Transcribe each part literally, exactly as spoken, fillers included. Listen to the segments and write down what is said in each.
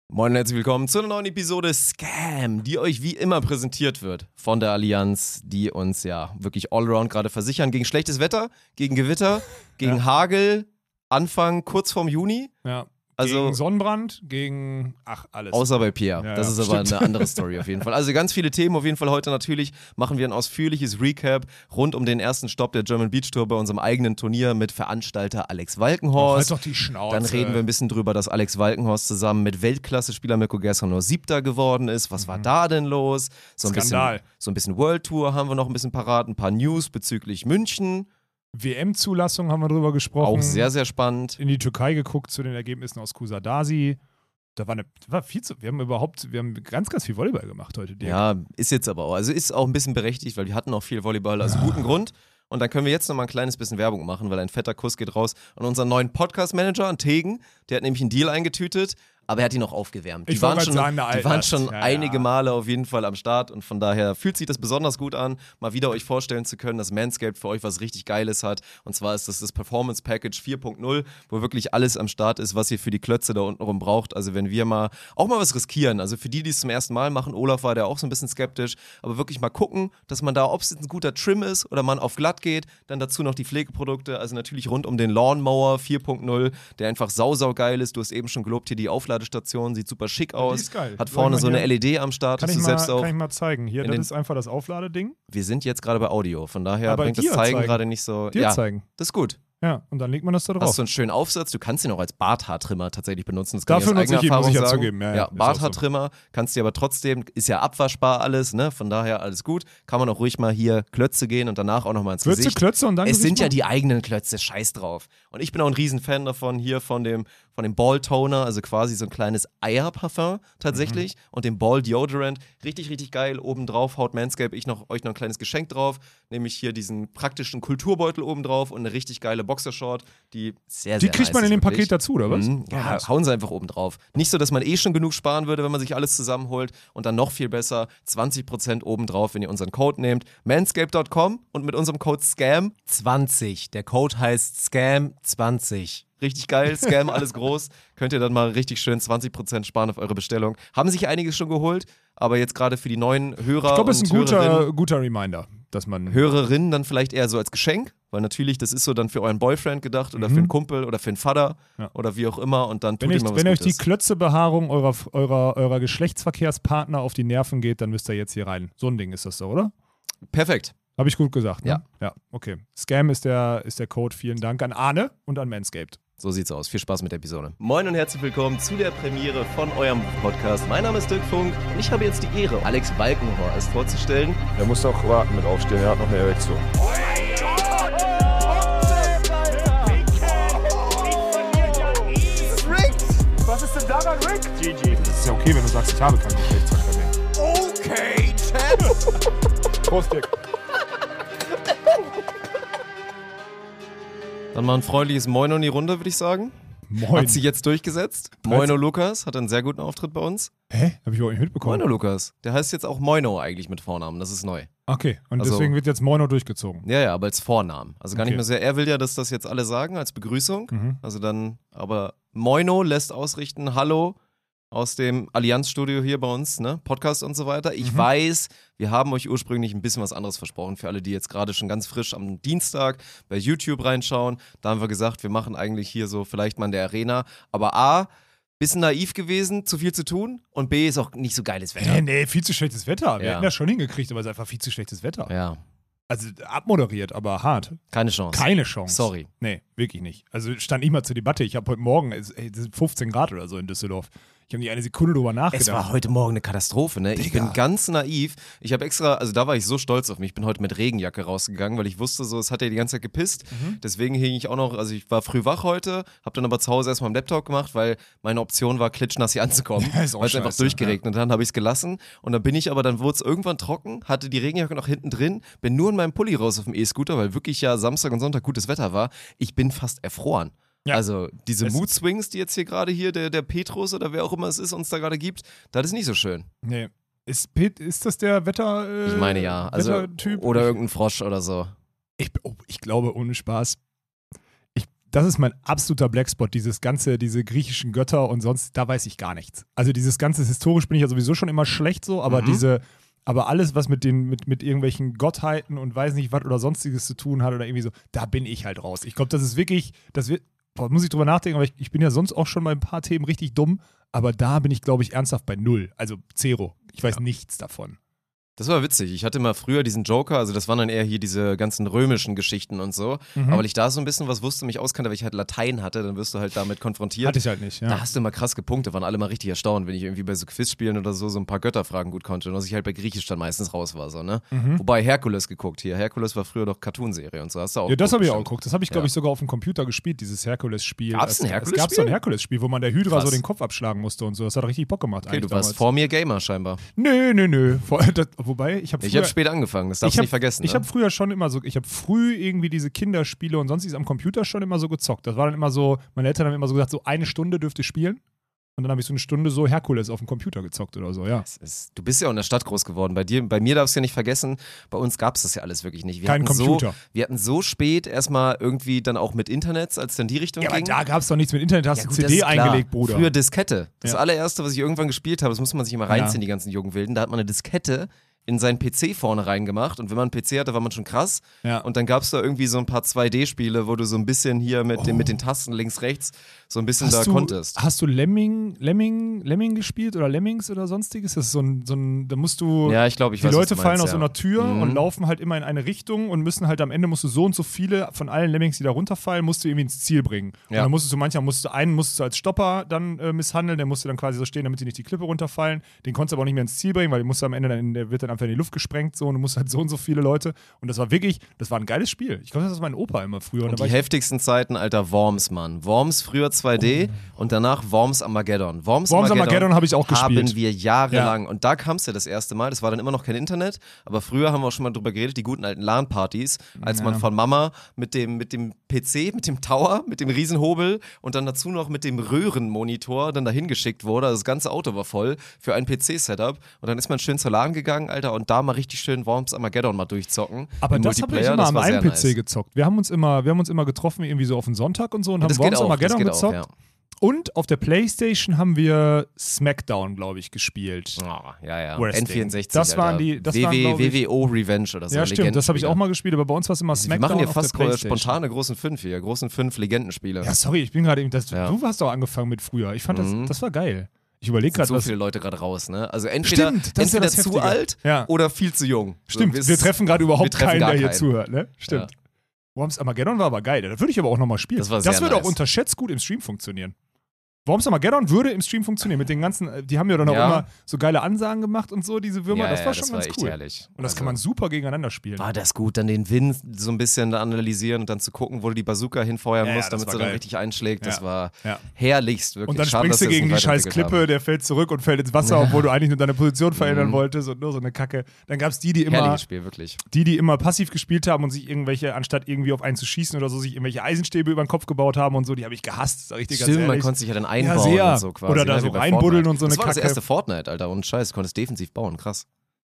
Moin und herzlich willkommen zu einer neuen Episode Scam, die euch wie immer präsentiert wird von der Allianz, die uns ja wirklich allround gerade versichern gegen schlechtes Wetter, gegen Gewitter, gegen ja. Hagel, Anfang kurz vorm Juni. Ja. Also, gegen Sonnenbrand, gegen, ach, alles. Außer bei Pierre. Ja, das ja, ist aber stimmt. eine andere Story auf jeden Fall. Also ganz viele Themen auf jeden Fall heute natürlich. Machen wir ein ausführliches Recap rund um den ersten Stopp der German Beach Tour bei unserem eigenen Turnier mit Veranstalter Alex Walkenhorst. Halt doch die Schnauze. Dann reden wir ein bisschen drüber, dass Alex Walkenhorst zusammen mit Weltklasse-Spieler Mirko Gerson nur Siebter geworden ist. Was war da denn los? So ein Skandal. Bisschen, so ein bisschen World Tour haben wir noch ein bisschen parat. Ein paar News bezüglich München. W M-Zulassung haben wir drüber gesprochen. Auch sehr, sehr spannend. In die Türkei geguckt zu den Ergebnissen aus Kusadasi. Da war, eine, war viel zu, wir haben überhaupt, wir haben ganz, ganz viel Volleyball gemacht heute. Dirk. Ja, ist jetzt aber auch, also ist auch ein bisschen berechtigt, weil wir hatten auch viel Volleyball, also guten Grund. Und dann können wir jetzt noch mal ein kleines bisschen Werbung machen, weil ein fetter Kuss geht raus an unseren neuen Podcast-Manager, an Tegen. Der hat nämlich einen Deal eingetütet, aber er hat ihn noch aufgewärmt. Die Ich waren wollte schon, gerade sagen, der die waren Altlast. schon Ja, einige ja. Male auf jeden Fall am Start und von daher fühlt sich das besonders gut an, mal wieder euch vorstellen zu können, dass Manscaped für euch was richtig Geiles hat. Und zwar ist das das Performance Package vier Punkt null, wo wirklich alles am Start ist, was ihr für die Klötze da unten rum braucht. Also wenn wir mal auch mal was riskieren, also für die, die es zum ersten Mal machen, Olaf war der auch so ein bisschen skeptisch, aber wirklich mal gucken, dass man da, ob es ein guter Trim ist oder man auf glatt geht, dann dazu noch die Pflegeprodukte, also natürlich rund um den Lawnmower vier Punkt null, der einfach sau, sau geil ist. Du hast eben schon gelobt, hier die Aufladestation, sieht super schick Die aus. ist geil. Hat Soll vorne ich so mal eine hier- L E D am Start, Kann hast ich, du mal, selbst auch. kann ich mal zeigen. Hier, in das den- ist einfach das Aufladeding. Wir sind jetzt gerade bei Audio, von daher Aber bringt das dir Zeigen zeigen. gerade nicht so. Dir ja, zeigen. das ist gut. Ja, und dann legt man das da Hast drauf. du einen schönen Aufsatz, du kannst ihn auch als Barthaartrimmer tatsächlich benutzen. Das kann Dafür ich aus nutze ich eigener ihn, muss ich Erfahrung ja sagen. zugeben. Ja, Ja, ja, ist auch so. Barthaartrimmer kannst du aber trotzdem, ist ja abwaschbar alles, ne? Von daher alles gut. Kann man auch ruhig mal hier Klötze gehen und danach auch nochmal ins Würze, Gesicht. Klötze und dann Es Gesicht sind ja machen? die eigenen Klötze, scheiß drauf. Und ich bin auch ein Riesenfan davon, hier von dem, von dem Ball Toner, also quasi so ein kleines Eierparfum tatsächlich Mhm. und dem Ball Deodorant. Richtig, richtig geil. Obendrauf haut Manscaped ich noch, euch noch ein kleines Geschenk drauf, nämlich hier diesen praktischen Kulturbeutel obendrauf und eine richtig geile Boxershort, die sehr, Die sehr kriegt nice man in ist, dem wirklich. Paket dazu, oder was? Mhm. Ah, Ja, nice. hauen sie einfach oben drauf. Nicht so, dass man eh schon genug sparen würde, wenn man sich alles zusammenholt und dann noch viel besser, zwanzig Prozent obendrauf, wenn ihr unseren Code nehmt, manscaped Punkt com und mit unserem Code SCAM zwanzig. Der Code heißt SCAM zwanzig. Richtig geil, Scam, alles groß. Könnt ihr dann mal richtig schön zwanzig Prozent sparen auf eure Bestellung. Haben sich einige schon geholt, aber jetzt gerade für die neuen Hörer Ich glaube, es ist und ein guter, Hörerinnen, guter Reminder, dass man. Hörerinnen dann vielleicht eher so als Geschenk, weil natürlich, das ist so dann für euren Boyfriend gedacht oder Mhm. für einen Kumpel oder für einen Vater Ja. oder wie auch immer und dann tut Wenn, ihr ich, mal was wenn euch die Gutes. Klötzebehaarung eurer, eurer, eurer Geschlechtsverkehrspartner auf die Nerven geht, dann müsst ihr jetzt hier rein. So ein Ding ist das so, oder? Perfekt. Habe ich gut gesagt, ne? Ja. Ja, okay. Scam ist der, ist der Code. Vielen Dank an Arne und an Manscaped. So sieht's aus. Viel Spaß mit der Episode. Moin und herzlich willkommen zu der Premiere von eurem Podcast. Mein Name ist Dirk Funk und ich habe jetzt die Ehre, Alex Walkenhorst vorzustellen. Er muss auch warten mit aufstehen, er hat noch eine Erektion. Was ist denn daran, Rick? G G. Das ist ja okay, wenn du sagst, ich habe keinen Geschlechtsverkehr mehr. Okay, Chat. Prost, Dick. Dann mal ein freundliches Moin in die Runde, würde ich sagen. Moin. Hat sich jetzt durchgesetzt. Moino Lukas hat einen sehr guten Auftritt bei uns. Hä? Habe ich überhaupt nicht mitbekommen. Moino Lukas. Der heißt jetzt auch Moino eigentlich mit Vornamen. Das ist neu. Okay, und Also- deswegen wird jetzt Moino durchgezogen. Ja, ja, aber als Vornamen. Also gar Okay. nicht mehr sehr. Er will ja, dass das jetzt alle sagen als Begrüßung. Mhm. Also dann, aber Moino lässt ausrichten, hallo aus dem Allianzstudio hier bei uns, ne? Podcast und so weiter. Ich Mhm. weiß, wir haben euch ursprünglich ein bisschen was anderes versprochen. Für alle, die jetzt gerade schon ganz frisch am Dienstag bei YouTube reinschauen. Da haben wir gesagt, wir machen eigentlich hier so vielleicht mal in der Arena. Aber A, bisschen naiv gewesen, zu viel zu tun. Und B, ist auch nicht so geiles Wetter. Nee, nee, viel zu schlechtes Wetter. Wir Ja. hätten das schon hingekriegt, aber es ist einfach viel zu schlechtes Wetter. Ja, Also abmoderiert, aber hart. keine Chance. Keine Chance. Sorry. Nee, wirklich nicht. Also stand nicht mal zur Debatte. Ich habe heute Morgen, es ey, es sind fünfzehn Grad oder so in Düsseldorf. Ich habe nicht eine Sekunde drüber nachgedacht. Es war heute Morgen eine Katastrophe, ne? Ich Digga. bin ganz naiv. Ich habe extra, also da war ich so stolz auf mich. Ich bin heute mit Regenjacke rausgegangen, weil ich wusste, so, es hat ja die ganze Zeit gepisst. Mhm. Deswegen hing ich auch noch, also ich war früh wach heute, habe dann aber zu Hause erstmal am Laptop gemacht, weil meine Option war, klitschnass hier anzukommen. Ja, ist auch weil es einfach scheiße, durchgeregnet. Und dann habe ich es gelassen. Und dann bin ich aber, dann wurde es irgendwann trocken, hatte die Regenjacke noch hinten drin, bin nur in meinem Pulli raus auf dem E-Scooter, weil wirklich ja Samstag und Sonntag gutes Wetter war. Ich bin fast erfroren. Ja. Also diese Es- Mood-Swings, die jetzt hier gerade hier der, der Petrus oder wer auch immer es ist, uns da gerade gibt, das ist nicht so schön. Nee. Ist, Pet, ist das der Wetter? Äh, Ich meine ja. Also, Wettertyp? oder irgendein Frosch oder so. Ich, oh, ich glaube, ohne Spaß. Ich, Das ist mein absoluter Blackspot, dieses ganze, diese griechischen Götter und sonst, da weiß ich gar nichts. Also dieses ganze, historisch bin ich ja sowieso schon immer schlecht so, aber Mhm. diese, aber alles, was mit den, mit, mit irgendwelchen Gottheiten und weiß nicht was oder sonstiges zu tun hat oder irgendwie so, da bin ich halt raus. Ich glaube, das ist wirklich, das wird, boah, muss ich drüber nachdenken, aber ich, ich bin ja sonst auch schon bei ein paar Themen richtig dumm, aber da bin ich, glaube ich, ernsthaft bei null. Also Zero. Ich weiß nichts davon. Das war witzig. Ich hatte mal früher diesen Joker, also das waren dann eher hier diese ganzen römischen Geschichten und so. Mhm. Aber weil ich da so ein bisschen was wusste, mich auskannte, weil ich halt Latein hatte, dann wirst du halt damit konfrontiert. Hatte ich halt nicht, ja. Da hast du immer krass gepunktet, waren alle mal richtig erstaunt, wenn ich irgendwie bei so Quizspielen oder so so ein paar Götterfragen gut konnte und dass ich halt bei Griechisch dann meistens raus war. So, ne? Mhm. Wobei Herkules geguckt hier. Herkules war früher doch Cartoonserie und so. Hast du auch Ja, das habe ich auch bestimmt. geguckt. Das habe ich, glaube Ja. ich, sogar auf dem Computer gespielt, dieses Herkules-Spiel. Gab's ein Es- Herkules-Spiel? Es gab so ein Herkules-Spiel, wo man der Hydra Krass. so den Kopf abschlagen musste und so. Das hat richtig Bock gemacht Okay, eigentlich du warst damals. vor mir Gamer scheinbar. Nö, nö, nö. Vor, das, wobei, ich habe Ich früher... habe spät angefangen, das darfst ich du hab, nicht vergessen. Ich ne? habe früher schon immer so, ich habe früh irgendwie diese Kinderspiele und sonstiges am Computer schon immer so gezockt. Das war dann immer so, meine Eltern haben immer so gesagt, so eine Stunde dürft ihr spielen. Und dann habe ich so eine Stunde so Herkules auf dem Computer gezockt oder so, ja. Es ist, du bist ja auch in der Stadt groß geworden. Bei dir, bei mir darfst du ja nicht vergessen, bei uns gab es das ja alles wirklich nicht. Wir Kein hatten Computer. So, wir hatten so spät erstmal irgendwie dann auch mit Internets, als dann die Richtung Ja, aber ging. da gab es doch nichts mit Internet, da hast Ja, du gut, C das D ist klar. eingelegt, Bruder. Früher Diskette. Das Ja. allererste, was ich irgendwann gespielt habe, das muss man sich immer reinziehen, Ja. die ganzen jungen Wilden. Da hat man eine Diskette in seinen P C vorne reingemacht und wenn man einen P C hatte, war man schon krass. Ja. Und dann gab es da irgendwie so ein paar zwei D-Spiele, wo du so ein bisschen hier mit, den, mit den Tasten links, rechts so ein bisschen da Hast du, konntest. hast du Lemming, Lemming, Lemming gespielt oder Lemmings oder sonstiges? Das ist so ein, so ein da musst du, Ja, ich glaube, ich die weiß, Leute was du fallen meinst, aus so ja. einer Tür Mhm. und laufen halt immer in eine Richtung und müssen halt am Ende musst du so und so viele von allen Lemmings, die da runterfallen, musst du irgendwie ins Ziel bringen. Ja. Und dann musstest du manchmal musst du einen musst du als Stopper dann äh, misshandeln, der musste dann quasi so stehen, damit die nicht die Klippe runterfallen. Den konntest du aber auch nicht mehr ins Ziel bringen, weil den musst du am Ende dann in, der wird dann einfach in die Luft gesprengt so und du musst halt so und so viele Leute und das war wirklich, das war ein geiles Spiel. Ich glaube, das ist mein Opa immer früher. Und Und da war die ich, heftigsten Zeiten, Alter, Worms, Mann. Worms früher zwei D und danach Worms Armageddon. Worms, Oh. Worms Armageddon habe ich auch haben gespielt. wir jahrelang. Und da kam es ja das erste Mal. Das war dann immer noch kein Internet, aber früher haben wir auch schon mal drüber geredet, die guten alten LAN-Partys, als Ja. man von Mama mit dem, mit dem P C, mit dem Tower, mit dem Riesenhobel und dann dazu noch mit dem Röhrenmonitor dann dahin geschickt wurde. Also das ganze Auto war voll für ein P C-Setup. Und dann ist man schön zur LAN gegangen, Alter, und da mal richtig schön Worms Armageddon mal durchzocken. aber Im das habe ich Multiplayer, immer das am war sehr einen P C nice. gezockt. Wir haben uns immer, wir haben uns immer getroffen, irgendwie so auf den Sonntag und so und haben Das geht Worms auch, das Armageddon geht auch, gezockt. ja. Und auf der Playstation haben wir Smackdown, glaube ich, gespielt. Oh, ja, ja. Wrestling. N vierundsechzig. Das waren Alter. die- das W W, waren, glaub ich- W W O Revenge oder so. ja, stimmt, das habe ich Legendenspiele. auch mal gespielt, aber bei uns war es immer Wir Smackdown machen hier auf fast der Playstation. spontane großen fünf hier, großen fünf Legendenspiele. Ja, sorry, ich bin gerade eben, das, Ja. du hast doch angefangen mit früher. Ich fand Mhm. das, das war geil. Ich überlege Es sind gerade, so was... viele Leute gerade raus, ne? Also entweder, Stimmt, das ist ja entweder das zu Heftige. alt Ja. oder viel zu jung. Stimmt, So, wir treffen gerade wir überhaupt treffen keinen, gar der hier keinen. zuhört, ne? Stimmt. Worms Armageddon war aber geil. Das würde ich aber auch nochmal spielen. Das war das sehr würde auch nice. unterschätzt gut im Stream funktionieren. Worms Armageddon würde im Stream funktionieren. Mit den ganzen, äh, die haben ja dann auch Ja. immer so geile Ansagen gemacht und so, diese Würmer. Ja, das ja, war das schon war ganz echt cool. herrlich. Und das Also- kann man super gegeneinander spielen. War das gut, dann den Wind so ein bisschen da analysieren und dann zu gucken, wo du die Bazooka hinfeuern Ja, ja, musst, das damit war sie dann geil. richtig einschlägt. Das Ja. war Ja. herrlichst, wirklich. Und dann Schade, springst dass du sie das gegen die nicht scheiß weiterentwickelt Klippe, der fällt zurück und fällt ins Wasser, obwohl du eigentlich nur deine Position verändern Mhm. wolltest und nur so eine Kacke. Dann gab es die, die haben. immer, Herrliches Spiel, wirklich. die, die immer passiv gespielt haben und sich irgendwelche, anstatt irgendwie auf einen zu schießen oder so, sich irgendwelche Eisenstäbe über den Kopf gebaut haben und so, die habe ich gehasst, sag ich dir ganz Stimmt, man ehrlich. konnte sich ja dann Ja, einbauen sehr. und so quasi. Oder da ne, so wie bei reinbuddeln Fortnite. und so eine Das war das Kacke. erste Fortnite, Alter, und Scheiß, du konntest defensiv bauen, krass.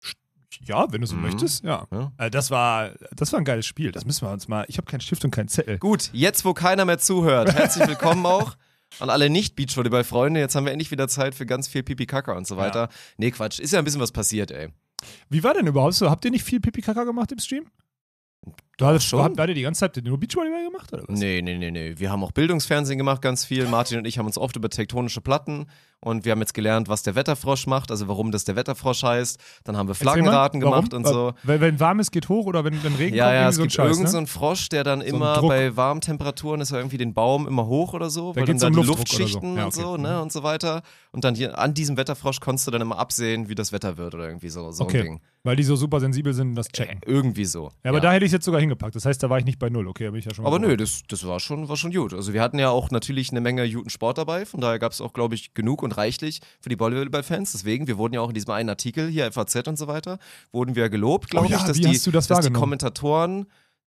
Ja, wenn du so Mhm. möchtest, ja. Ja. Äh, das, war, das war ein geiles Spiel. Das müssen wir uns mal. Ich habe keinen Stift und keinen Zettel. Gut, jetzt wo keiner mehr zuhört, herzlich willkommen auch an alle Nicht-Beachvolleyball-Freunde. Jetzt haben wir endlich wieder Zeit für ganz viel Pipi-Kaka und so weiter. Nee, Quatsch, ist ja ein bisschen was passiert, ey. Wie war denn überhaupt so? Habt ihr nicht viel Pipi-Kaka gemacht im Stream? Du hattest schon. Habt ihr die ganze Zeit nur Beachvolleyball gemacht, oder was? Nee, nee, nee, nee. Wir haben auch Bildungsfernsehen gemacht, ganz viel. Martin und ich haben uns oft über tektonische Platten und wir haben jetzt gelernt, was der Wetterfrosch macht, also warum das der Wetterfrosch heißt. Dann haben wir Erzähl mal, Flaggenraten warum? gemacht und so. Weil, wenn warm ist, geht hoch oder wenn, wenn Regen Ja, kommt, ja, irgendwie es so ein gibt Scheiß, irgendeinen ne? so einen Frosch, der dann ein immer Druck. bei warmen Temperaturen ist er irgendwie den Baum immer hoch oder so, Da weil dann geht's da um die Luftdruck oder so. Luftschichten Ja, und so, okay. ne, Mhm. und so weiter. Und dann hier an diesem Wetterfrosch konntest du dann immer absehen, wie das Wetter wird oder irgendwie so, so Okay, ein Ding. weil die so super sensibel sind, das Äh, checken. irgendwie so. Ja, aber da hätte ich jetzt sogar hingepackt. Das heißt, da war ich nicht bei null. Okay, da bin ich ja schon mal Aber nö, beruhigt. das, das war, schon, war schon gut. Also wir hatten ja auch natürlich eine Menge guten Sport dabei, von daher gab es auch, glaube ich, genug und reichlich für die Volleyball-Fans. Deswegen, wir wurden ja auch in diesem einen Artikel hier, F A Z und so weiter, wurden wir gelobt, glaube Oh ja, ich, dass, wie die, hast du das dass die wahrgenommen? Kommentatoren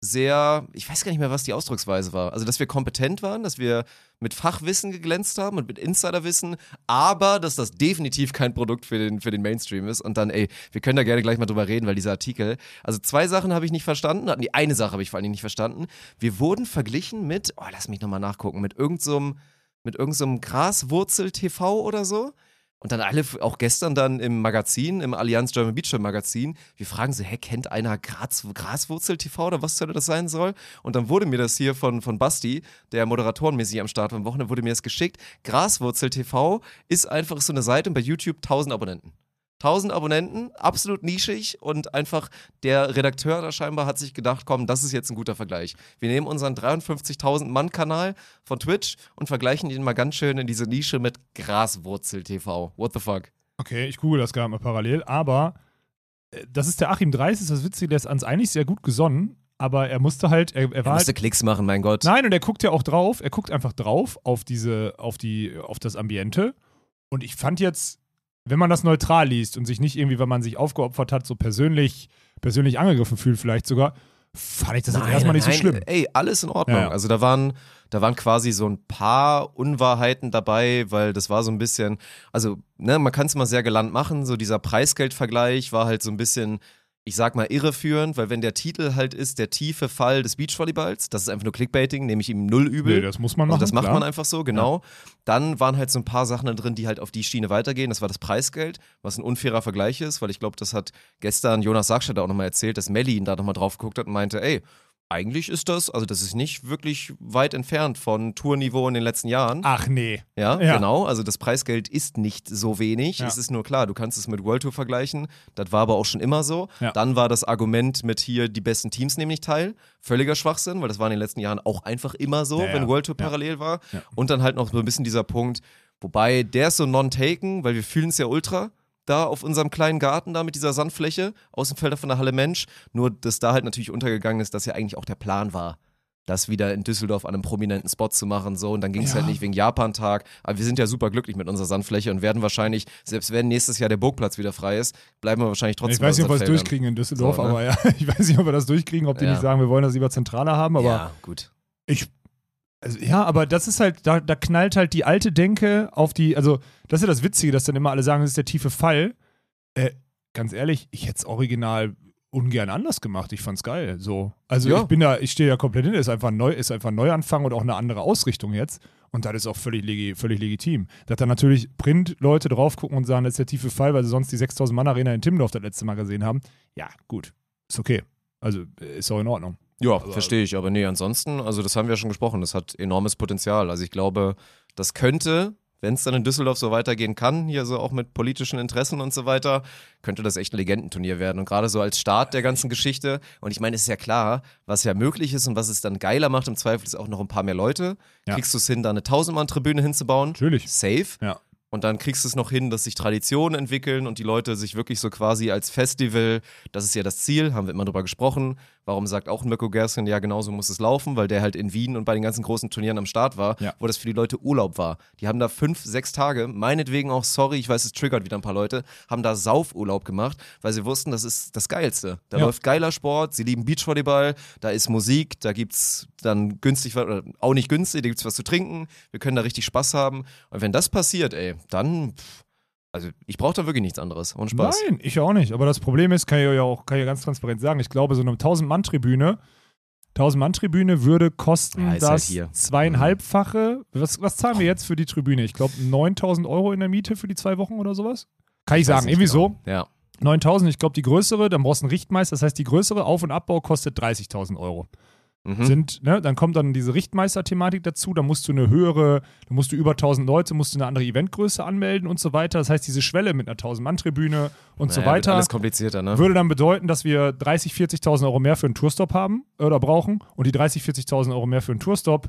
sehr, ich weiß gar nicht mehr, was die Ausdrucksweise war. Also, dass wir kompetent waren, dass wir mit Fachwissen geglänzt haben und mit Insiderwissen, aber dass das definitiv kein Produkt für den, für den Mainstream ist. Und dann, ey, wir können da gerne gleich mal drüber reden, weil dieser Artikel, also zwei Sachen habe ich nicht verstanden. Die eine Sache habe ich vor allen Dingen nicht verstanden. Wir wurden verglichen mit, oh, lass mich nochmal nachgucken, mit irgendeinem so mit irgendeinem so Graswurzel-T V oder so. Und dann alle, auch gestern dann im Magazin, im Allianz German Beachvolleyball Magazin, wir fragen so, hä, kennt einer Gras, Graswurzel-T V oder was soll das sein soll? Und dann wurde mir das hier von, von Basti, der moderatorenmäßig am Start war am Wochenende, wurde mir das geschickt. Graswurzel-T V ist einfach so eine Seite und bei YouTube tausend Abonnenten. tausend Abonnenten, absolut nischig und einfach der Redakteur da scheinbar hat sich gedacht, komm, das ist jetzt ein guter Vergleich. Wir nehmen unseren dreiundfünfzigtausend Mann Kanal von Twitch und vergleichen ihn mal ganz schön in diese Nische mit Graswurzel-T V. What the fuck? Okay, ich google das gerade mal parallel, aber äh, das ist der Achim Dreis, ist das Witzige, der ist ans eigentlich sehr gut gesonnen, aber er musste halt, er, er Er war musste halt, Klicks machen, mein Gott. nein, und er guckt ja auch drauf, er guckt einfach drauf auf diese, auf die, auf das Ambiente und ich fand jetzt, wenn man das neutral liest und sich nicht irgendwie, wenn man sich aufgeopfert hat, so persönlich, persönlich angegriffen fühlt vielleicht sogar, fand ich das jetzt erstmal nicht so nein, schlimm. Ey, alles in Ordnung. Ja, ja. Also da waren, da waren quasi so ein paar Unwahrheiten dabei, weil das war so ein bisschen, also ne, man kann es mal sehr galant machen, so dieser Preisgeldvergleich war halt so ein bisschen, ich sag mal, irreführend, weil wenn der Titel halt ist, der tiefe Fall des Beachvolleyballs, das ist einfach nur Clickbaiting, nehme ich ihm null übel. Nee, das muss man machen, Also das macht klar. man einfach so, genau. Ja. Dann waren halt so ein paar Sachen da drin, die halt auf die Schiene weitergehen. Das war das Preisgeld, was ein unfairer Vergleich ist, weil ich glaube, das hat gestern Jonas Sargstetter auch nochmal erzählt, dass Melli ihn da nochmal drauf geguckt hat und meinte, ey, eigentlich ist das, also das ist nicht wirklich weit entfernt von Tourniveau in den letzten Jahren. Ach nee. Ja, Ja. genau. Also das Preisgeld ist nicht so wenig. Ja. Es ist nur klar, du kannst es mit World Tour vergleichen. Das war aber auch schon immer so. Ja. Dann war das Argument mit hier, die besten Teams nehmen nicht teil. Völliger Schwachsinn, weil das war in den letzten Jahren auch einfach immer so, Ja, ja. wenn World Tour Ja. parallel war. Ja. Und dann halt noch so ein bisschen dieser Punkt, wobei der ist so non-taken, weil wir fühlen es ja ultra. Da auf unserem kleinen Garten da mit dieser Sandfläche, Außenfelder von der Halle Mensch. Nur, dass da halt natürlich untergegangen ist, dass ja eigentlich auch der Plan war, das wieder in Düsseldorf an einem prominenten Spot zu machen. So. Und dann ging es Ja. halt nicht wegen Japan-Tag. Aber wir sind ja super glücklich mit unserer Sandfläche und werden wahrscheinlich, selbst wenn nächstes Jahr der Burgplatz wieder frei ist, bleiben wir wahrscheinlich trotzdem Ich weiß nicht, ob wir bei es unseren durchkriegen in Düsseldorf, So, ne? aber ja, ich weiß nicht, ob wir das durchkriegen, ob die Ja. nicht sagen, wir wollen das lieber zentraler haben, aber Feldern. Ja, gut. ich, also ja, aber das ist halt, da, da knallt halt die alte Denke auf die, also das ist ja das Witzige, dass dann immer alle sagen, das ist der tiefe Fall. Äh, ganz ehrlich, ich hätte es original ungern anders gemacht. Ich fand's geil. So. Also Ja. ich bin da, ich stehe da komplett hin, ist einfach ein neu, ist einfach ein Neuanfang und auch eine andere Ausrichtung jetzt. Und das ist auch völlig, legi völlig legitim. Dass da natürlich Print-Leute drauf gucken und sagen, das ist der tiefe Fall, weil sie sonst die sechstausend Mann Arena in Timmendorf das letzte Mal gesehen haben. Ja, gut. Ist okay. Also ist auch in Ordnung. Ja, Aber- verstehe ich. Aber nee, ansonsten, also das haben wir ja schon gesprochen, das hat enormes Potenzial. Also ich glaube, das könnte, wenn es dann in Düsseldorf so weitergehen kann, hier so auch mit politischen Interessen und so weiter, könnte das echt ein Legendenturnier werden. Und gerade so als Start der ganzen Geschichte, und ich meine, es ist ja klar, was ja möglich ist und was es dann geiler macht, im Zweifel ist auch noch ein paar mehr Leute. Ja. Kriegst du es hin, da eine tausend-Mann-Tribüne hinzubauen? Natürlich. Safe. Ja. Und dann kriegst du es noch hin, dass sich Traditionen entwickeln und die Leute sich wirklich so quasi als Festival, das ist ja das Ziel, haben wir immer drüber gesprochen. Warum sagt auch Mirko Gersken, ja, genauso muss es laufen, weil der halt in Wien und bei den ganzen großen Turnieren am Start war, Ja. wo das für die Leute Urlaub war. Die haben da fünf, sechs Tage, meinetwegen auch, sorry, ich weiß, es triggert wieder ein paar Leute, haben da Saufurlaub gemacht, weil sie wussten, das ist das Geilste. Da Ja. läuft geiler Sport, sie lieben Beachvolleyball, da ist Musik, da gibt's dann günstig, oder auch nicht günstig, da gibt's was zu trinken, wir können da richtig Spaß haben. Und wenn das passiert, ey, dann, pff, also ich brauche da wirklich nichts anderes. Ohne Spaß. Nein, ich auch nicht. Aber das Problem ist, kann ich ja auch kann ich ja ganz transparent sagen, ich glaube, so eine tausend-Mann-Tribüne tausend-Mann-Tribüne würde kosten Ja, ist halt das hier. zweieinhalbfache. Was, was zahlen wir jetzt für die Tribüne? Ich glaube, neuntausend Euro in der Miete für die zwei Wochen oder sowas? Kann ich, Weiß sagen, nicht irgendwie genau. so. Ja. neuntausend, ich glaube, die größere, dann brauchst du einen Richtmeister. Das heißt, die größere Auf- und Abbau kostet dreißigtausend Euro. Mhm. Sind, ne, dann kommt dann diese Richtmeister-Thematik dazu, da musst du eine höhere, da musst du über tausend Leute, musst du eine andere Eventgröße anmelden und so weiter. Das heißt, diese Schwelle mit einer tausend-Mann-Tribüne und so Naja, wird weiter alles komplizierter, ne? würde dann bedeuten, dass wir dreißigtausend, vierzigtausend Euro mehr für einen Tourstop haben oder brauchen und die dreißigtausend, vierzigtausend Euro mehr für einen Tourstop,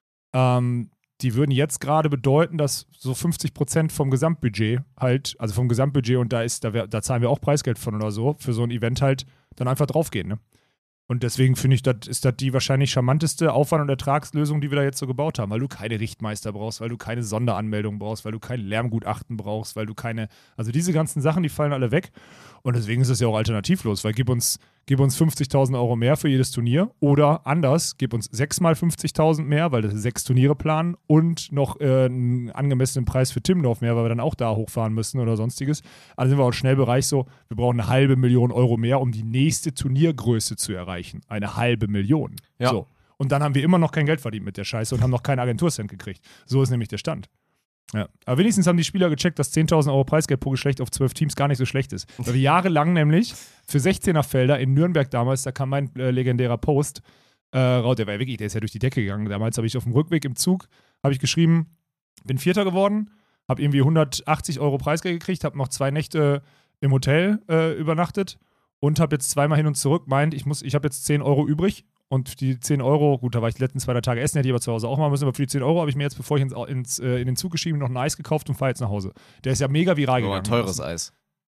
ähm, die würden jetzt gerade bedeuten, dass so fünfzig Prozent vom Gesamtbudget halt, also vom Gesamtbudget und da ist, da, wär, da zahlen wir auch Preisgeld von oder so, für so ein Event halt dann einfach draufgehen, ne? Und deswegen finde ich, das ist das die wahrscheinlich charmanteste Aufwand- und Ertragslösung, die wir da jetzt so gebaut haben, weil du keine Richtmeister brauchst, weil du keine Sonderanmeldung brauchst, weil du kein Lärmgutachten brauchst, weil du keine, also diese ganzen Sachen, die fallen alle weg und deswegen ist es ja auch alternativlos, weil gib uns, gib uns fünfzigtausend Euro mehr für jedes Turnier. Oder anders, gib uns sechsmal fünfzigtausend mehr, weil das sechs Turniere planen und noch äh, einen angemessenen Preis für Timmendorf mehr, weil wir dann auch da hochfahren müssen oder sonstiges. Also sind wir auch schnell Bereich so, wir brauchen eine halbe Million Euro mehr, um die nächste Turniergröße zu erreichen. Eine halbe Million. Ja. So. Und dann haben wir immer noch kein Geld verdient mit der Scheiße und haben noch keinen Agenturcent gekriegt. So ist nämlich der Stand. Ja. Aber wenigstens haben die Spieler gecheckt, dass zehntausend Euro Preisgeld pro Geschlecht auf zwölf Teams gar nicht so schlecht ist. Weil wir jahrelang nämlich für sechzehner Felder in Nürnberg damals, da kam mein äh, legendärer Post äh, raus, der war ja wirklich, der ist ja durch die Decke gegangen. Damals habe ich auf dem Rückweg im Zug, habe ich geschrieben, bin Vierter geworden, habe irgendwie hundertachtzig Euro Preisgeld gekriegt, habe noch zwei Nächte im Hotel äh, übernachtet und habe jetzt zweimal hin und zurück, meint, ich muss, ich habe jetzt zehn Euro übrig. Und die zehn Euro, gut, da war ich die letzten zwei, drei Tage essen, hätte ich aber zu Hause auch machen müssen, aber für die zehn Euro habe ich mir jetzt, bevor ich ins, ins, äh, in den Zug geschrieben, noch ein Eis gekauft und fahre jetzt nach Hause. Der ist ja mega viral gegangen. Aber ein teures Eis.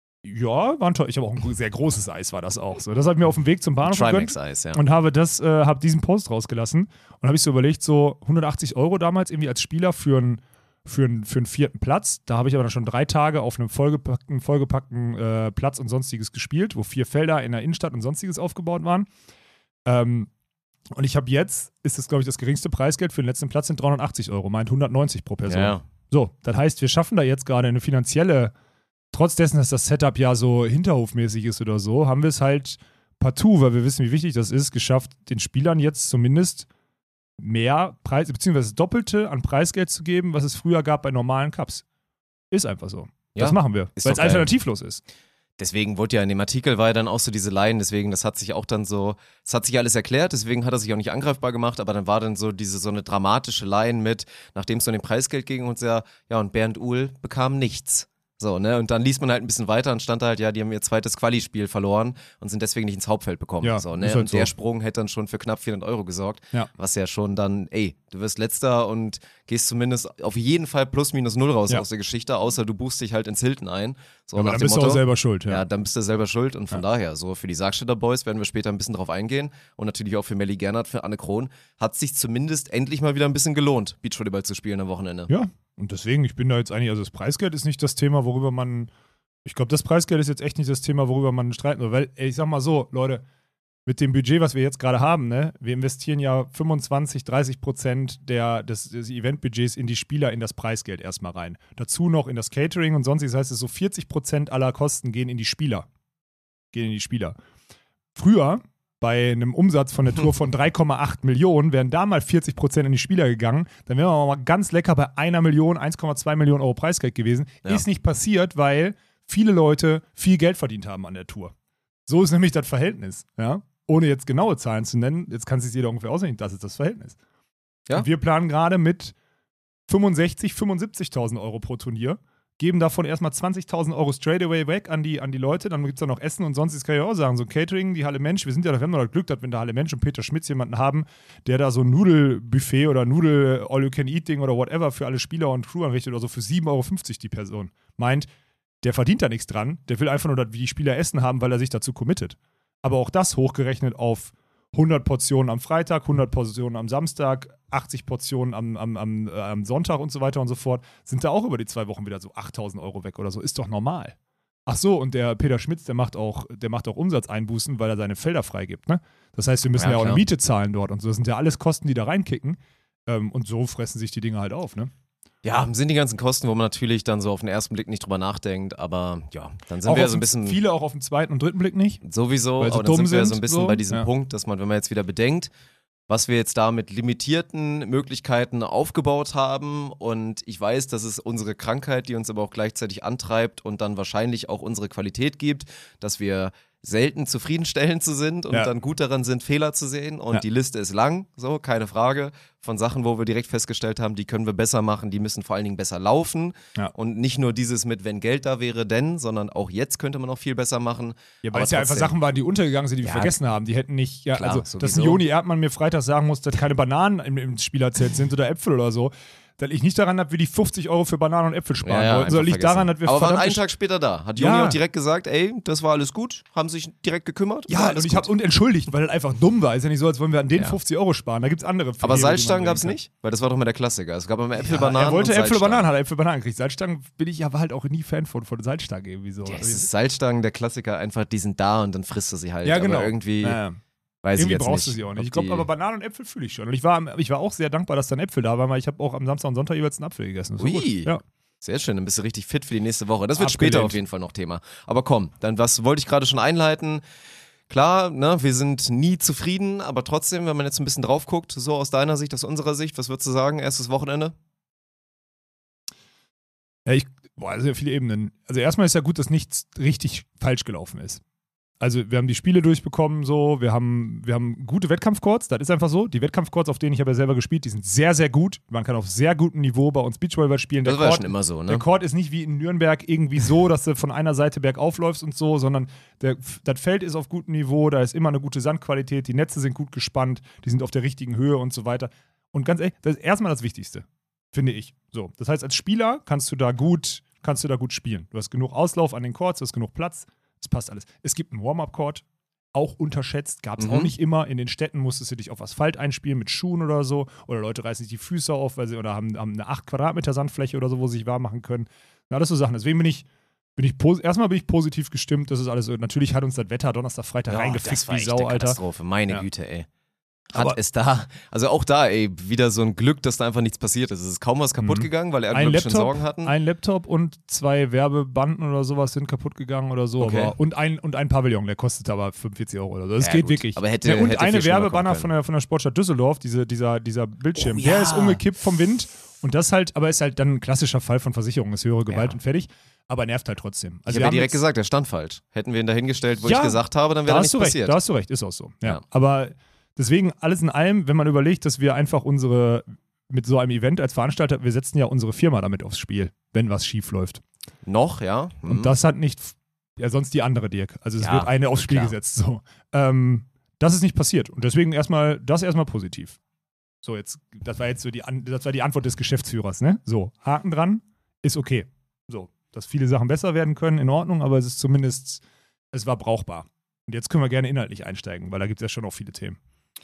Ja, war ein teuer. Ich habe auch ein sehr großes Eis, war das auch so. Das habe ich mir auf dem Weg zum Bahnhof gegönnt Trimax-Eis, ja. und habe das, äh, habe diesen Post rausgelassen und habe ich so überlegt, so hundertachtzig Euro damals irgendwie als Spieler für einen für einen, für einen vierten Platz. Da habe ich aber dann schon drei Tage auf einem vollgepackten, vollgepackten äh, Platz und sonstiges gespielt, wo vier Felder in der Innenstadt und sonstiges aufgebaut waren. Ähm, Und ich habe jetzt, ist das, glaube ich, das geringste Preisgeld für den letzten Platz sind dreihundertachtzig Euro, meint hundertneunzig pro Person. Ja. So, das heißt, wir schaffen da jetzt gerade eine finanzielle, trotz dessen, dass das Setup ja so hinterhofmäßig ist oder so, haben wir es halt partout, weil wir wissen, wie wichtig das ist, geschafft, den Spielern jetzt zumindest mehr Preis, beziehungsweise das Doppelte an Preisgeld zu geben, was es früher gab bei normalen Cups. Ist einfach so. Ja, das machen wir, ist weil es doch geil. alternativlos ist. Deswegen wurde ja in dem Artikel war ja dann auch so diese Laien, deswegen, das hat sich auch dann so, das hat sich alles erklärt, deswegen hat er sich auch nicht angreifbar gemacht, aber dann war dann so diese, so eine dramatische Laien mit, nachdem es so um den Preisgeld ging und ja, ja, und Bernd Uhl bekam nichts. So, ne, und dann liest man halt ein bisschen weiter und stand da halt, ja, die haben ihr zweites Quali-Spiel verloren und sind deswegen nicht ins Hauptfeld bekommen. Ja, so, ne? ist halt Und der so. Sprung hätte dann schon für knapp vierhundert Euro gesorgt, Ja. was ja schon dann, ey, du wirst Letzter und gehst zumindest auf jeden Fall plus minus null raus Ja. aus der Geschichte, außer du buchst dich halt ins Hilton ein. So, Aber nach dann dem bist du Motto, auch selber schuld. ja. Ja. dann bist du selber schuld und von daher, so für die Sargstädter Boys werden wir später ein bisschen drauf eingehen und natürlich auch für Melly Gernert, für Anne Krohn, hat sich zumindest endlich mal wieder ein bisschen gelohnt, Beachvolleyball zu spielen am Wochenende. Ja, und deswegen, ich bin da jetzt eigentlich, also das Preisgeld ist nicht das Thema, worüber man, ich glaube, das Preisgeld ist jetzt echt nicht das Thema, worüber man streiten will, weil, ey, ich sag mal so, Leute, mit dem Budget, was wir jetzt gerade haben, ne, wir investieren ja fünfundzwanzig, dreißig Prozent der, des, des Eventbudgets in die Spieler, in das Preisgeld erstmal rein. Dazu noch in das Catering und sonstiges, das heißt, es so vierzig Prozent aller Kosten gehen in die Spieler. Gehen in die Spieler. Früher, bei einem Umsatz von der Tour von drei Komma acht Millionen, wären da mal vierzig Prozent in die Spieler gegangen, dann wären wir mal ganz lecker bei einer Million, eins Komma zwei Millionen Euro Preisgeld gewesen. Ja. Ist nicht passiert, weil viele Leute viel Geld verdient haben an der Tour. So ist nämlich das Verhältnis, ja. Ohne jetzt genaue Zahlen zu nennen, jetzt kann sich jeder ungefähr ausrechnen, das ist das Verhältnis. Ja. Und wir planen gerade mit fünfundsechzigtausend, fünfundsiebzigtausend Euro pro Turnier, geben davon erstmal zwanzigtausend Euro straight away weg an die, an die Leute, dann gibt es da noch Essen und sonst, das kann ich auch sagen, so Catering, die Halle Mensch, wir sind ja, wir haben noch das Glück, dass wir in der Halle Mensch und Peter Schmitz jemanden haben, der da so ein Nudelbuffet oder Nudel All-You-Can-Eat-Ding oder whatever für alle Spieler und Crew anrichtet oder so für sieben Euro fünfzig die Person. Meint, der verdient da nichts dran, der will einfach nur, dass die Spieler Essen haben, weil er sich dazu committet. Aber auch das hochgerechnet auf hundert Portionen am Freitag, hundert Portionen am Samstag, achtzig Portionen am, am, am, äh, am Sonntag und so weiter und so fort, sind da auch über die zwei Wochen wieder so achttausend Euro weg oder so. Ist doch normal. Ach so, und der Peter Schmitz, der macht auch, der macht auch Umsatzeinbußen, weil er seine Felder freigibt, ne? Das heißt, wir müssen ja, Ja, auch eine klar. Miete zahlen dort und so. Das sind ja alles Kosten, die da reinkicken. Ähm, und so fressen sich die Dinge halt auf, ne? Ja, sind die ganzen Kosten, wo man natürlich dann so auf den ersten Blick nicht drüber nachdenkt, aber ja, dann sind Auch wir ja auf so ein den- bisschen Viele auch auf den zweiten und dritten Blick nicht. sowieso, weil sie aber dann dumm sind wir ja so sind, ein bisschen so. bei diesem Ja. Punkt, dass man, wenn man jetzt wieder bedenkt, was wir jetzt da mit limitierten Möglichkeiten aufgebaut haben und ich weiß, dass es unsere Krankheit, die uns aber auch gleichzeitig antreibt und dann wahrscheinlich auch unsere Qualität gibt, dass wir selten zufriedenstellend zu sind und Ja. dann gut daran sind, Fehler zu sehen und Ja. die Liste ist lang, so, keine Frage, von Sachen, wo wir direkt festgestellt haben, die können wir besser machen, die müssen vor allen Dingen besser laufen Ja. und nicht nur dieses mit, wenn Geld da wäre, denn, sondern auch jetzt könnte man noch viel besser machen. Ja, weil Aber es ja einfach trotzdem. Sachen waren, die untergegangen sind, die wir Ja, vergessen haben. Die hätten nicht, ja, klar, also, dass ein sowieso. Joni Erdmann mir freitag sagen muss, dass keine Bananen im, im Spielerzelt sind oder Äpfel oder so. Das liegt nicht daran, dass wir die fünfzig Euro für Bananen und Äpfel sparen Ja, ja, wollten, sondern einfach liegt daran, dass vergessen. wir Aber waren verdammt einen Tag später da. Hat Joni Ja. auch direkt gesagt, ey, das war alles gut, haben sich direkt gekümmert. war Ja, alles und ich gut. hab's und entschuldigt, weil das einfach dumm war. Ist ja nicht so, als wollen wir an den Ja. fünfzig Euro sparen. Da gibt's andere. Aber Heere, die man Salzstangen gab es nehmen nicht? Weil das war doch mal der Klassiker. Es gab immer Äpfel, kann. Bananen Ja, er wollte und Äpfel, Salzstangen. Bananen, hat Äpfel, Bananen gekriegt. Salzstangen bin ich aber halt auch nie Fan von, von Salzstangen irgendwie so. Ja, es ist Salzstangen, der Klassiker, einfach, die sind da und dann frisst du sie halt. Ja, genau. Aber irgendwie, Ja, ja. weiß Irgendwie ich jetzt brauchst nicht. du sie auch ob nicht. Ich glaube, die- aber Bananen und Äpfel fühle ich schon. Und ich war, ich war auch sehr dankbar, dass dann Äpfel da waren, weil ich habe auch am Samstag und Sonntag jeweils einen Apfel gegessen. Das war Ui. gut. Ja. Sehr schön, dann bist du richtig fit für die nächste Woche. Das wird Abgelehnt. später auf jeden Fall noch Thema. Aber komm, dann was wollte ich gerade schon einleiten. Klar, ne, wir sind nie zufrieden, aber trotzdem, wenn man jetzt ein bisschen drauf guckt, so aus deiner Sicht, aus unserer Sicht, was würdest du sagen, erstes Wochenende? Ja, ich, boah, sehr viele Ebenen. Also erstmal ist ja gut, dass nichts richtig falsch gelaufen ist. Also wir haben die Spiele durchbekommen, so, wir haben, wir haben gute Wettkampfcourts, das ist einfach so. Die Wettkampfcourts, auf denen ich habe ja selber gespielt, die sind sehr, sehr gut. Man kann auf sehr gutem Niveau bei uns Beachvolleyball spielen. Der Das war ja Court, schon immer so, ne? der Court ist nicht wie in Nürnberg irgendwie so, dass du von einer Seite bergauf läufst und so, sondern der, das Feld ist auf gutem Niveau, da ist immer eine gute Sandqualität, die Netze sind gut gespannt, die sind auf der richtigen Höhe und so weiter. Und ganz ehrlich, das ist erstmal das Wichtigste, finde ich. So, das heißt, als Spieler kannst du da gut, kannst du da gut spielen. Du hast genug Auslauf an den Courts, du hast genug Platz, es passt alles. Es gibt einen Warm-Up-Court, auch unterschätzt, gab es Mhm. auch nicht immer. In den Städten musstest du dich auf Asphalt einspielen mit Schuhen oder so. Oder Leute reißen sich die Füße auf, weil sie oder haben, haben eine acht Quadratmeter Sandfläche oder so, wo sie sich warm machen können. Ja, das so Sachen. Deswegen bin ich, bin ich pos- erstmal bin ich positiv gestimmt. Das ist alles so. Natürlich hat uns das Wetter Donnerstag, Freitag Ja, reingefickt das war wie echt Sau, eine Alter. Katastrophe, meine Ja. Güte, ey. Hat Aber- es da, also auch da, ey, wieder so ein Glück, dass da einfach nichts passiert ist. Es ist kaum was kaputt Mhm. gegangen, weil er Ein wirklich schon Laptop, Sorgen hatten. ein Laptop und zwei Werbebanden oder sowas sind kaputt gegangen oder so. Okay. Aber, und, ein, und ein Pavillon, der kostet aber fünfundvierzig Euro oder so. Das Ja, geht gut. wirklich. Aber hätte- ja, und hätte eine viel schlimmer Werbebanner kommen von der, von der Sportstadt Düsseldorf, diese, dieser, dieser Bildschirm, Oh, ja. der ist umgekippt vom Wind. Und das halt, aber ist halt dann ein klassischer Fall von Versicherung, ist höhere Gewalt Ja. und fertig. Aber nervt halt trotzdem. Ich Also habe wir ja haben direkt jetzt- gesagt, der stand falsch. Hätten wir ihn da hingestellt, wo Ja, ich gesagt habe, dann wäre Da da hast nichts du recht, passiert. da hast du recht, ist auch so. Ja. Ja. Aber deswegen, alles in allem, wenn man überlegt, dass wir einfach unsere, mit so einem Event als Veranstalter, wir setzen ja unsere Firma damit aufs Spiel, wenn was schief läuft. Noch, ja. Mhm. Und das hat nicht, ja, sonst die andere Dirk. Also es Ja, wird eine aufs Spiel klar. gesetzt. So. Ähm, das ist nicht passiert. Und deswegen erstmal, das erstmal positiv. So, jetzt, das war jetzt so die, An- das war die Antwort des Geschäftsführers, ne? So, Haken dran, ist okay. So, dass viele Sachen besser werden können, in Ordnung, aber es ist zumindest, es war brauchbar. Und jetzt können wir gerne inhaltlich einsteigen, weil da gibt es ja schon auch viele Themen.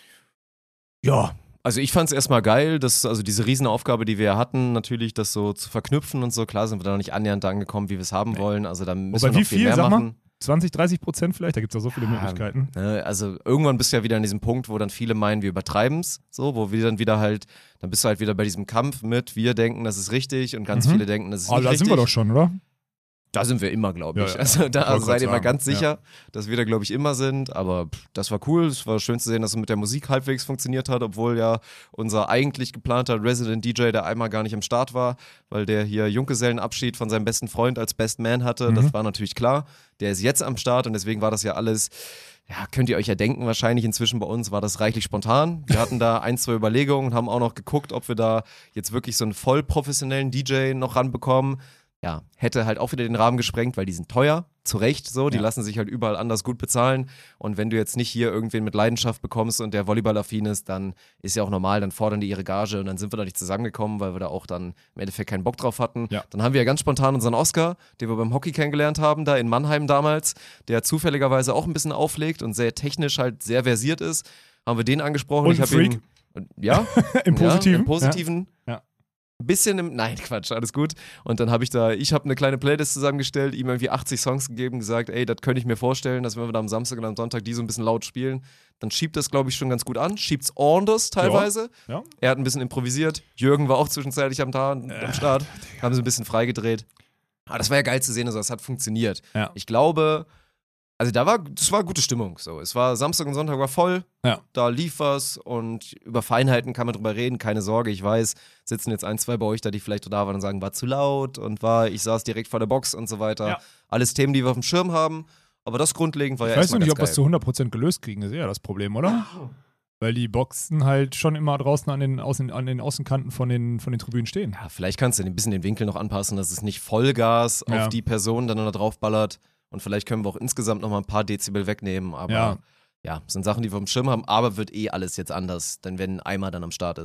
Ja, also ich fand es erstmal geil, dass, also diese Riesenaufgabe, die wir ja hatten, natürlich das so zu verknüpfen und so. Klar sind wir da noch nicht annähernd da angekommen, wie wir es haben Nee. wollen. Also da müssen Wobei, wir noch wie viel viel, mehr sag mal? machen. zwanzig, dreißig Prozent vielleicht, da gibt es ja so viele Ja, Möglichkeiten. Ne, also irgendwann bist du ja wieder an diesem Punkt, wo dann viele meinen, wir übertreiben es, so, wo wir dann wieder halt, dann bist du halt wieder bei diesem Kampf mit, wir denken, das ist richtig und ganz Mhm. viele denken, das ist Aber nicht da richtig. sind wir doch schon, oder? Da sind wir immer, glaube ich. Ja, ja. Also da Ich wollte seid ihr grad mal sagen, ganz sicher, dass wir da, glaube ich, immer sind. Aber pff, das war cool. Es war schön zu sehen, dass es mit der Musik halbwegs funktioniert hat, obwohl ja unser eigentlich geplanter Resident D J, der einmal gar nicht am Start war, weil der hier Junggesellenabschied von seinem besten Freund als Best Man hatte. Mhm. Das war natürlich klar. Der ist jetzt am Start und deswegen war das ja alles. Ja, könnt ihr euch ja denken, wahrscheinlich inzwischen bei uns war das reichlich spontan. Wir hatten da ein, zwei Überlegungen und haben auch noch geguckt, ob wir da jetzt wirklich so einen voll professionellen D J noch ranbekommen. Ja, hätte halt auch wieder den Rahmen gesprengt, weil die sind teuer, zu Recht so, die Ja. lassen sich halt überall anders gut bezahlen und wenn du jetzt nicht hier irgendwen mit Leidenschaft bekommst und der Volleyball-affin ist, dann ist ja auch normal, dann fordern die ihre Gage und dann sind wir da nicht zusammengekommen, weil wir da auch dann im Endeffekt keinen Bock drauf hatten. Ja. Dann haben wir ja ganz spontan unseren Oscar, den wir beim Hockey kennengelernt haben, da in Mannheim damals, der zufälligerweise auch ein bisschen auflegt und sehr technisch halt sehr versiert ist, haben wir den angesprochen. Und ich ein hab Freak. Ihn, und, ja, Im Positiven. Ja, im Positiven. Ja. Ein bisschen im, nein, Quatsch, alles gut. Und dann habe ich da, ich habe eine kleine Playlist zusammengestellt, ihm irgendwie achtzig Songs gegeben, gesagt, ey, das könnte ich mir vorstellen, dass wenn wir da am Samstag und am Sonntag die so ein bisschen laut spielen, dann schiebt das, glaube ich, schon ganz gut an. Schiebt's anders teilweise. Ja. Er hat ein bisschen improvisiert. Jürgen war auch zwischenzeitlich am, Tag, Äh, am Start. Haben sie ein bisschen freigedreht. Aber das war ja geil zu sehen, also es hat funktioniert. Ja. Ich glaube, also da war, das war gute Stimmung. So. Es war Samstag und Sonntag war voll, Ja. da lief was und über Feinheiten kann man drüber reden, keine Sorge, ich weiß, sitzen jetzt ein, zwei bei euch da, die vielleicht da waren und sagen, war zu laut und war, ich saß direkt vor der Box und so weiter. Ja. Alles Themen, die wir auf dem Schirm haben, aber das grundlegend war Ich ja weiß erstmal noch nicht, ganz ob wir es geil. zu hundert Prozent gelöst kriegen, das ist ja das Problem, oder? Weil die Boxen halt schon immer draußen an den, Außen, an den Außenkanten von den, von den Tribünen stehen. Ja, vielleicht kannst du ein bisschen den Winkel noch anpassen, dass es nicht Vollgas Ja. auf die Person dann da drauf ballert und vielleicht können wir auch insgesamt noch mal ein paar Dezibel wegnehmen, aber Ja. ja, sind Sachen, die wir auf dem Schirm haben, aber wird eh alles jetzt anders, denn wenn Eimer dann am Start ist.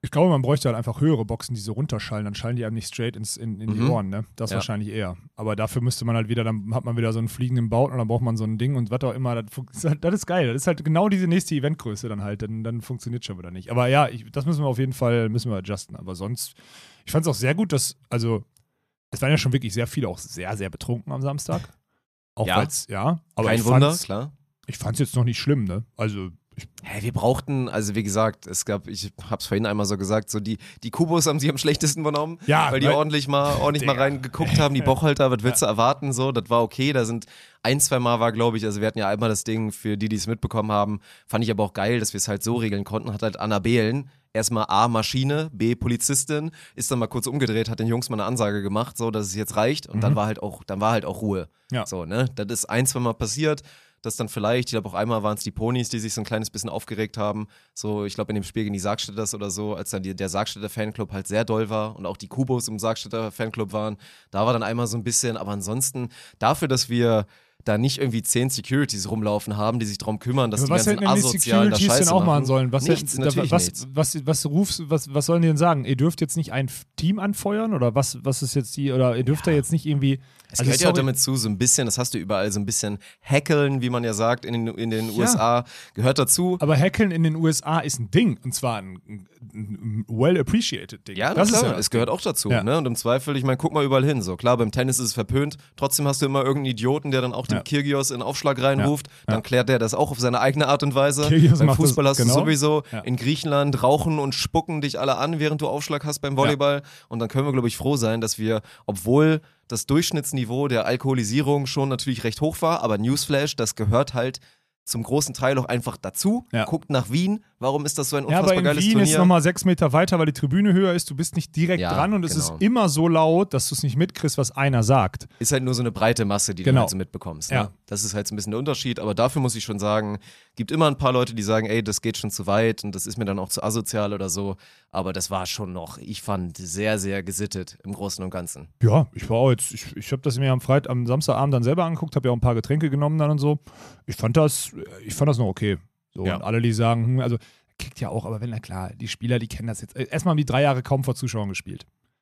Ich glaube, man bräuchte halt einfach höhere Boxen, die so runterschallen. Dann schallen die einem nicht straight ins, in, in die Mhm. Ohren, ne? Das Ja. wahrscheinlich eher. Aber dafür müsste man halt wieder, dann hat man wieder so einen fliegenden Bauten und dann braucht man so ein Ding und was auch immer. Das, fun- das ist halt- das ist geil. Das ist halt genau diese nächste Eventgröße dann halt. Dann, dann funktioniert schon wieder nicht. Aber ja, ich, das müssen wir auf jeden Fall, müssen wir adjusten. Aber sonst, ich fand es auch sehr gut, dass, also, es waren ja schon wirklich sehr viele auch sehr, sehr betrunken am Samstag. Auch Ja. weil's, ja. Aber Kein ich Wunder, fand's, klar. ich fand's jetzt noch nicht schlimm, ne? Also, ich, Hä, wir brauchten, also wie gesagt, es gab, ich hab's vorhin einmal so gesagt, so die, die Kubus haben sie am schlechtesten übernommen, Ja, weil die weil- ordentlich mal, ordentlich mal Digga. reingeguckt haben, die Bochhalter, was willst du erwarten, so, das war okay, da sind ein, zwei Mal war, glaube ich, also wir hatten ja einmal das Ding, für die, die es mitbekommen haben, fand ich aber auch geil, dass wir es halt so regeln konnten, hat halt Anna Behlen erstmal A, Maschine, B, Polizistin, ist dann mal kurz umgedreht, hat den Jungs mal eine Ansage gemacht, so, dass es jetzt reicht und Mhm. dann war halt auch, dann war halt auch Ruhe. Ja. So, ne, das ist ein, zwei Mal passiert, dass dann vielleicht, ich glaube auch einmal waren es die Ponys, die sich so ein kleines bisschen aufgeregt haben, so, ich glaube in dem Spiel gegen die Sargstädters oder so, als dann die, der Sargstädter Fanclub halt sehr doll war und auch die Kubos im Sargstädter Fanclub waren, da war dann einmal so ein bisschen, aber ansonsten dafür, dass wir da nicht irgendwie zehn Securities rumlaufen haben, die sich darum kümmern, dass aber die was ganzen hätten denn die Asozialen da Securities Scheiße denn auch machen machen. sollen? Was nichts, hätten, natürlich was, nichts. was, was, rufst, was, was sollen die denn sagen? Ihr dürft jetzt nicht ein F- Team anfeuern oder was, was ist jetzt die, oder ihr dürft da jetzt nicht irgendwie. Es also gehört ja auch sorry, damit zu, so ein bisschen, das hast du überall, so ein bisschen Hackeln, wie man ja sagt, in den, in den Ja. U S A, gehört dazu. aber Hackeln in den U S A ist ein Ding und zwar ein, ein, ein well appreciated Ding. Ja, das das ist klar, ja es gehört auch dazu. Ja. Ne? Und im Zweifel, ich meine, guck mal überall hin. So klar, beim Tennis ist es verpönt. Trotzdem hast du immer irgendeinen Idioten, der dann auch dem Ja. Kyrgios in Aufschlag reinruft. Ja. Dann Ja. klärt der das auch auf seine eigene Art und Weise. Kyrgios beim macht das- Fußball hast genau. du sowieso. Ja. In Griechenland rauchen und spucken dich alle an, während du Aufschlag hast beim Volleyball. Und dann können wir, glaube ich, froh sein, dass wir, obwohl das Durchschnittsniveau der Alkoholisierung schon natürlich recht hoch war, aber Newsflash, das gehört halt zum großen Teil auch einfach dazu. Ja. Guckt nach Wien. Warum ist das so ein Ja, unfassbar aber in geiles Wien Turnier? ist nochmal sechs Meter weiter, weil die Tribüne höher ist. Du bist nicht direkt Ja, dran und es genau. ist immer so laut, dass du es nicht mitkriegst, was einer sagt. Ist halt nur so eine breite Masse, die Genau. du halt so mitbekommst. Ne? Ja. Das ist halt so ein bisschen der Unterschied, aber dafür muss ich schon sagen, gibt immer ein paar Leute, die sagen, ey, das geht schon zu weit und das ist mir dann auch zu asozial oder so, aber das war schon noch, ich fand, sehr, sehr gesittet im Großen und Ganzen. Ja, ich war auch jetzt, ich, ich habe das mir am Freitag, am Samstagabend dann selber angeguckt, habe ja auch ein paar Getränke genommen dann und so. Ich fand das, ich fand das noch okay. So, Ja. und alle, die sagen, hm, also kickt ja auch, aber wenn, na klar, die Spieler, die kennen das jetzt. Erstmal haben die drei Jahre kaum vor Zuschauern gespielt.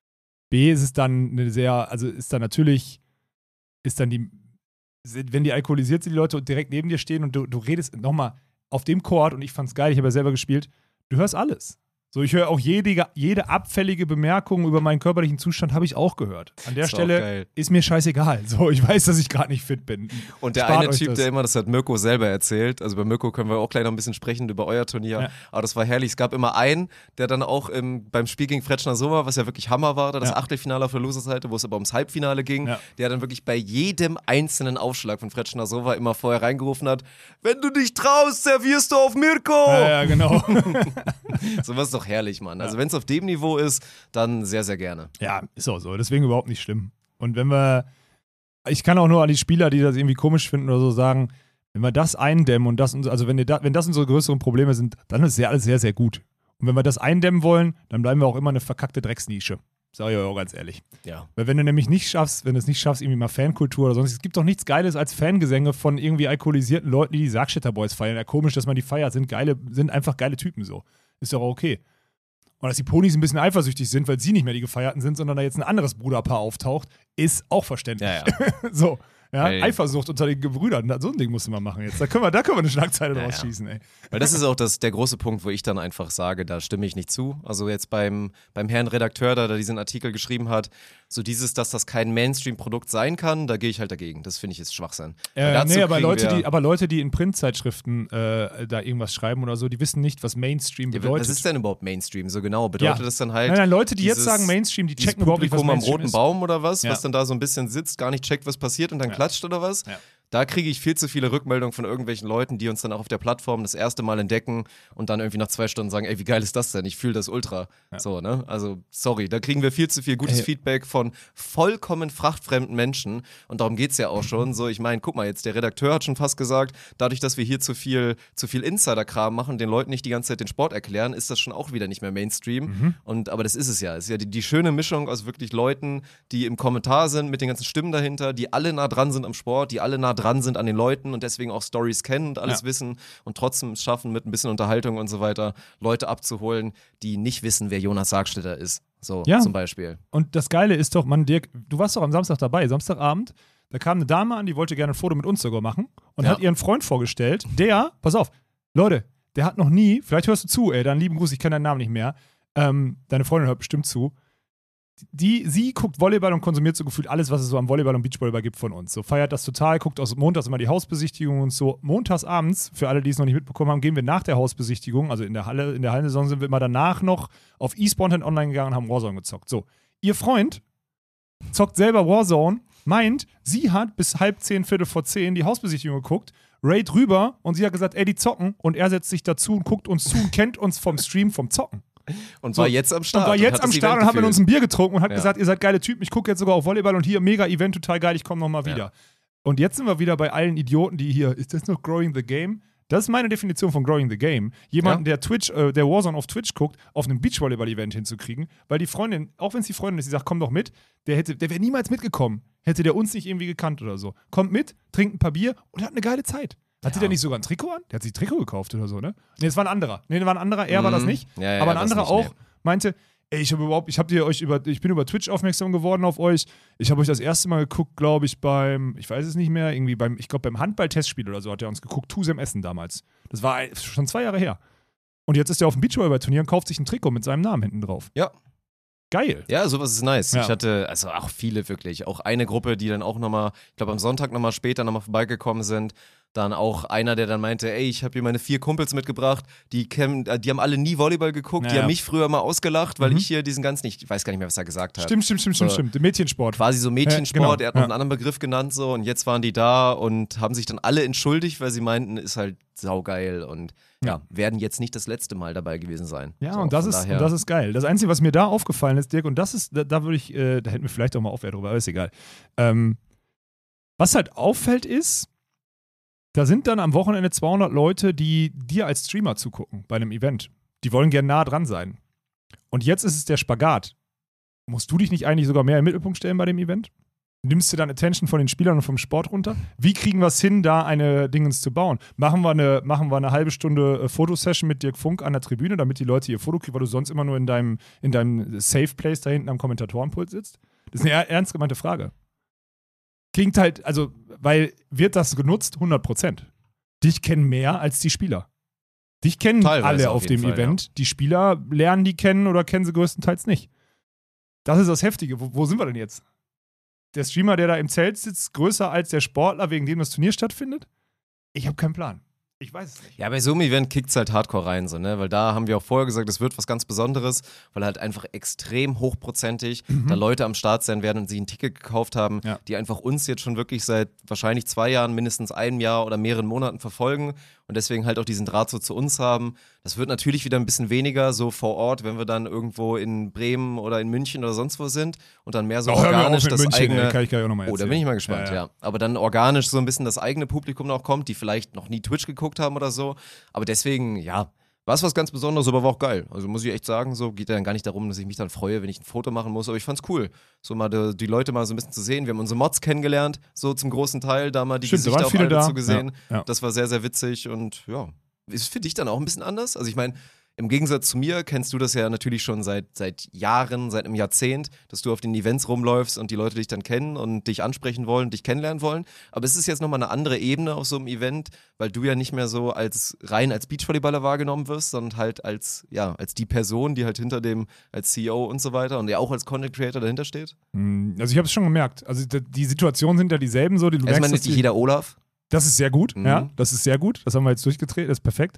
B ist es dann eine sehr, also ist dann natürlich, ist dann die, wenn die alkoholisiert sind, die Leute und direkt neben dir stehen und du, du redest nochmal auf dem Court und ich fand's geil, ich habe ja selber gespielt, du hörst alles. So, ich höre auch jede, jede abfällige Bemerkung über meinen körperlichen Zustand habe ich auch gehört. An der Ist auch Stelle geil. ist mir scheißegal. So, ich weiß, dass ich gerade nicht fit bin. Und der Spart eine euch Typ, das. der immer, das hat Mirko selber erzählt, also bei Mirko können wir auch gleich noch ein bisschen sprechen über euer Turnier, Ja. aber das war herrlich. Es gab immer einen, der dann auch im, beim Spiel gegen Fretschner Soma, was ja wirklich Hammer war, da das Ja. Achtelfinale auf der Loser-Seite, wo es aber ums Halbfinale ging, Ja. der dann wirklich bei jedem einzelnen Aufschlag von Fretschner Soma immer vorher reingerufen hat, wenn du dich traust, servierst du auf Mirko! Ja, ja, genau. Sowas ist doch herrlich, Mann. Also wenn es auf dem Niveau ist, dann sehr, sehr gerne. Ja, ist auch so. Deswegen überhaupt nicht schlimm. Und wenn wir, ich kann auch nur an die Spieler, die das irgendwie komisch finden oder so, sagen, wenn wir das eindämmen und das, also wenn, da, wenn das unsere größeren Probleme sind, dann ist ja alles sehr, sehr gut. Und wenn wir das eindämmen wollen, dann bleiben wir auch immer eine verkackte Drecksnische. Sag ich euch auch ganz ehrlich. Ja. Weil wenn du nämlich nicht schaffst, wenn du es nicht schaffst, irgendwie mal Fankultur oder sonst, es gibt doch nichts Geiles als Fangesänge von irgendwie alkoholisierten Leuten, die die Sargstädter Boys feiern. Ja, komisch, dass man die feiert, sind geile, sind einfach geile Typen so. Ist doch auch okay. Und dass die Ponys ein bisschen eifersüchtig sind, weil sie nicht mehr die Gefeierten sind, sondern da jetzt ein anderes Bruderpaar auftaucht, ist auch verständlich. Ja, ja. so, ja, Weil- Eifersucht unter den Gebrüdern, so ein Ding musste man machen jetzt. Da können wir, da können wir eine Schlagzeile Ja, draus ja. schießen, ey. Weil das ist auch das, der große Punkt, wo ich dann einfach sage, da stimme ich nicht zu. Also jetzt beim, beim Herrn Redakteur, da, der diesen Artikel geschrieben hat, so dieses, dass das kein Mainstream-Produkt sein kann, da gehe ich halt dagegen. Das finde ich ist Schwachsinn. Weil Äh, dazu nee, aber kriegen Leute, wir- die, aber Leute, die in Printzeitschriften äh, da irgendwas schreiben oder so, die wissen nicht, was Mainstream Ja, bedeutet. was ist denn überhaupt Mainstream? So genau, bedeutet Ja. das dann halt Nein, nein, Leute, die jetzt dieses- sagen Mainstream, die dieses checken überhaupt nicht, was Publikum am Mainstream roten ist. Baum oder was, Ja. was dann da so ein bisschen sitzt, gar nicht checkt, was passiert und dann Ja. klatscht oder was? Ja. Da kriege ich viel zu viele Rückmeldungen von irgendwelchen Leuten, die uns dann auch auf der Plattform das erste Mal entdecken und dann irgendwie nach zwei Stunden sagen, ey, wie geil ist das denn? Ich fühle das ultra. Ja. So, ne? Also, sorry, da kriegen wir viel zu viel gutes Ey. Feedback von vollkommen frachtfremden Menschen und darum geht es ja auch schon. So, ich meine, guck mal, jetzt der Redakteur hat schon fast gesagt, dadurch, dass wir hier zu viel, zu viel Insider-Kram machen, den Leuten nicht die ganze Zeit den Sport erklären, ist das schon auch wieder nicht mehr Mainstream. Mhm. Und, aber das ist es ja. Es ist ja die, die schöne Mischung aus wirklich Leuten, die im Kommentar sind, mit den ganzen Stimmen dahinter, die alle nah dran sind am Sport, die alle nah dran dran sind an den Leuten und deswegen auch Stories kennen und alles Ja. wissen und trotzdem es schaffen, mit ein bisschen Unterhaltung und so weiter, Leute abzuholen, die nicht wissen, wer Jonas Sargstetter ist. So Ja. zum Beispiel. Und das Geile ist doch, Mann, Dirk, du warst doch am Samstag dabei, Samstagabend, da kam eine Dame an, die wollte gerne ein Foto mit uns sogar machen und Ja. hat ihren Freund vorgestellt, der, pass auf, Leute, der hat noch nie, vielleicht hörst du zu, ey, dann lieben Gruß, ich kenne deinen Namen nicht mehr, ähm, deine Freundin hört bestimmt zu, die, sie guckt Volleyball und konsumiert so gefühlt alles, was es so am Volleyball und Beachvolleyball gibt von uns. So feiert das total, guckt aus montags immer die Hausbesichtigung und so. Montags abends, für alle, die es noch nicht mitbekommen haben, gehen wir nach der Hausbesichtigung, also in der Halle, in der Hallensaison sind wir immer danach noch auf eSpontan online gegangen und haben Warzone gezockt. So, ihr Freund zockt selber Warzone, meint, sie hat bis halb zehn, viertel vor zehn die Hausbesichtigung geguckt, Raid rüber und sie hat gesagt, ey, die zocken und er setzt sich dazu und guckt uns zu und kennt uns vom Stream, vom Zocken. Und So, war jetzt am Start. Und war jetzt hat am das Start Event und hat mit gefühlt. uns ein Bier getrunken und hat Ja. gesagt, ihr seid geile Typen, ich gucke jetzt sogar auf Volleyball und hier, mega Event, total geil, ich komme nochmal wieder. Ja. Und jetzt sind wir wieder bei allen Idioten, die hier, ist das noch Growing the Game? Das ist meine Definition von Growing the Game. Jemanden, der Twitch, äh, der Warzone auf Twitch guckt, auf einem Beachvolleyball-Event hinzukriegen, weil die Freundin, auch wenn es die Freundin ist, die sagt, komm doch mit, der hätte, der wäre niemals mitgekommen, hätte der uns nicht irgendwie gekannt oder so. Kommt mit, trinkt ein paar Bier und hat eine geile Zeit. Hatte Ja. der nicht sogar ein Trikot an? Der hat sich ein Trikot gekauft oder so, ne? Nee, das war ein anderer. Nee, das war ein anderer, er war das Mhm. nicht. Ja, ja, aber ein das anderer nicht, auch nee. meinte, ey, ich habe überhaupt, ich habe dir euch über, ich bin über Twitch aufmerksam geworden auf euch. Ich habe euch das erste Mal geguckt, glaube ich, beim, ich weiß es nicht mehr, irgendwie beim, ich glaube beim Handball-Testspiel oder so hat er uns geguckt, Tusem Essen damals. Das war ein- schon zwei Jahre her. Und jetzt ist er auf dem Beachvolleyball-Turnier und kauft sich ein Trikot mit seinem Namen hinten drauf. Ja. Geil. Ja, sowas ist nice. Ja. Ich hatte, also auch viele wirklich. Auch eine Gruppe, die dann auch nochmal, ich glaube am Sonntag nochmal später nochmal vorbeigekommen sind. Dann auch einer, der dann meinte, ey, ich habe hier meine vier Kumpels mitgebracht, die, kennen, äh, die haben alle nie Volleyball geguckt, Ja, die ja. haben mich früher mal ausgelacht, weil Mhm. ich hier diesen ganzen, ich weiß gar nicht mehr, was er gesagt hat. Stimmt, stimmt, stimmt, stimmt, So. stimmt. Mädchensport. Quasi so Mädchensport, Ja, genau. er hat noch Ja. einen anderen Begriff genannt so und jetzt waren die da und haben sich dann alle entschuldigt, weil sie meinten, ist halt saugeil und ja, werden jetzt nicht das letzte Mal dabei gewesen sein. Ja, So, und, das von ist, daher- und das ist geil. Das Einzige, was mir da aufgefallen ist, Dirk, und das ist, da, da würde ich, äh, da hätten wir vielleicht auch mal Aufwärts drüber, aber ist egal. Ähm, was halt auffällt ist, da sind dann am Wochenende zweihundert Leute, die dir als Streamer zugucken bei einem Event. Die wollen gerne nah dran sein. Und jetzt ist es der Spagat. Musst du dich nicht eigentlich sogar mehr im Mittelpunkt stellen bei dem Event? Nimmst du dann Attention von den Spielern und vom Sport runter? Wie kriegen wir es hin, da eine Dingens zu bauen? Machen wir eine, machen wir eine halbe Stunde äh, Fotosession mit Dirk Funk an der Tribüne, damit die Leute ihr Foto kriegen, weil du sonst immer nur in deinem, in deinem Safe Place da hinten am Kommentatorenpult sitzt? Das ist eine er- ernst gemeinte Frage. Klingt halt, also, weil wird das genutzt? hundert Prozent. Dich kennen mehr als die Spieler. Dich kennen Teilweise alle auf auf jeden dem Fall, Event. Die Spieler lernen die kennen oder kennen sie größtenteils nicht. Das ist das Heftige. Wo, wo sind wir denn jetzt? Der Streamer, der da im Zelt sitzt, größer als der Sportler, wegen dem das Turnier stattfindet? Ich habe keinen Plan. Ich weiß es nicht. Ja, bei so einem Event kickt es halt hardcore rein, so, ne? Weil da haben wir auch vorher gesagt, es wird was ganz Besonderes, weil halt einfach extrem hochprozentig da Leute am Start sein werden und sich ein Ticket gekauft haben, Ja. die einfach uns jetzt schon wirklich seit wahrscheinlich zwei Jahren, mindestens einem Jahr oder mehreren Monaten verfolgen und deswegen halt auch diesen Draht so zu uns haben. Das wird natürlich wieder ein bisschen weniger so vor Ort, wenn wir dann irgendwo in Bremen oder in München oder sonst wo sind und dann mehr so Oh, hör mir auf organisch mit das München, eigene... ey, kann ich gleich auch noch mal Oh, da erzählen. bin ich mal gespannt, ja, Ja, ja. Aber dann organisch so ein bisschen das eigene Publikum noch kommt, die vielleicht noch nie Twitch geguckt haben oder so. Aber deswegen, ja, war es was ganz Besonderes, aber war auch geil. Also muss ich echt sagen, so geht ja dann gar nicht darum, dass ich mich dann freue, wenn ich ein Foto machen muss, aber ich fand's cool, so mal die, die Leute mal so ein bisschen zu sehen. Wir haben unsere Mods kennengelernt, so zum großen Teil, da mal die Stimmt, da Gesichter waren auf viele alle da. dazu gesehen. Ja, ja. Das war sehr, sehr witzig und ja, ist für dich dann auch ein bisschen anders? Also ich meine, im Gegensatz zu mir kennst du das ja natürlich schon seit, seit Jahren, seit einem Jahrzehnt, dass du auf den Events rumläufst und die Leute dich dann kennen und dich ansprechen wollen, dich kennenlernen wollen. Aber es ist jetzt nochmal eine andere Ebene auf so einem Event, weil du ja nicht mehr so als rein als Beachvolleyballer wahrgenommen wirst, sondern halt als, ja, als die Person, die halt hinter dem, als C E O und so weiter und ja auch als Content Creator dahinter steht. Hm, Also ich habe es schon gemerkt. Also d- die Situationen sind ja dieselben so. Die du Also merkst, man dass ist nicht die- jeder Olaf. Das ist sehr gut, Mhm. ja. Das ist sehr gut. Das haben wir jetzt durchgetreten, das ist perfekt.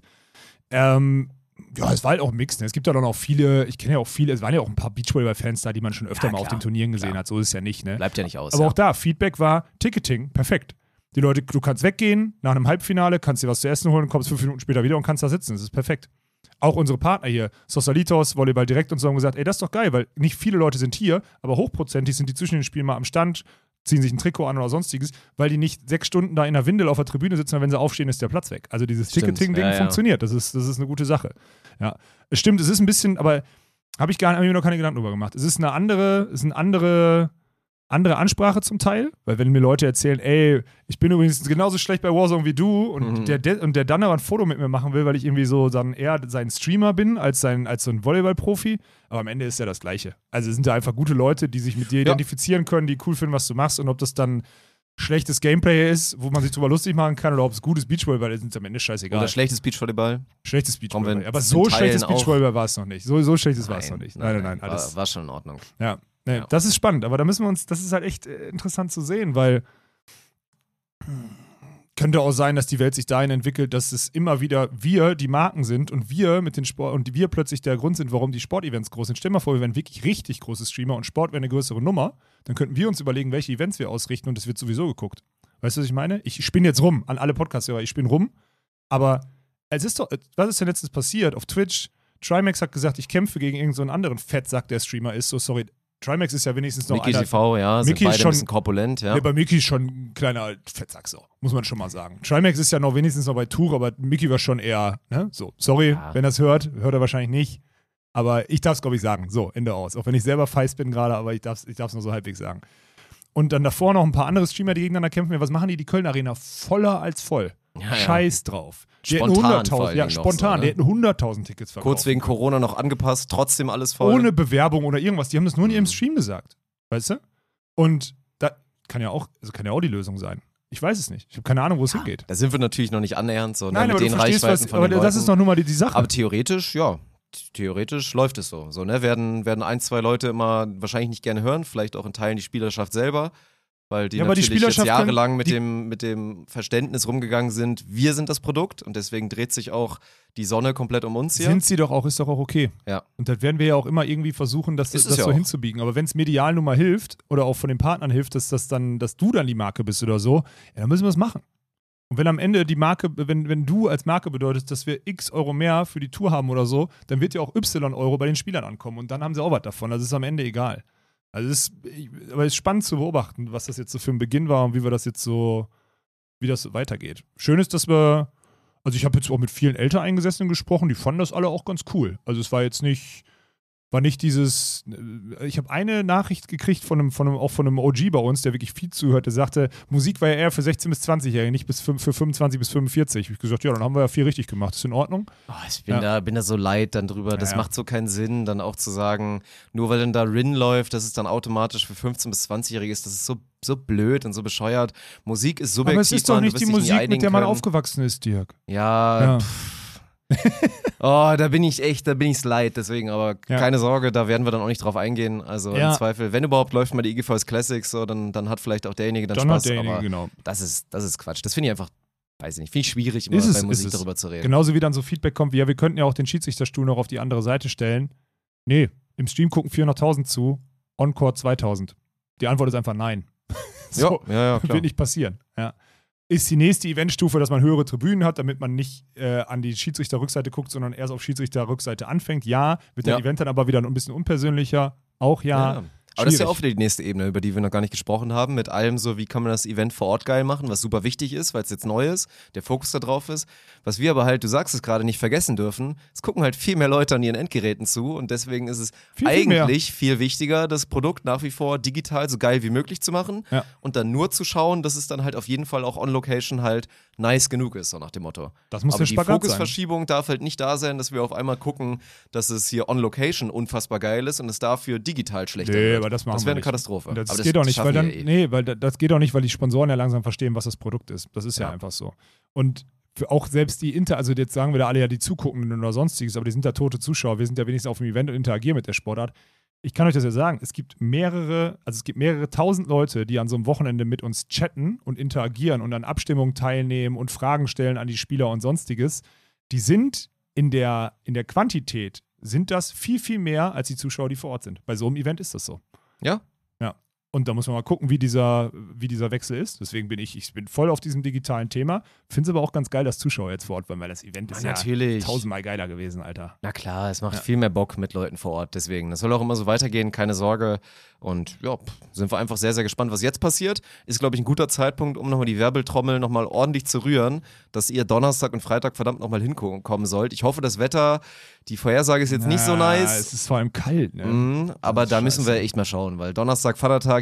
Ähm, ja, es war halt auch ein Mix. Ne? Es gibt ja dann auch viele, ich kenne ja auch viele, es waren ja auch ein paar Beachvolleyball-Fans da, die man schon öfter Ja, mal auf klar, den Turnieren gesehen klar. hat. So ist es ja nicht, ne? Bleibt ja nicht aus. Aber ja. auch da, Feedback war Ticketing, perfekt. Die Leute, du kannst weggehen nach einem Halbfinale, kannst dir was zu essen holen, kommst fünf Minuten später wieder und kannst da sitzen. Das ist perfekt. Auch unsere Partner hier, Sosalitos, Volleyball Direkt und so, haben gesagt, ey, das ist doch geil, weil nicht viele Leute sind hier, aber hochprozentig sind die zwischen den Spielen mal am Stand, ziehen sich ein Trikot an oder sonstiges, weil die nicht sechs Stunden da in der Windel auf der Tribüne sitzen, und wenn sie aufstehen, ist der Platz weg. Also dieses Stimmt. Ticketing-Ding Ja, ja. funktioniert. Das ist, das ist eine gute Sache. Ja. Es stimmt, es ist ein bisschen, aber habe ich gar hab ich mir noch keine Gedanken drüber gemacht. Es ist eine andere, es ist eine andere andere Ansprache zum Teil, weil wenn mir Leute erzählen, ey, ich bin übrigens genauso schlecht bei Warzone wie du und, Mhm. der, der, und der dann aber ein Foto mit mir machen will, weil ich irgendwie so dann eher sein Streamer bin als, sein, als so ein Volleyball-Profi, aber am Ende ist ja das Gleiche. Also sind da einfach gute Leute, die sich mit dir Ja. identifizieren können, die cool finden, was du machst und ob das dann schlechtes Gameplay ist, wo man sich drüber lustig machen kann oder ob es gutes Beachvolleyball ist, ist am Ende scheißegal. Oder schlechtes Beachvolleyball. Schlechtes Kommen wir Beachvolleyball. in- Aber in so Teilen schlechtes auch. Beachvolleyball war es noch nicht. So, so schlechtes war es noch nicht. Nein, nein, nein. War, Alles. war schon in Ordnung. Ja. Nee, Ja. Das ist spannend, aber da müssen wir uns, das ist halt echt äh, interessant zu sehen, weil könnte auch sein, dass die Welt sich dahin entwickelt, dass es immer wieder wir die Marken sind und wir mit den Sport und wir plötzlich der Grund sind, warum die Sportevents groß sind. Stell dir mal vor, wir wären wirklich richtig große Streamer und Sport wäre eine größere Nummer, dann könnten wir uns überlegen, welche Events wir ausrichten und es wird sowieso geguckt. Weißt du, was ich meine? Ich spinne jetzt rum an alle Podcast-Hörer, ich spinne rum, aber es ist doch, was ist denn letztens passiert auf Twitch? Trimax hat gesagt, ich kämpfe gegen irgendeinen so einen anderen Fettsack, der Streamer ist. So, sorry. Trimax ist ja wenigstens noch Mickey einer. T V, ja, sind Mickey beide ist schon- ein bisschen korpulent, ja. Nee, bei Mickey ist schon ein kleiner Fettsack, so. Muss man schon mal sagen. Trimax ist ja noch wenigstens noch bei Tour, aber Mickey war schon eher, ne? So, sorry, Ja. wenn er es hört. Hört er wahrscheinlich nicht. Aber ich darf es, glaube ich, sagen. So, Ende aus. Auch wenn ich selber feist bin gerade, aber ich darf es ich darf's nur so halbwegs sagen. Und dann davor noch ein paar andere Streamer, die gegeneinander kämpfen. Was machen die? Die Köln Arena voller als voll. Ja, ja. Scheiß drauf. Die hätten Spontan vor hunderttausend, allen ja, Dingen noch spontan. so, ne? Die hätten hunderttausend Tickets verkauft. Kurz wegen Corona noch angepasst, trotzdem alles voll. Ohne Bewerbung oder irgendwas. Die haben das nur in ihrem Mhm. Stream gesagt. Weißt du? Und da kann ja auch, also kann ja auch die Lösung sein. Ich weiß es nicht. Ich habe keine Ahnung, wo es hingeht. Da sind wir natürlich noch nicht annähernd so, ne, Nein, mit aber du den verstehst Reichweiten was, von aber den das ist Leuten. doch nun mal die, die Sache. Aber theoretisch, ja, theoretisch läuft es so. So, ne, werden, werden ein, zwei Leute immer wahrscheinlich nicht gerne hören, vielleicht auch in Teilen die Spielerschaft selber, weil die Ja, aber die natürlich jetzt Spielerschaft kann- jahrelang mit die- dem, mit dem Verständnis rumgegangen sind, wir sind das Produkt und deswegen dreht sich auch die Sonne komplett um uns hier. Sind sie doch auch, ist doch auch okay. Ja. Und das werden wir ja auch immer irgendwie versuchen, das, Ist es das ja so auch. hinzubiegen. Aber wenn es medial nun mal hilft oder auch von den Partnern hilft, dass das dann, dass du dann die Marke bist oder so, ja, dann müssen wir es machen. Und wenn am Ende die Marke, wenn, wenn du als Marke bedeutest, dass wir x Euro mehr für die Tour haben oder so, dann wird ja auch y Euro bei den Spielern ankommen und dann haben sie auch was davon. Also ist am Ende egal. Also es ist, aber es ist spannend zu beobachten, was das jetzt so für ein Beginn war und wie wir das jetzt so, wie das so weitergeht. Schön ist, dass wir, also ich habe jetzt auch mit vielen Ältereingesessenen gesprochen, die fanden das alle auch ganz cool. Also es war jetzt nicht, war nicht dieses, ich habe eine Nachricht gekriegt von einem, von einem, auch von einem O G bei uns, der wirklich viel zuhört, der sagte, Musik war ja eher für sechzehn- bis zwanzig-Jährige, nicht bis für fünfundzwanzig bis fünfundvierzig. Ich habe gesagt, ja, dann haben wir ja viel richtig gemacht, ist in Ordnung. Oh, ich bin, Ja. da, bin da so leid dann drüber. Das Ja, ja. macht so keinen Sinn, dann auch zu sagen, nur weil dann da Rin läuft, dass es dann automatisch für fünfzehn- bis zwanzig-Jährige ist. Das ist so, so blöd und so bescheuert. Musik ist subjektiv. Aber es ist doch Mann, du nicht wirst die dich nie Musik, mit einigen der man können. aufgewachsen ist, Dirk. Ja, Ja. pff. Oh, da bin ich echt, da bin ich's leid, deswegen, aber Ja. keine Sorge, da werden wir dann auch nicht drauf eingehen. Also Ja. im Zweifel, wenn überhaupt läuft mal die I G V S Classics, so, dann, dann hat vielleicht auch derjenige dann, Dann Spaß, hat derjenige, aber genau. das ist, das ist Quatsch. Das finde ich einfach, weiß ich nicht, finde ich schwierig, immer Ist es, bei Musik ist es. darüber zu reden. Genauso wie dann so Feedback kommt, wie ja, wir könnten ja auch den Schiedsrichterstuhl noch auf die andere Seite stellen. Nee, im Stream gucken vierhunderttausend zu, Encore zweitausend. Die Antwort ist einfach nein. so, Ja, ja, ja, klar. wird nicht passieren. Ja. Ist die nächste Eventstufe, dass man höhere Tribünen hat, damit man nicht äh, an die Schiedsrichterrückseite guckt, sondern erst auf Schiedsrichterrückseite anfängt? Ja. Wird Ja. das Event dann aber wieder ein bisschen unpersönlicher? Auch ja. Ja. Aber das ist ja Schwierig. auch wieder die nächste Ebene, über die wir noch gar nicht gesprochen haben, mit allem so, wie kann man das Event vor Ort geil machen, was super wichtig ist, weil es jetzt neu ist, der Fokus da drauf ist. Was wir aber halt, du sagst es gerade, nicht vergessen dürfen, es gucken halt viel mehr Leute an ihren Endgeräten zu und deswegen ist es Viel, viel mehr. eigentlich viel wichtiger, das Produkt nach wie vor digital so geil wie möglich zu machen Ja. und dann nur zu schauen, dass es dann halt auf jeden Fall auch on Location halt nice genug ist, so nach dem Motto. Das muss Aber der die Spagat sein. Fokusverschiebung darf halt nicht da sein, dass wir auf einmal gucken, dass es hier on Location unfassbar geil ist und es dafür digital schlechter Nee, wird. aber das machen das wir wäre eine nicht. Katastrophe. Und Das, Aber geht auch nicht, schaffen weil dann, wir eh. nee, weil da- das geht auch nicht, weil die Sponsoren ja langsam verstehen, was das Produkt ist. Das ist ja, Ja. einfach so. Und für auch selbst die Inter, also jetzt sagen wir da alle ja die Zuguckenden oder sonstiges, aber die sind da tote Zuschauer. Wir sind ja wenigstens auf dem Event und interagieren mit der Sportart. Ich kann euch das ja sagen, es gibt mehrere, also es gibt mehrere tausend Leute, die an so einem Wochenende mit uns chatten und interagieren und an Abstimmungen teilnehmen und Fragen stellen an die Spieler und sonstiges. Die sind in der, in der Quantität, sind das viel, viel mehr als die Zuschauer, die vor Ort sind. Bei so einem Event ist das so. Ja? Und da muss man mal gucken, wie dieser, wie dieser Wechsel ist. Deswegen bin ich, ich bin voll auf diesem digitalen Thema. Finde es aber auch ganz geil, dass Zuschauer jetzt vor Ort waren, weil das Event ist Ja, ja natürlich. tausendmal geiler gewesen, Alter. Na klar, es macht Ja. viel mehr Bock mit Leuten vor Ort, deswegen. Das soll auch immer so weitergehen, keine Sorge. Und ja, pff, sind wir einfach sehr, sehr gespannt, was jetzt passiert. Ist, glaube ich, ein guter Zeitpunkt, um nochmal die Wirbeltrommel nochmal ordentlich zu rühren, dass ihr Donnerstag und Freitag verdammt nochmal hinkommen sollt. Ich hoffe, das Wetter, die Vorhersage ist jetzt nicht so Na, nice. Es ist vor allem kalt, ne? Mhm, aber ist da müssen scheiße. wir echt mal schauen, weil Donnerstag, Vatertag,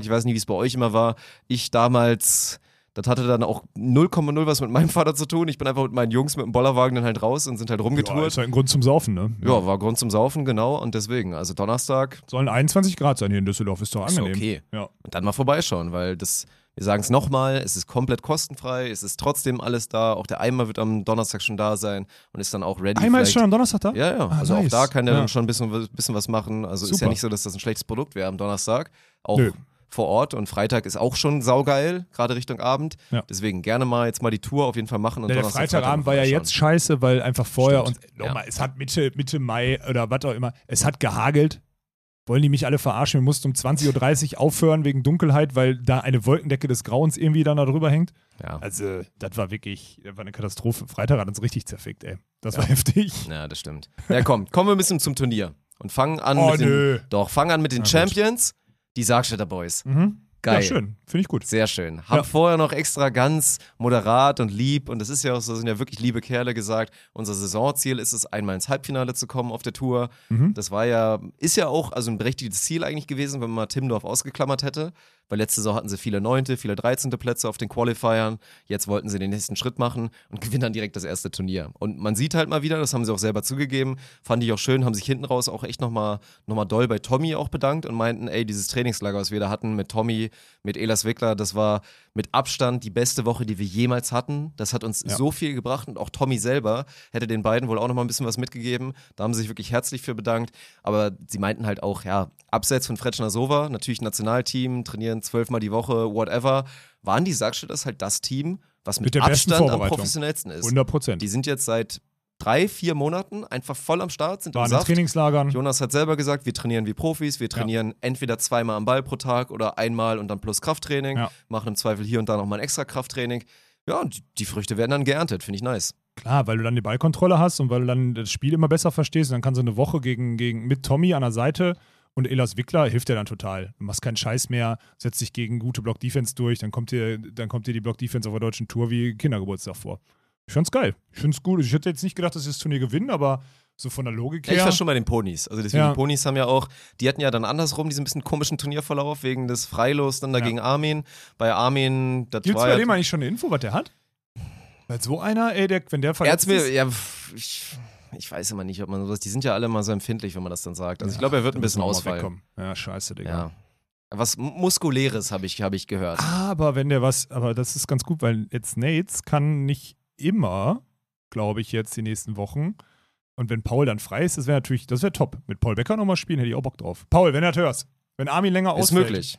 gesagt, ich weiß nicht, wie es bei euch immer war. Ich damals, das hatte dann auch null Komma null was mit meinem Vater zu tun. Ich bin einfach mit meinen Jungs mit dem Bollerwagen dann halt raus und sind halt Ja, rumgetourt. ist halt ein Grund zum Saufen, ne? Ja, war Grund zum Saufen, genau. Und deswegen, also Donnerstag Sollen einundzwanzig Grad sein hier in Düsseldorf, ist doch ist angenehm. okay. Ja. Und dann mal vorbeischauen, weil das, wir sagen es nochmal, es ist komplett kostenfrei, es ist trotzdem alles da. Auch der Eimer wird am Donnerstag schon da sein und ist dann auch ready. Einmal ist vielleicht- schon am Donnerstag da? Ja, ja. Ah, Also nice. auch da kann der Ja. dann schon ein bisschen, bisschen was machen. Also ist ja Super. nicht so, dass das ein schlechtes Produkt wäre am Donnerstag. Auch Nö. vor Ort. Und Freitag ist auch schon saugeil, gerade Richtung Abend. Ja. Deswegen gerne mal jetzt mal die Tour auf jeden Fall machen. Und Der, der Donnerstag, Freitagabend war ja vorbeischauen. jetzt scheiße, weil einfach vorher Stimmt. und nochmal, Ja. es hat Mitte, Mitte Mai oder was auch immer, es hat gehagelt. Wollen die mich alle verarschen? Wir mussten um zwanzig Uhr dreißig aufhören wegen Dunkelheit, weil da eine Wolkendecke des Grauens irgendwie dann da drüber hängt. Ja. Also, das war wirklich, das war eine Katastrophe. Freitag hat uns richtig zerfickt, ey. Das war heftig. Ja, das stimmt. Ja, komm, kommen wir ein bisschen zum Turnier. Und fangen an Oh, mit den, nö. doch, fangen an mit den Na gut. Champions, die Sargstädter Boys. Mhm. Geil. Ja, schön. Finde ich gut. Sehr schön. Hab Ja. vorher noch extra ganz moderat und lieb, und das ist ja auch so, sind ja wirklich liebe Kerle, gesagt, unser Saisonziel ist es, einmal ins Halbfinale zu kommen auf der Tour. Mhm. Das war ja, ist ja auch also ein berechtigtes Ziel eigentlich gewesen, wenn man mal Timmendorf ausgeklammert hätte. Weil letzte Saison hatten sie viele neunte, viele dreizehnte Plätze auf den Qualifiern. Jetzt wollten sie den nächsten Schritt machen und gewinnen dann direkt das erste Turnier. Und man sieht halt mal wieder, das haben sie auch selber zugegeben, fand ich auch schön, haben sich hinten raus auch echt nochmal noch mal doll bei Tommy auch bedankt und meinten, ey, dieses Trainingslager, was wir da hatten mit Tommy, mit Elas Wickler, das war mit Abstand die beste Woche, die wir jemals hatten. Das hat uns Ja. so viel gebracht und auch Tommy selber hätte den beiden wohl auch nochmal ein bisschen was mitgegeben. Da haben sie sich wirklich herzlich für bedankt. Aber sie meinten halt auch, ja, abseits von Fretschner Sova, natürlich Nationalteam, trainieren zwölfmal die Woche, whatever, waren die Sargstädters halt das Team, was mit, Mit der besten Abstand am Vorbereitung. professionellsten ist. hundert Prozent. Die sind jetzt seit drei, vier Monaten einfach voll am Start, sind im Waren in Saft. Trainingslagern. Jonas hat selber gesagt, wir trainieren wie Profis, wir trainieren entweder zweimal am Ball pro Tag oder einmal und dann plus Krafttraining, Ja. machen im Zweifel hier und da nochmal ein extra Krafttraining. Ja, und die, die Früchte werden dann geerntet, finde ich nice. Klar, weil du dann die Ballkontrolle hast und weil du dann das Spiel immer besser verstehst. Und dann kannst du eine Woche gegen, gegen, mit Tommy an der Seite und Elas Wickler hilft dir dann total. Du machst keinen Scheiß mehr, setzt dich gegen gute Block-Defense durch, dann kommt dir, dann kommt dir die Block-Defense auf der deutschen Tour wie Kindergeburtstag vor. Ich fand's geil. Ich find's gut. Ich hätte jetzt nicht gedacht, dass sie das Turnier gewinnen, aber so von der Logik Ja, ich her. war schon bei den Ponys. Also deswegen, Ja. die Ponys haben ja auch, die hatten ja dann andersrum diesen bisschen komischen Turnierverlauf wegen des Freilos dann da Ja. gegen Armin. Bei Armin, das Gibt's war bei ja, dem eigentlich schon eine Info, was der hat? Weil so einer, ey, der, wenn der er hat's verletzt mir, ist, ja, pff, ich, ich weiß immer nicht, ob man sowas, die sind ja alle mal so empfindlich, wenn man das dann sagt. Also ich glaube, er wird da ein bisschen müssen wir mal ausfallen. wegkommen. Ja, scheiße, Digga. Ja. Was Muskuläres habe ich, hab ich gehört. Aber wenn der was, aber das ist ganz gut, weil jetzt Nates kann nicht immer, glaube ich, jetzt die nächsten Wochen. Und wenn Paul dann frei ist, das wäre natürlich, das wäre top. Mit Paul Becker nochmal spielen, hätte ich auch Bock drauf. Paul, wenn du das hörst, wenn Armin länger Ist ausfällt. möglich.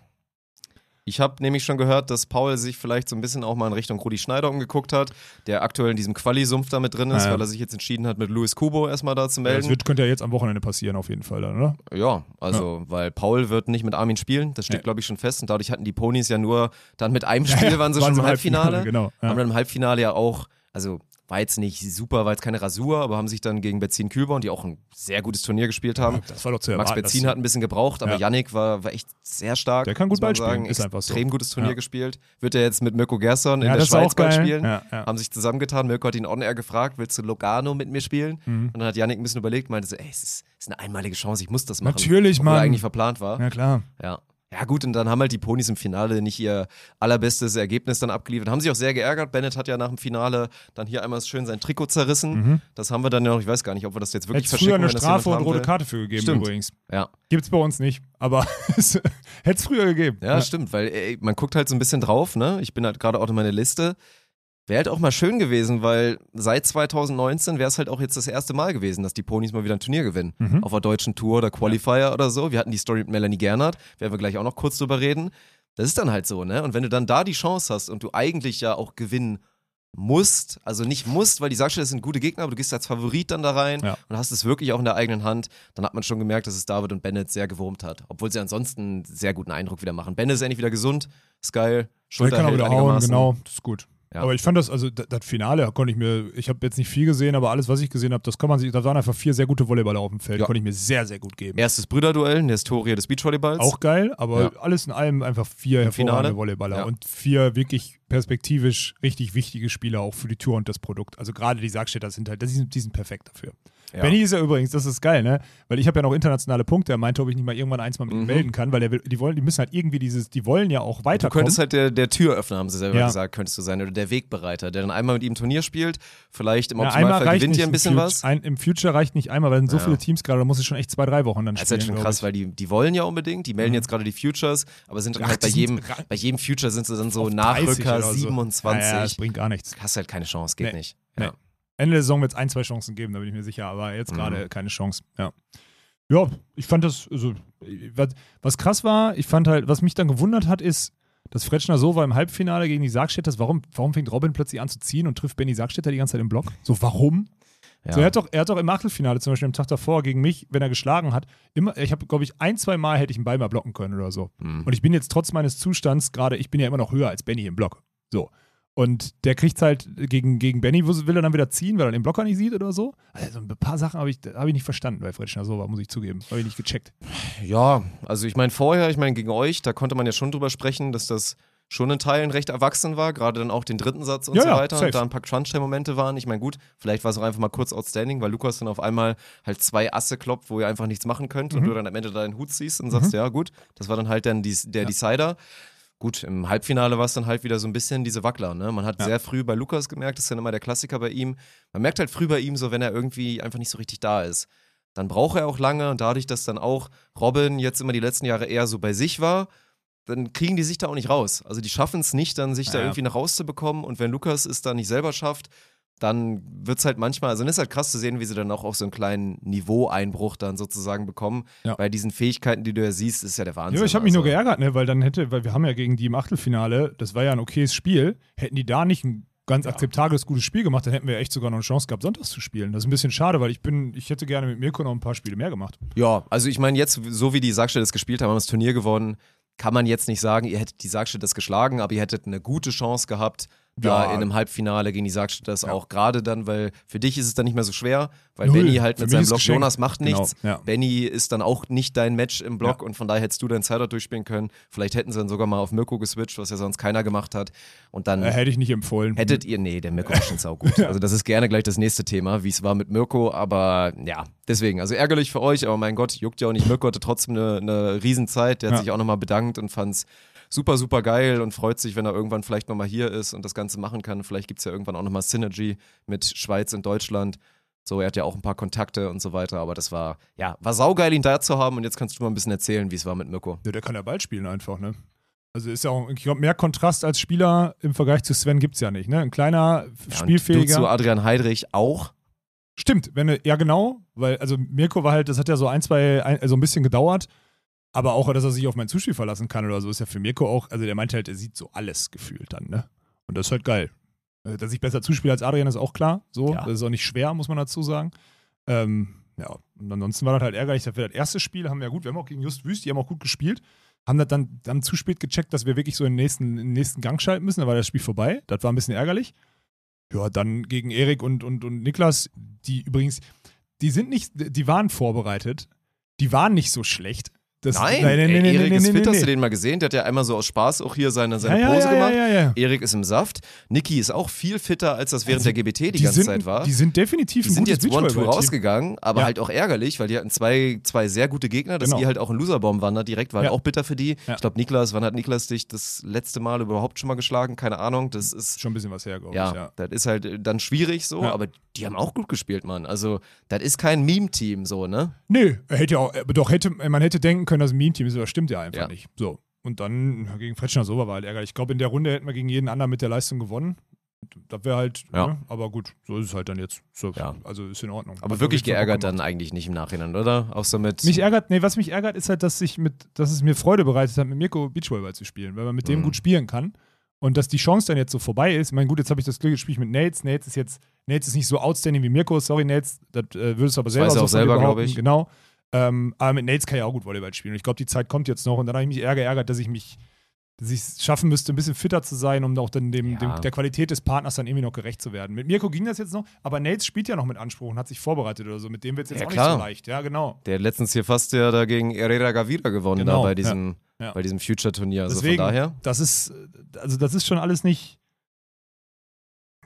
Ich habe nämlich schon gehört, dass Paul sich vielleicht so ein bisschen auch mal in Richtung Rudi Schneider umgeguckt hat, der aktuell in diesem Quali-Sumpf da mit drin ist, Ja, ja. weil er sich jetzt entschieden hat, mit Luis Kubo erstmal da zu Ja, das melden. wird, könnte ja jetzt am Wochenende passieren, auf jeden Fall dann, oder? Ja, also, weil Paul wird nicht mit Armin spielen, das steht, Nee. glaube ich, schon fest. Und dadurch hatten die Ponys ja nur dann mit einem Spiel, Ja, ja, waren sie waren schon sie im im Halbfinale. Halbfinale, genau, ja. Haben dann im Halbfinale ja auch, also war jetzt nicht super, war jetzt keine Rasur, aber haben sich dann gegen Betzin Kühlborn, die auch ein sehr gutes Turnier gespielt haben. Das war doch zu Max erwarten. Betzin dass- hat ein bisschen gebraucht, aber Ja. Yannick war, war echt sehr stark. Der kann gut muss man Ball spielen, sagen. ist einfach so. Extrem gutes Turnier Ja. gespielt. Wird er jetzt mit Mirko Gerson in Ja, der das ist Schweiz auch bald geil. spielen. Ja, ja. Haben sich zusammengetan. Mirko hat ihn on-air gefragt, willst du Logano mit mir spielen? Mhm. Und dann hat Yannick ein bisschen überlegt, meinte so, ey, es ist, es ist eine einmalige Chance, ich muss das machen. Natürlich, obwohl er Mann. eigentlich verplant war. Ja, klar. Ja. Ja gut, und dann haben halt die Ponys im Finale nicht ihr allerbestes Ergebnis dann abgeliefert. Haben sich auch sehr geärgert. Bennett hat ja nach dem Finale dann hier einmal schön sein Trikot zerrissen. Mhm. Das haben wir dann ja noch, ich weiß gar nicht, ob wir das jetzt wirklich Hätte es früher verschicken, eine wenn das jemand Strafe und haben rote will. Karte für gegeben Stimmt. übrigens. Ja. Gibt's bei uns nicht, aber es hätte es früher gegeben. Ja, stimmt, weil ey, man guckt halt so ein bisschen drauf, ne? Ich bin halt gerade auch in meiner Liste. Wäre halt auch mal schön gewesen, weil seit zwanzig neunzehn wäre es halt auch jetzt das erste Mal gewesen, dass die Ponys mal wieder ein Turnier gewinnen. Mhm. Auf der deutschen Tour oder Qualifier oder so. Wir hatten die Story mit Melanie Gernhardt, werden wir gleich auch noch kurz drüber reden. Das ist dann halt so, ne? Und wenn du dann da die Chance hast und du eigentlich ja auch gewinnen musst, also nicht musst, weil die Sargstädter sind gute Gegner, aber du gehst als Favorit dann da rein Ja. und hast es wirklich auch in der eigenen Hand, dann hat man schon gemerkt, dass es David und Bennett sehr gewurmt hat. Obwohl sie ansonsten einen sehr guten Eindruck wieder machen. Bennett ist endlich wieder gesund, ist geil, Der Schulter kann auch hält wieder hauen, einigermaßen. genau, das ist gut. Ja. Aber ich fand das, also das, das Finale konnte ich mir, ich habe jetzt nicht viel gesehen, aber alles, was ich gesehen habe, das kann man sich, da waren einfach vier sehr gute Volleyballer auf dem Feld, Ja. konnte ich mir sehr, sehr gut geben. Erstes Brüderduell in der Historie des Beachvolleyballs. Auch geil, aber Ja. alles in allem einfach vier Finale. hervorragende Volleyballer Ja. und vier wirklich perspektivisch richtig wichtige Spieler auch für die Tour und das Produkt. Also gerade die Sargstädter sind halt, die sind, die sind perfekt dafür. Ja. Benny ist ja übrigens, das ist geil, ne? Weil ich habe ja noch internationale Punkte. Er meinte, ob ich nicht mal irgendwann eins mal mit ihm Mhm. melden kann, weil der will, die wollen, die müssen halt irgendwie dieses, die wollen ja auch Du weiterkommen. könntest halt der, der Türöffner, haben sie selber Ja. gesagt, könntest du sein. Oder der Wegbereiter, der dann einmal mit ihm ein Turnier spielt, vielleicht im Ja, Optimalfall reicht gewinnt nicht ihr ein im bisschen Future, was. Ein, Im Future reicht nicht einmal, weil sind so Ja. viele Teams gerade, da muss ich schon echt zwei, drei Wochen dann Das ist spielen. halt schon glaub krass, ich. weil die, die wollen ja unbedingt, die melden Mhm. jetzt gerade die Futures, aber sind dann Ach, halt bei die sind jedem, ra- bei jedem Future sind sie dann so Auf dreißig Nachrücker oder so. siebenundzwanzig. Ja, ja, das bringt gar nichts. Hast halt keine Chance, geht Nee. nicht. Nee. Ja. Ende der Saison wird es ein, zwei Chancen geben, da bin ich mir sicher, aber jetzt Mhm. gerade keine Chance. Ja. Ja, ich fand das, also, was, was krass war, ich fand halt, was mich dann gewundert hat, ist, dass Fretschner so war im Halbfinale gegen die Sargstädters. Warum, warum fängt Robin plötzlich an zu ziehen und trifft Benny Sargstädter die ganze Zeit im Block? So, warum? Ja. So, er, hat doch, er hat doch im Achtelfinale, zum Beispiel am Tag davor, gegen mich, wenn er geschlagen hat, immer, ich habe, glaube ich, ein, zwei Mal hätte ich einen Ball mal blocken können oder so. Mhm. Und ich bin jetzt trotz meines Zustands gerade, ich bin ja immer noch höher als Benny im Block. So. Und der kriegt halt gegen, gegen Benny, wo- will er dann wieder ziehen, weil er den Blocker nicht sieht oder so. Also ein paar Sachen habe ich, hab ich nicht verstanden bei Fretschner so war, muss ich zugeben. Habe ich nicht gecheckt. Ja, also ich meine vorher, ich meine gegen euch, da konnte man ja schon drüber sprechen, dass das schon in Teilen recht erwachsen war, gerade dann auch den dritten Satz und Ja, so ja, weiter safe. und da ein paar Crunch-Time-Momente waren. Ich meine gut, vielleicht war es auch einfach mal kurz outstanding, weil Lukas dann auf einmal halt zwei Asse kloppt, wo ihr einfach nichts machen könnt Mhm. und du dann am Ende deinen Hut ziehst und sagst, ja gut, das war dann halt dann die, der Ja. Decider. Gut, im Halbfinale war es dann halt wieder so ein bisschen diese Wackler. Ne? Man hat Ja. sehr früh bei Lukas gemerkt, das ist dann immer der Klassiker bei ihm. Man merkt halt früh bei ihm so, wenn er irgendwie einfach nicht so richtig da ist. Dann braucht er auch lange und dadurch, dass dann auch Robin jetzt immer die letzten Jahre eher so bei sich war, dann kriegen die sich da auch nicht raus. Also die schaffen es nicht, dann sich da Ja. irgendwie nach rauszubekommen und wenn Lukas es dann nicht selber schafft, dann wird es halt manchmal, also dann ist halt krass zu sehen, wie sie dann auch auf so einen kleinen Niveaueinbruch dann sozusagen bekommen. Ja. Bei diesen Fähigkeiten, die du ja siehst, ist ja der Wahnsinn. Ja, ich habe mich also. nur geärgert, ne, weil dann hätte, weil wir haben ja gegen die im Achtelfinale, das war ja ein okayes Spiel, hätten die da nicht ein ganz akzeptables, gutes Spiel gemacht, dann hätten wir echt sogar noch eine Chance gehabt, sonntags zu spielen. Das ist ein bisschen schade, weil ich bin, ich hätte gerne mit Mirko noch ein paar Spiele mehr gemacht. Ja, also ich meine jetzt, so wie die Sargstädter das gespielt haben, haben das Turnier gewonnen, kann man jetzt nicht sagen, ihr hättet die Sargstädter das geschlagen, aber ihr hättet eine gute Chance gehabt, da Ja. in einem Halbfinale gegen die Sargstädter das Ja. auch gerade dann, weil für dich ist es dann nicht mehr so schwer, weil Null. Benny halt Für mit mich seinem ist Block, geschenkt. Jonas macht Genau, nichts, ja. Benny ist dann auch nicht dein Match im Block Ja. und von daher hättest du deinen Sideout durchspielen können, vielleicht hätten sie dann sogar mal auf Mirko geswitcht, was ja sonst keiner gemacht hat und dann Äh, hätte ich nicht empfohlen. hättet ihr, nee, der Mirko war schon saugut. Also das ist gerne gleich das nächste Thema, wie es war mit Mirko, aber ja, deswegen, also ärgerlich für euch, aber mein Gott, juckt ja auch nicht. Mirko hatte trotzdem eine, eine Riesenzeit, der hat Ja. sich auch nochmal bedankt und fand's super, super geil und freut sich, wenn er irgendwann vielleicht nochmal hier ist und das Ganze machen kann. Vielleicht gibt es ja irgendwann auch nochmal Synergy mit Schweiz und Deutschland. So, er hat ja auch ein paar Kontakte und so weiter, aber das war, ja, war saugeil, ihn da zu haben und jetzt kannst du mal ein bisschen erzählen, wie es war mit Mirko. Ja, der kann ja bald spielen einfach, ne? Also ist ja auch, ich glaube, mehr Kontrast als Spieler im Vergleich zu Sven gibt es ja nicht, ne? Ein kleiner, Ja, spielfähiger. und du zu Adrian Heidrich auch. Stimmt, wenn du, ja genau, weil, also Mirko war halt, das hat ja so ein, zwei, ein, also ein bisschen gedauert, aber auch, dass er sich auf mein Zuspiel verlassen kann oder so, ist ja für Mirko auch, also der meinte halt, er sieht so alles gefühlt dann, ne? Und das ist halt geil. Äh, Dass ich besser zuspiele als Adrian, ist auch klar, so, Ja. das ist auch nicht schwer, muss man dazu sagen. Ähm, ja, und ansonsten war das halt ärgerlich, dass wir das erste Spiel haben wir ja gut, wir haben auch gegen Just Wüst, die haben auch gut gespielt, haben das dann, dann zu spät gecheckt, dass wir wirklich so in den nächsten, in den nächsten Gang schalten müssen, da war das Spiel vorbei, das war ein bisschen ärgerlich. Ja, dann gegen Erik und, und, und Niklas, die übrigens, die sind nicht, die waren vorbereitet, die waren nicht so schlecht. Das, Nein, nein, nein, ey, nein, Erik nein, ist nein, fit, nein, hast du nein. den mal gesehen? Der hat ja einmal so aus Spaß auch hier seine, seine ja, Pose ja, gemacht. Ja, ja, ja. Erik ist im Saft. Niki ist auch viel fitter, als das während Also, der G B T die, Die ganze sind, Zeit war. die sind definitiv Die ein sind gutes jetzt One-Two Beachvolleyball-Team. rausgegangen, aber Ja. halt auch ärgerlich, weil die hatten zwei, zwei sehr gute Gegner, dass Genau. ihr halt auch in Loserbaum wandert direkt, war halt Ja. auch bitter für die. Ja. Ich glaube, Niklas, wann hat Niklas dich das letzte Mal überhaupt schon mal geschlagen? Keine Ahnung, das ist, Schon ein bisschen was her, glaube ja, ich. Ja. das ist halt äh, dann schwierig so, Ja. aber die haben auch gut gespielt, Mann. Also, das ist kein Meme-Team so, ne? Nö, er hätte ja auch, aber doch hätte, man hätte denken können, dass ein Meme-Team ist, aber das stimmt ja einfach Ja. nicht. So. Und dann ja, gegen Fretschner so war halt ärgerlich. Ich glaube, in der Runde hätten wir gegen jeden anderen mit der Leistung gewonnen. Das wäre halt, Ja. ne? Aber gut, so ist es halt dann jetzt. So, Ja. Also ist in Ordnung. Aber Hat wirklich auf jeden Fall geärgert Bock dann gemacht. eigentlich nicht im Nachhinein, oder? Auch so mit. Mich ärgert, nee, was mich ärgert, ist halt, dass ich mit, dass es mir Freude bereitet hat, mit Mirko Beachvolleyball zu spielen, weil man mit dem Mhm. gut spielen kann. Und dass die Chance dann jetzt so vorbei ist. Ich meine, gut, jetzt habe ich das Glück, jetzt spiele ich mit Nates. Nates ist jetzt, Nates ist nicht so outstanding wie Mirko, sorry, Nates, das äh, würdest du aber selber weiß er so auch selber, von dir glaub behaupten. ich. Genau. Ähm, aber mit Nates kann ich auch gut Volleyball spielen. Und ich glaube, die Zeit kommt jetzt noch. Und dann habe ich mich eher geärgert, dass ich mich, dass ich es schaffen müsste, ein bisschen fitter zu sein, um auch dann dem, Ja. dem, der Qualität des Partners dann irgendwie noch gerecht zu werden. Mit Mirko ging das jetzt noch, aber Nates spielt ja noch mit Anspruch und hat sich vorbereitet oder so. Mit dem wird es jetzt Ja, auch klar. nicht so leicht. Ja, genau. Der hat letztens hier fast ja da gegen Herrera Gavira gewonnen, Genau, da bei diesem, ja. Ja. bei diesem Future-Turnier. Also Deswegen, von daher. das ist, also das ist schon alles nicht.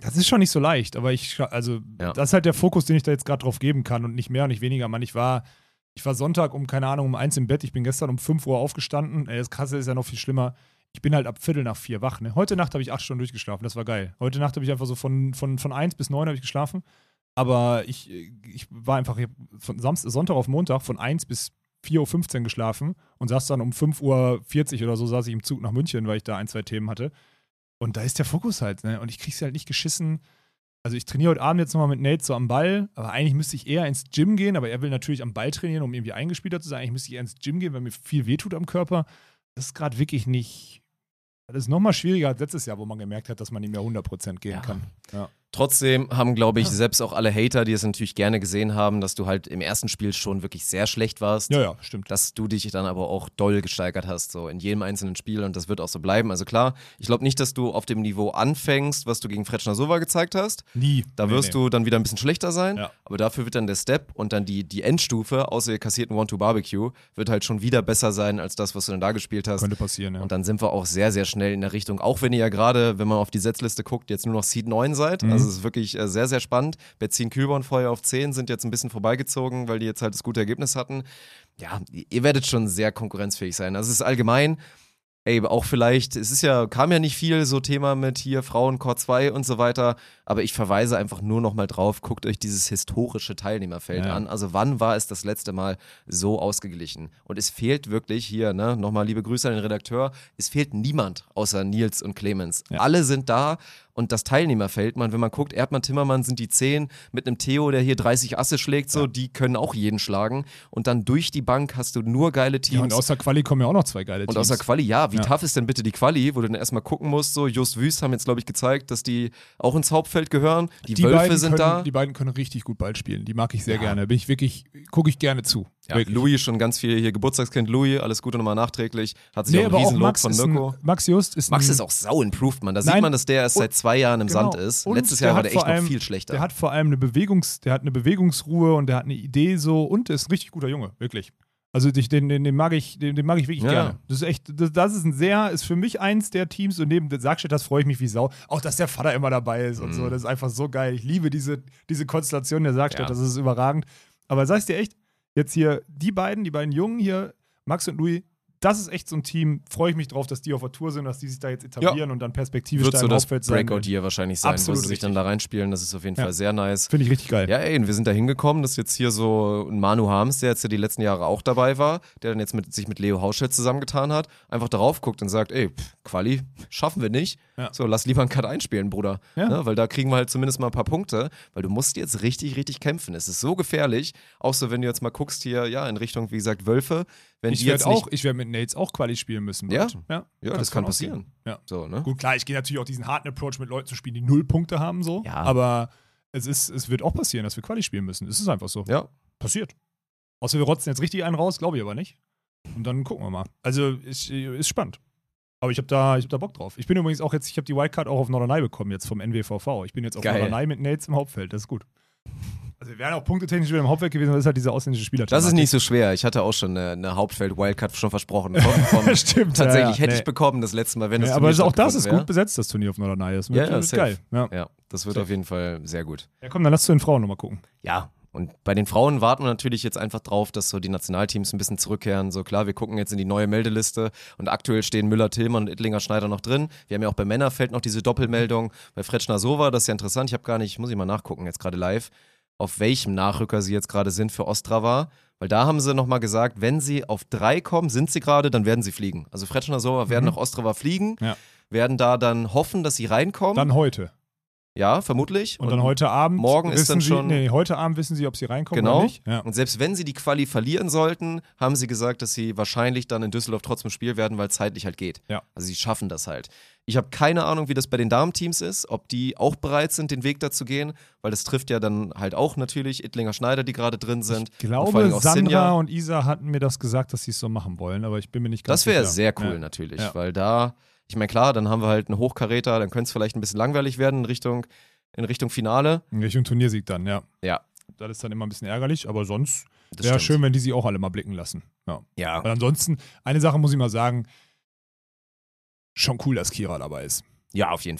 Das ist schon nicht so leicht, aber ich, also, Ja. das ist halt der Fokus, den ich da jetzt gerade drauf geben kann und nicht mehr und nicht weniger. Mann, ich war, ich war Sonntag um, keine Ahnung, um eins im Bett. Ich bin gestern um fünf Uhr aufgestanden. Ey, das Krasse ist ja noch viel schlimmer. Ich bin halt ab Viertel nach vier wach. Ne? Heute Nacht habe ich acht Stunden durchgeschlafen. Das war geil. Heute Nacht habe ich einfach so von, von, von eins bis neun habe ich geschlafen. Aber ich, ich war einfach von Samstag, Sonntag auf Montag von eins bis vier Uhr fünfzehn geschlafen und saß dann um fünf Uhr vierzig oder so, saß ich im Zug nach München, weil ich da ein, zwei Themen hatte. Und da ist der Fokus halt, ne? Und ich krieg's halt nicht geschissen. Also ich trainiere heute Abend jetzt nochmal mit Nate so am Ball, aber eigentlich müsste ich eher ins Gym gehen, aber er will natürlich am Ball trainieren, um irgendwie eingespielter zu sein. Eigentlich müsste ich eher ins Gym gehen, weil mir viel wehtut am Körper. Das ist gerade wirklich nicht, das ist nochmal schwieriger als letztes Jahr, wo man gemerkt hat, dass man nicht mehr hundert Prozent gehen Ja. kann. Ja. Trotzdem haben, glaube ich, selbst auch alle Hater, die es natürlich gerne gesehen haben, dass du halt im ersten Spiel schon wirklich sehr schlecht warst. ja, ja, stimmt. Dass du dich dann aber auch doll gesteigert hast, so in jedem einzelnen Spiel und das wird auch so bleiben. Also klar, ich glaube nicht, dass du auf dem Niveau anfängst, was du gegen Fretschner Sova gezeigt hast. Nie. Da Nee, wirst nee. du dann wieder ein bisschen schlechter sein, Ja. aber dafür wird dann der Step und dann die, die Endstufe, außer ihr kassierten One-Two-Barbecue, wird halt schon wieder besser sein als das, was du dann da gespielt hast. Könnte passieren, ja. Und dann sind wir auch sehr, sehr schnell in der Richtung, auch wenn ihr ja gerade, wenn man auf die Setzliste guckt, jetzt nur noch Seed neun seid. Mhm. Also es ist wirklich äh, sehr, sehr spannend. Betzin Kühlborn vorher auf zehn sind jetzt ein bisschen vorbeigezogen, weil die jetzt halt das gute Ergebnis hatten. Ja, ihr werdet schon sehr konkurrenzfähig sein. Also es ist allgemein, ey, auch vielleicht, es ist ja, kam ja nicht viel so Thema mit hier Frauen Core zwei und so weiter, aber ich verweise einfach nur noch mal drauf, guckt euch dieses historische Teilnehmerfeld Ja. an. Also wann war es das letzte Mal so ausgeglichen? Und es fehlt wirklich hier, ne, nochmal liebe Grüße an den Redakteur, es fehlt niemand außer Nils und Clemens. Ja. Alle sind da. Und das Teilnehmerfeld, man, wenn man guckt, Erdmann, Timmermann sind die zehn, mit einem Theo, der hier dreißig Asse schlägt, so, Ja. die können auch jeden schlagen. Und dann durch die Bank hast du nur geile Teams. Ja, und aus der Quali kommen ja auch noch zwei geile Und Teams. aus der Quali, ja, wie Ja. tough ist denn bitte die Quali, wo du dann erstmal gucken musst, so, Just Wüst haben jetzt, glaube ich, gezeigt, dass die auch ins Hauptfeld gehören. Die, die Wölfe beiden sind können, da. Die beiden können richtig gut Ball spielen. Die mag ich sehr Ja. gerne. Bin ich wirklich, gucke ich gerne zu. Ja, Wirklich. Louis schon ganz viel hier, Geburtstagskind Louis, alles Gute nochmal nachträglich. Hat sich Nee, auch ein aber auch Riesenlob Max, von ist ein, Mirko. Max Just ist Max ein, ist auch sau improved, man. Da Nein, sieht man, dass der erst und- seit zwei Jahren im genau. Sand ist. Und Letztes der Jahr war hat der echt vor allem- noch viel schlechter. Der hat vor allem eine Bewegungs, der hat eine Bewegungsruhe und der hat eine Idee so und ist ein richtig guter Junge, wirklich. Also ich, den, den, den mag ich, den, den mag ich wirklich Ja. gerne. Das ist echt, das, das ist ein sehr, ist für mich eins der Teams und neben der Sagstedt, das freue ich mich wie Sau. Auch, dass der Vater immer dabei ist und Mhm. so, das ist einfach so geil. Ich liebe diese, diese Konstellation der Sagstedt, Ja. das ist überragend. Aber sag ich dir echt, jetzt hier die beiden, die beiden Jungen hier, Max und Louis, das ist echt so ein Team, freue ich mich drauf, dass die auf der Tour sind, dass die sich da jetzt etablieren und dann perspektivisch Wird da so im das Hauptfeld sein. Breakout hier wahrscheinlich sein, Absolut wo sie sich dann richtig. da reinspielen. Das ist auf jeden Ja. Fall sehr nice. Finde ich richtig geil. Ja, ey, und wir sind da hingekommen, dass jetzt hier so ein Manu Harms, der jetzt ja die letzten Jahre auch dabei war, der dann jetzt mit, sich mit Leo Hauschel zusammengetan hat, einfach darauf guckt und sagt, ey, pff, Quali schaffen wir nicht. Ja. So, lass lieber einen Cut einspielen, Bruder. Ja. Ne? Weil da kriegen wir halt zumindest mal ein paar Punkte, weil du musst jetzt richtig, richtig kämpfen. Es ist so gefährlich, auch so, wenn du jetzt mal guckst hier, ja, in Richtung, wie gesagt, Wölfe. Wenn Ich die werde jetzt nicht, auch, ich werde mit Nates auch Quali spielen müssen. Ja? bald. ja, ja, das, kann auch passieren. gehen. Ja. So, ne? Gut, klar, ich gehe natürlich auch diesen harten Approach mit Leuten zu spielen, die null Punkte haben, so. Ja. Aber es, ist, es wird auch passieren, dass wir Quali spielen müssen. Es ist einfach so. Ja. Passiert. Außer wir rotzen jetzt richtig einen raus, glaube ich aber nicht. Und dann gucken wir mal. Also, ist, ist spannend. Aber ich habe da, ich hab da Bock drauf. Ich bin übrigens auch jetzt, ich habe die Wildcard auch auf Norderney bekommen, jetzt vom N W V V. Ich bin jetzt auf Geil. Norderney mit Nates im Hauptfeld. Das ist gut. Also, wir wären auch punktetechnisch wieder im Hauptfeld gewesen, aber das ist halt diese ausländische Spieler. Das ist nicht so schwer. Ich hatte auch schon eine, eine Hauptfeld-Wildcard schon versprochen. Vom, vom Stimmt. Tatsächlich, ja, hätte nee. ich bekommen das letzte Mal, wenn es Ja, Turnier aber es ist auch das ist stattgefunden gut besetzt, das Turnier auf Norderney. Das Ja, wird, ja, wird safe. geil. Ja. wäre. Ja, das wird Safe. auf jeden Fall sehr gut. ja, komm, dann lass zu den Frauen nochmal gucken. Ja, und bei den Frauen warten wir natürlich jetzt einfach drauf, dass so die Nationalteams ein bisschen zurückkehren. So klar, wir gucken jetzt in die neue Meldeliste und aktuell stehen Müller, Tillmann und Ittlinger Schneider noch drin. Wir haben ja auch bei Männerfeld noch diese Doppelmeldung. Bei Fretschner Sova, das ist ja interessant. Ich habe gar nicht, muss ich mal nachgucken, jetzt gerade live, auf welchem Nachrücker sie jetzt gerade sind für Ostrava. Weil da haben sie nochmal gesagt, wenn sie auf drei kommen, sind sie gerade, dann werden sie fliegen. Also Fretschner Sova werden Mhm. nach Ostrava fliegen, Ja. werden da dann hoffen, dass sie reinkommen. Dann heute. ja, vermutlich. Und, dann heute Abend morgen ist wissen dann sie, schon- Nee, heute Abend wissen sie, ob sie reinkommen Genau. oder nicht. Ja. Und selbst wenn sie die Quali verlieren sollten, haben sie gesagt, dass sie wahrscheinlich dann in Düsseldorf trotzdem spielen werden, weil es zeitlich halt geht. Ja. Also sie schaffen das halt. Ich habe keine Ahnung, wie das bei den Damenteams ist, ob die auch bereit sind, den Weg da zu gehen, weil das trifft ja dann halt auch natürlich Ittlinger Schneider, die gerade drin sind. Ich Und vor allen glaube, Dingen auch Sandra Sinja. und Isa hatten mir das gesagt, dass sie es so machen wollen, aber ich bin mir nicht ganz Das wäre sicher. sehr cool Ja. natürlich, Ja. weil da, ich meine klar, dann haben wir halt einen Hochkaräter, dann könnte es vielleicht ein bisschen langweilig werden in Richtung, in Richtung Finale. In Richtung Turniersieg dann, ja. Ja, Das ist dann immer ein bisschen ärgerlich, aber sonst das wäre stimmt. schön, wenn die sie auch alle mal blicken lassen. Ja. Ja, Aber ansonsten, eine Sache muss ich mal sagen, schon cool, dass Kira dabei ist. ja, auf jeden Fall.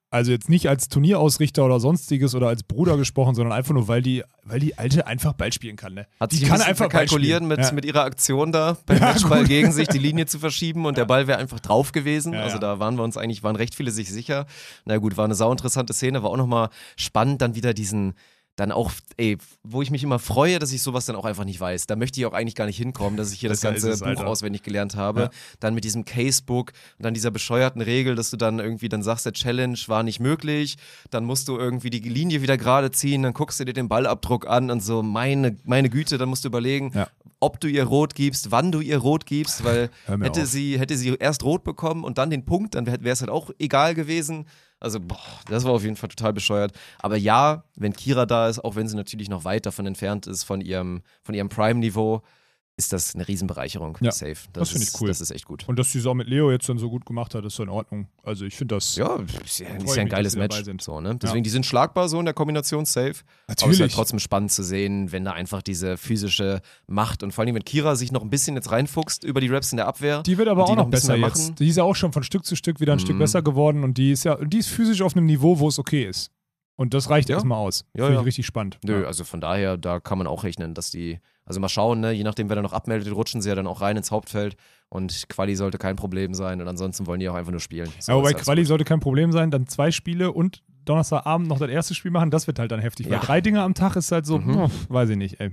Also jetzt nicht als Turnierausrichter oder sonstiges oder als Bruder gesprochen, sondern einfach nur, weil die, weil die Alte einfach Ball spielen kann. Ne? Hat die sich kann ein einfach Ball kalkulieren spielen. mit, Ja. mit ihrer Aktion da, beim Ja, Matchball gut. gegen sich die Linie zu verschieben und der Ball wäre einfach drauf gewesen. Ja, also ja. da waren wir uns eigentlich, waren recht viele sich sicher. Na gut, war eine sauinteressante Szene, war auch nochmal spannend, dann wieder diesen, dann auch, ey, wo ich mich immer freue, dass ich sowas dann auch einfach nicht weiß. Da möchte ich auch eigentlich gar nicht hinkommen, dass ich hier das, Das ganze ist es, Buch Alter. auswendig gelernt habe. Ja. Dann mit diesem Casebook und dann dieser bescheuerten Regel, dass du dann irgendwie dann sagst, der Challenge war nicht möglich, dann musst du irgendwie die Linie wieder gerade ziehen, dann guckst du dir den Ballabdruck an und so, meine, meine Güte, dann musst du überlegen, Ja. ob du ihr Rot gibst, wann du ihr Rot gibst, weil Hör mir hätte auf. sie, hätte sie erst Rot bekommen und dann den Punkt, dann wäre es halt auch egal gewesen. Also, boah, das war auf jeden Fall total bescheuert. Aber ja, wenn Kira da ist, auch wenn sie natürlich noch weit davon entfernt ist von ihrem, von ihrem Prime-Niveau, ist das eine Riesenbereicherung. Ja, Safe. das finde ist- ich cool. Das ist echt gut. Und dass die es auch mit Leo jetzt dann so gut gemacht hat, ist so in Ordnung. Also ich finde das Ja, ist ja, Freut ist ja ein mich, geiles dass sie dabei Match. sind. So, ne? Deswegen, die sind schlagbar so in der Kombination safe. Aber es ist natürlich. halt trotzdem spannend zu sehen, wenn da einfach diese physische Macht und vor allem, wenn Kira sich noch ein bisschen jetzt reinfuchst über die Raps in der Abwehr. Die wird aber und die auch noch ein bisschen besser mehr jetzt. machen. Die ist ja auch schon von Stück zu Stück wieder ein Stück Mhm. besser geworden und die ist ja, die ist physisch auf einem Niveau, wo es okay ist. Und das reicht Ja. erstmal aus. Ja, Finde ja. ich richtig spannend. Nö, Ja. also von daher, da kann man auch rechnen, dass die, also mal schauen, ne, je nachdem, wer da noch abmeldet, rutschen sie ja dann auch rein ins Hauptfeld und Quali sollte kein Problem sein und ansonsten wollen die auch einfach nur spielen. So, Ja, wobei ist alles Quali gut. sollte kein Problem sein, dann zwei Spiele und Donnerstagabend noch das erste Spiel machen, das wird halt dann heftig. Ja. Weil drei Dinge am Tag ist halt so, Mhm. boah, weiß ich nicht, ey.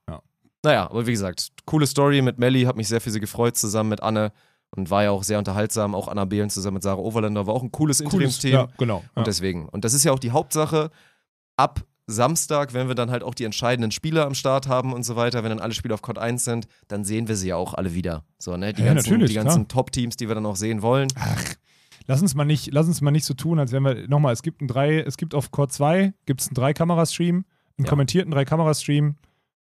Naja, aber wie gesagt, coole Story mit Melli, hat mich sehr für sie gefreut, zusammen mit Anne und war ja auch sehr unterhaltsam, auch Anna Behlen zusammen mit Sarah Overländer, war auch ein cooles Cooles, Interimsteam. ja, genau. Ja. Und deswegen. Und das ist ja auch die Hauptsache. Ab Samstag, wenn wir dann halt auch die entscheidenden Spieler am Start haben und so weiter, wenn dann alle Spiele auf Code eins sind, dann sehen wir sie ja auch alle wieder. So, ne? Die Ja, ganzen, natürlich, die ganzen Top-Teams, die wir dann auch sehen wollen. Lass uns mal nicht, lass uns mal nicht so tun, als wenn wir, nochmal, es gibt ein drei, es gibt auf Core zwei, gibt es einen Drei-Kamera-Stream, einen Ja. kommentierten Drei-Kamera-Stream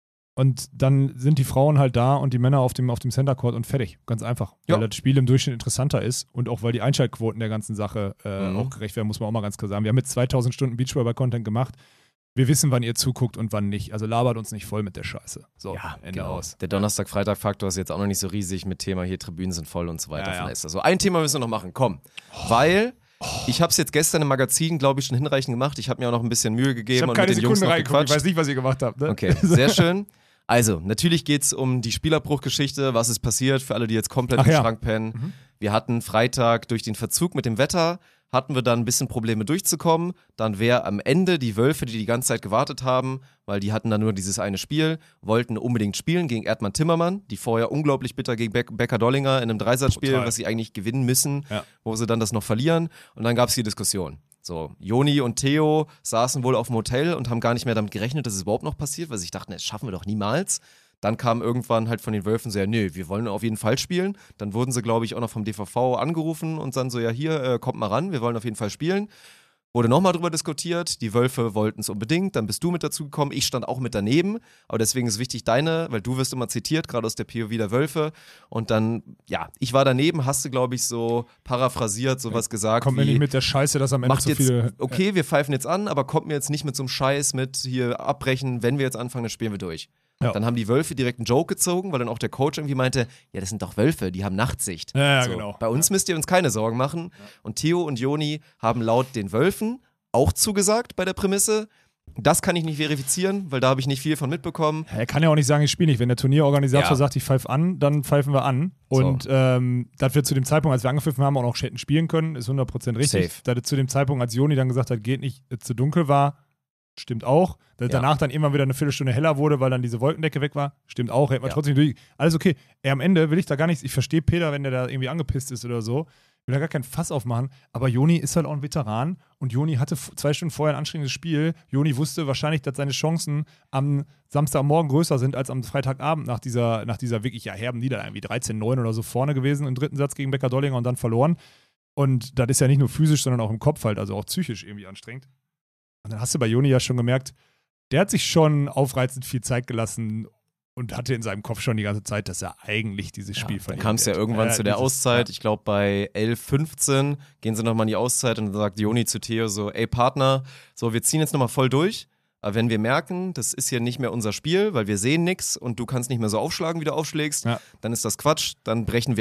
und dann sind die Frauen halt da und die Männer auf dem, auf dem Center Court und fertig. Ganz einfach. Ja. Weil das Spiel im Durchschnitt interessanter ist und auch weil die Einschaltquoten der ganzen Sache äh, Mhm. auch gerecht werden, muss man auch mal ganz klar sagen. Wir haben jetzt zweitausend Stunden Beachvolleyball-Content gemacht. Wir wissen, wann ihr zuguckt und wann nicht. Also labert uns nicht voll mit der Scheiße. So, Ende aus. Der Donnerstag-Freitag-Faktor ist jetzt auch noch nicht so riesig mit Thema hier, Tribünen sind voll und so weiter. Ja, ja. Von daher ist das so. Ein Thema müssen wir noch machen, komm. Weil ich habe es jetzt gestern im Magazin, glaube ich, schon hinreichend gemacht. Ich habe mir auch noch ein bisschen Mühe gegeben Ich habe und keine mit den Jungs Sekunde noch reingeguckt. Ich gequatscht. weiß nicht, was ihr gemacht habt. Ne? Okay, sehr schön. Also, natürlich geht es um die Spielabbruchgeschichte, was ist passiert für alle, die jetzt komplett Ach im ja. Schrank pennen. Mhm. Wir hatten Freitag durch den Verzug mit dem Wetter, hatten wir dann ein bisschen Probleme durchzukommen. Dann wäre am Ende die Wölfe, die die ganze Zeit gewartet haben, weil die hatten dann nur dieses eine Spiel, wollten unbedingt spielen gegen Erdmann Timmermann, die vorher unglaublich bitter gegen Be Becker Dollinger in einem Dreisatzspiel, Total. was sie eigentlich gewinnen müssen, Ja. wo sie dann das noch verlieren. Und dann gab es die Diskussion. So, Joni und Theo saßen wohl auf dem Hotel und haben gar nicht mehr damit gerechnet, dass es überhaupt noch passiert, weil sie dachten, das schaffen wir doch niemals. Dann kam irgendwann halt von den Wölfen so, ja, nö, wir wollen auf jeden Fall spielen. Dann wurden sie, glaube ich, auch noch vom D V V angerufen und dann so, ja, hier, äh, kommt mal ran, wir wollen auf jeden Fall spielen. Wurde nochmal drüber diskutiert, die Wölfe wollten es unbedingt, dann bist du mit dazu gekommen, ich stand auch mit daneben, aber deswegen ist wichtig deine, weil du wirst immer zitiert, gerade aus der P O V der Wölfe und dann, ja, ich war daneben, hast du, glaube ich, so paraphrasiert, sowas gesagt Kommt wie, mir nicht mit der Scheiße, dass am Ende macht so jetzt, viele. okay, wir pfeifen jetzt an, aber kommt mir jetzt nicht mit so einem Scheiß mit hier abbrechen, wenn wir jetzt anfangen, dann spielen wir durch. Ja. Dann haben die Wölfe direkt einen Joke gezogen, weil dann auch der Coach irgendwie meinte, ja, das sind doch Wölfe, die haben Nachtsicht. Ja, ja, so, genau. Bei uns müsst ihr uns keine Sorgen machen. Und Theo und Joni haben laut den Wölfen auch zugesagt bei der Prämisse. Das kann ich nicht verifizieren, weil da habe ich nicht viel von mitbekommen. Er kann ja auch nicht sagen, ich spiele nicht. Wenn der Turnierorganisator Ja. sagt, ich pfeife an, dann pfeifen wir an. Und So. ähm, dass wir zu dem Zeitpunkt, als wir angepfiffen haben, auch noch hätten spielen können, ist hundert Prozent richtig. Safe. Dass es zu dem Zeitpunkt, als Joni dann gesagt hat, geht nicht, es zu dunkel war, stimmt auch. Dass Ja. danach dann immer wieder eine Viertelstunde heller wurde, weil dann diese Wolkendecke weg war, stimmt auch. Hätten wir Ja. trotzdem durch. Alles okay. Er am Ende will ich da gar nichts. Ich verstehe Peter, wenn der da irgendwie angepisst ist oder so. Ich will da gar kein Fass aufmachen. Aber Joni ist halt auch ein Veteran und Joni hatte f- zwei Stunden vorher ein anstrengendes Spiel. Joni wusste wahrscheinlich, dass seine Chancen am Samstagmorgen größer sind als am Freitagabend nach dieser, nach dieser wirklich ja, herben Niederlage. Irgendwie dreizehn neun oder so vorne gewesen im dritten Satz gegen Becker Dollinger und dann verloren. Und das ist ja nicht nur physisch, sondern auch im Kopf halt, also auch psychisch irgendwie anstrengend. Und dann hast du bei Joni ja schon gemerkt, der hat sich schon aufreizend viel Zeit gelassen und hatte in seinem Kopf schon die ganze Zeit, dass er eigentlich dieses Spiel Dann verdient kam es ja hätte. irgendwann Ja, zu der dieses- Auszeit. Ich glaube, bei elf fünfzehn gehen sie nochmal in die Auszeit und dann sagt Joni zu Theo so, ey Partner, so wir ziehen jetzt nochmal voll durch. Aber wenn wir merken, das ist hier nicht mehr unser Spiel, weil wir sehen nichts und du kannst nicht mehr so aufschlagen, wie du aufschlägst, Ja. dann ist das Quatsch, dann brechen wir ab.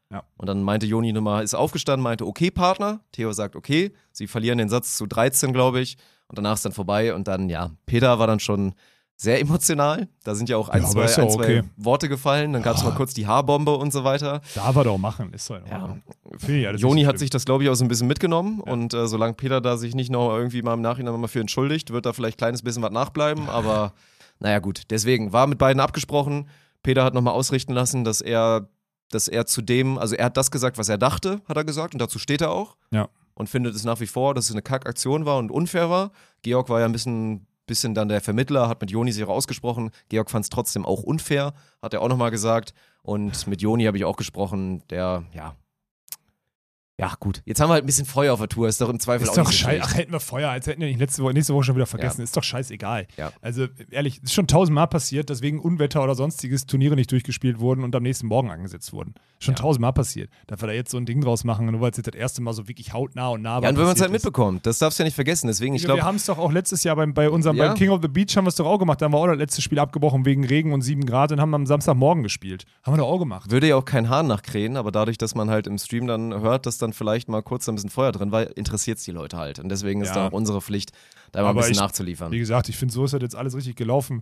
Ja. Und dann meinte Joni nochmal, ist aufgestanden, meinte, okay, Partner. Theo sagt, okay. Sie verlieren den Satz zu dreizehn, glaube ich. Und danach ist dann vorbei. Und dann, ja, Peter war dann schon sehr emotional. Da sind ja auch ein, Ja, aber zwei, ist ja ein, zwei okay. Worte gefallen. Dann gab es Ja. mal kurz die Haarbombe und so weiter. Darf er doch machen, ist doch in Ja. Ordnung. Finde ich alles Joni nicht hat schlimm. sich das, glaube ich, auch so ein bisschen mitgenommen. Ja. Und äh, solange Peter da sich nicht noch irgendwie mal im Nachhinein mal für entschuldigt, wird da vielleicht ein kleines bisschen was nachbleiben. Aber naja, gut. Deswegen war mit beiden abgesprochen. Peter hat nochmal ausrichten lassen, dass er, dass er zu dem, also er hat das gesagt, was er dachte, hat er gesagt. Und dazu steht er auch. Ja. Und findet es nach wie vor, dass es eine Kackaktion war und unfair war. Georg war ja ein bisschen, bisschen dann der Vermittler, hat mit Joni sich auch ausgesprochen. Georg fand es trotzdem auch unfair, hat er auch nochmal gesagt. Und mit Joni habe ich auch gesprochen, der, ja, ja gut, jetzt haben wir halt ein bisschen Feuer auf der Tour, ist doch im Zweifel Ist auch doch nicht so scheiße. schlecht. Ach, hätten wir Feuer, als hätten wir nicht letzte Woche, nächste Woche schon wieder vergessen. Ja. Ist doch scheißegal. Ja. Also ehrlich, ist schon tausendmal passiert, dass wegen Unwetter oder sonstiges Turniere nicht durchgespielt wurden und am nächsten Morgen angesetzt wurden. Schon Ja. tausendmal passiert. Dass wir da jetzt so ein Ding draus machen, nur weil es jetzt das erste Mal so wirklich hautnah und nah war. Ja, und wenn man es passiert halt ist. mitbekommt, das darfst du ja nicht vergessen. Deswegen, ich Ja, glaube, wir haben es doch auch letztes Jahr beim, bei unserem Ja. beim King of the Beach haben wir es doch auch gemacht. Da haben wir auch das letzte Spiel abgebrochen wegen Regen und sieben Grad und haben am Samstagmorgen gespielt. Haben wir doch auch gemacht. würde ja auch kein Hahn nachkrähen, aber dadurch, dass man halt im Stream dann hört, dass dann vielleicht mal kurz ein bisschen Feuer drin war, interessiert es die Leute halt. Und deswegen ist Ja. dann auch unsere Pflicht, da mal ein Aber bisschen ich- nachzuliefern. Wie gesagt, ich finde, so ist das jetzt alles richtig gelaufen.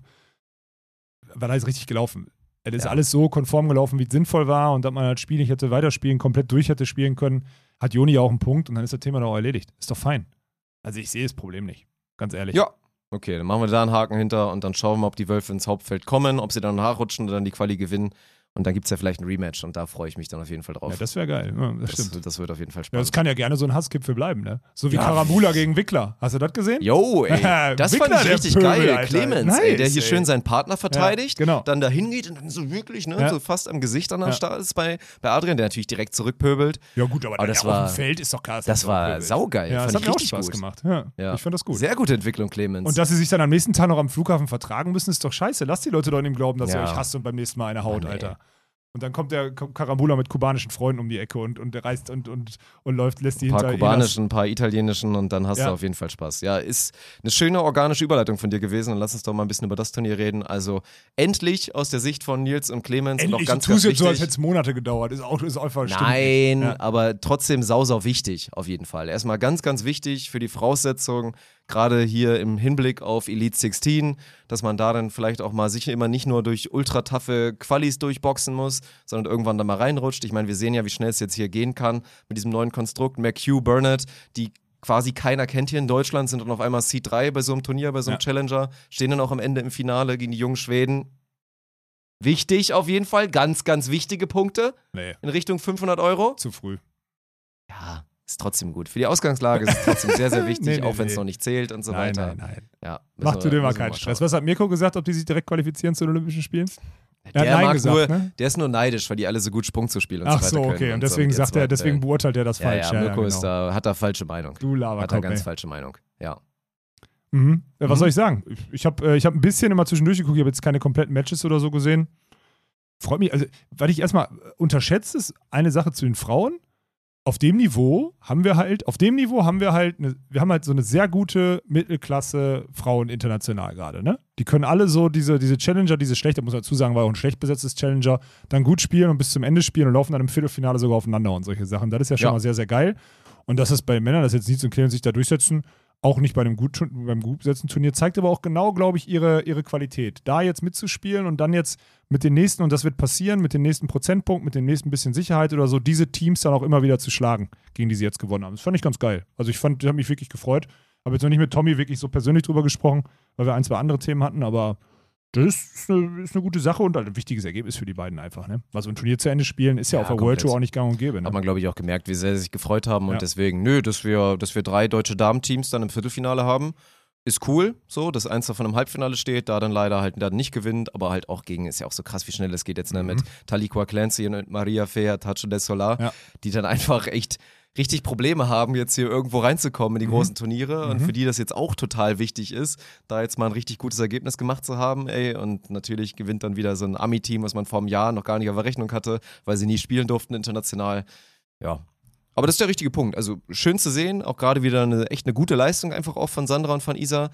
War alles richtig gelaufen. Es ist Ja. alles so konform gelaufen, wie es sinnvoll war und dass man halt Spiel nicht hätte weiterspielen, komplett durch hätte spielen können, hat Joni ja auch einen Punkt und dann ist das Thema doch auch erledigt. Ist doch fein. Also ich sehe das Problem nicht. Ganz ehrlich. Ja. Okay, dann machen wir da einen Haken hinter und dann schauen wir, ob die Wölfe ins Hauptfeld kommen, ob sie dann nachrutschen oder dann die Quali gewinnen. Und dann gibt es ja vielleicht ein Rematch und da freue ich mich dann auf jeden Fall drauf. Ja, das wäre geil. Ja, das, das, stimmt. das wird auf jeden Fall Ja, spannend. das kann ja gerne so ein Hassgipfel bleiben, ne? So wie Ja. Karambula gegen Wickler. Hast du das gesehen? Jo, ey, das Wickler, fand ich der richtig Pöbel, geil. Alter. Clemens, ey, der Nice, hier ey. schön seinen Partner verteidigt, Ja, genau. dann da hingeht und dann so wirklich, ne, Ja. so fast am Gesicht dann am Ja. Start ist bei, bei Adrian, der natürlich direkt zurückpöbelt. Ja gut, aber, Aber das der war- auf dem Feld ist doch klar. dass Das er war pöbelt. saugeil, Ja, fand das hat ich mir auch richtig Spaß gut. gemacht. Ja, Ja. ich fand das gut. Sehr gute Entwicklung, Clemens. Und dass sie sich dann am nächsten Tag noch am Flughafen vertragen müssen, ist doch scheiße. Lasst die Leute doch nicht glauben, dass Ja. ihr euch hasst und beim nächsten Mal eine haut, Mann, ey. Alter. Und dann kommt der Karambula mit kubanischen Freunden um die Ecke und, und der reist und, und, und läuft, lässt die ein paar hinter kubanischen, ein paar italienischen und dann hast Ja. du auf jeden Fall Spaß. Ja, ist eine schöne organische Überleitung von dir gewesen und lass uns doch mal ein bisschen über das Turnier reden. Also endlich aus der Sicht von Nils und Clemens und auch Endlich, ganz, du tust ganz jetzt so, als wichtig. hätte es Monate gedauert. Ist auch, ist einfach stimmt Nein, nicht. Ja. aber trotzdem sau, sau wichtig, auf jeden Fall. Erstmal ganz, ganz wichtig für die Voraussetzungen, gerade hier im Hinblick auf Elite sechzehn, dass man da dann vielleicht auch mal sicher immer nicht nur durch ultra taffe Qualis durchboxen muss, sondern irgendwann da mal reinrutscht. Ich meine, wir sehen ja, wie schnell es jetzt hier gehen kann mit diesem neuen Konstrukt. McHugh, Burnett, die quasi keiner kennt hier in Deutschland, sind dann auf einmal Seed drei bei so einem Turnier, bei so einem Ja. Challenger, stehen dann auch am Ende im Finale gegen die jungen Schweden. Wichtig auf jeden Fall, ganz, ganz wichtige Punkte Nee, in Richtung fünfhundert Euro. zu früh. Ja, ist trotzdem gut. Für die Ausgangslage ist es trotzdem sehr, sehr wichtig, Nee, nee, auch wenn es nee. noch nicht zählt und so nein, weiter. nein, nein. Ja, Mach müssen du dir mal müssen wir keinen Stress. schauen. Was hat Mirko gesagt, ob die sich direkt qualifizieren zu den Olympischen Spielen? Er Der, hat Nein mag gesagt, nur, ne? der ist nur neidisch, weil die alle so gut Sprung zu spielen und Ach so so, weiter können. okay. Und so deswegen mit ihr sagt er, zwei, deswegen äh, beurteilt er das ja, falsch. ja, Mirko genau. ist da, hat da falsche Meinung. Du Hat er Laberkopf, ganz ey. falsche Meinung. Ja. Mhm. Ja, was Mhm. soll ich sagen? Ich, ich habe äh, ich hab ein bisschen immer zwischendurch geguckt, ich habe jetzt keine kompletten Matches oder so gesehen. Freut mich, also, weil ich erstmal unterschätze, ist eine Sache zu den Frauen. Auf dem Niveau haben wir halt, auf dem Niveau haben wir halt, eine, wir haben halt so eine sehr gute Mittelklasse Frauen international gerade, ne? Die können alle so diese, diese Challenger, diese schlechte, muss man dazu sagen, war auch ein schlecht besetztes Challenger, dann gut spielen und bis zum Ende spielen und laufen dann im Viertelfinale sogar aufeinander und solche Sachen. Das ist ja schon Ja. mal sehr, sehr geil. Und dass es bei Männern, dass jetzt Nils und Clemens sich da durchsetzen, auch nicht bei einem gut, beim gut besetzten Turnier, zeigt aber auch genau, glaube ich, ihre, ihre Qualität. Da jetzt mitzuspielen und dann jetzt mit den nächsten, und das wird passieren, mit dem nächsten Prozentpunkt, mit dem nächsten bisschen Sicherheit oder so, diese Teams dann auch immer wieder zu schlagen, gegen die sie jetzt gewonnen haben. Das fand ich ganz geil. Also ich fand, ich habe mich wirklich gefreut. Habe jetzt noch nicht mit Tommy wirklich so persönlich drüber gesprochen, weil wir ein, zwei andere Themen hatten, aber das ist eine, ist eine gute Sache und halt ein wichtiges Ergebnis für die beiden einfach, ne? Weil so ein Turnier zu Ende spielen ist ja, Ja, auf der World komplett. Tour auch nicht gang und gäbe, ne? Hat man, glaube ich, auch gemerkt, wie sehr sie sich gefreut haben und Ja. deswegen, nö, dass wir, dass wir drei deutsche Damenteams dann im Viertelfinale haben, ist cool, so, dass eins davon im Halbfinale steht, da dann leider halt dann nicht gewinnt, aber halt auch gegen, ist ja auch so krass, wie schnell es geht jetzt, ne, Mhm. mit Taliqua Clancy und Maria Fea Tacho del Solar, Ja. die dann einfach echt richtig Probleme haben, jetzt hier irgendwo reinzukommen in die Mhm. großen Turniere und Mhm. für die das jetzt auch total wichtig ist, da jetzt mal ein richtig gutes Ergebnis gemacht zu haben, ey, und natürlich gewinnt dann wieder so ein Ami-Team, was man vor einem Jahr noch gar nicht auf der Rechnung hatte, weil sie nie spielen durften international, ja. Aber das ist der richtige Punkt, also schön zu sehen, auch gerade wieder eine echt eine gute Leistung einfach auch von Sandra und von Isa.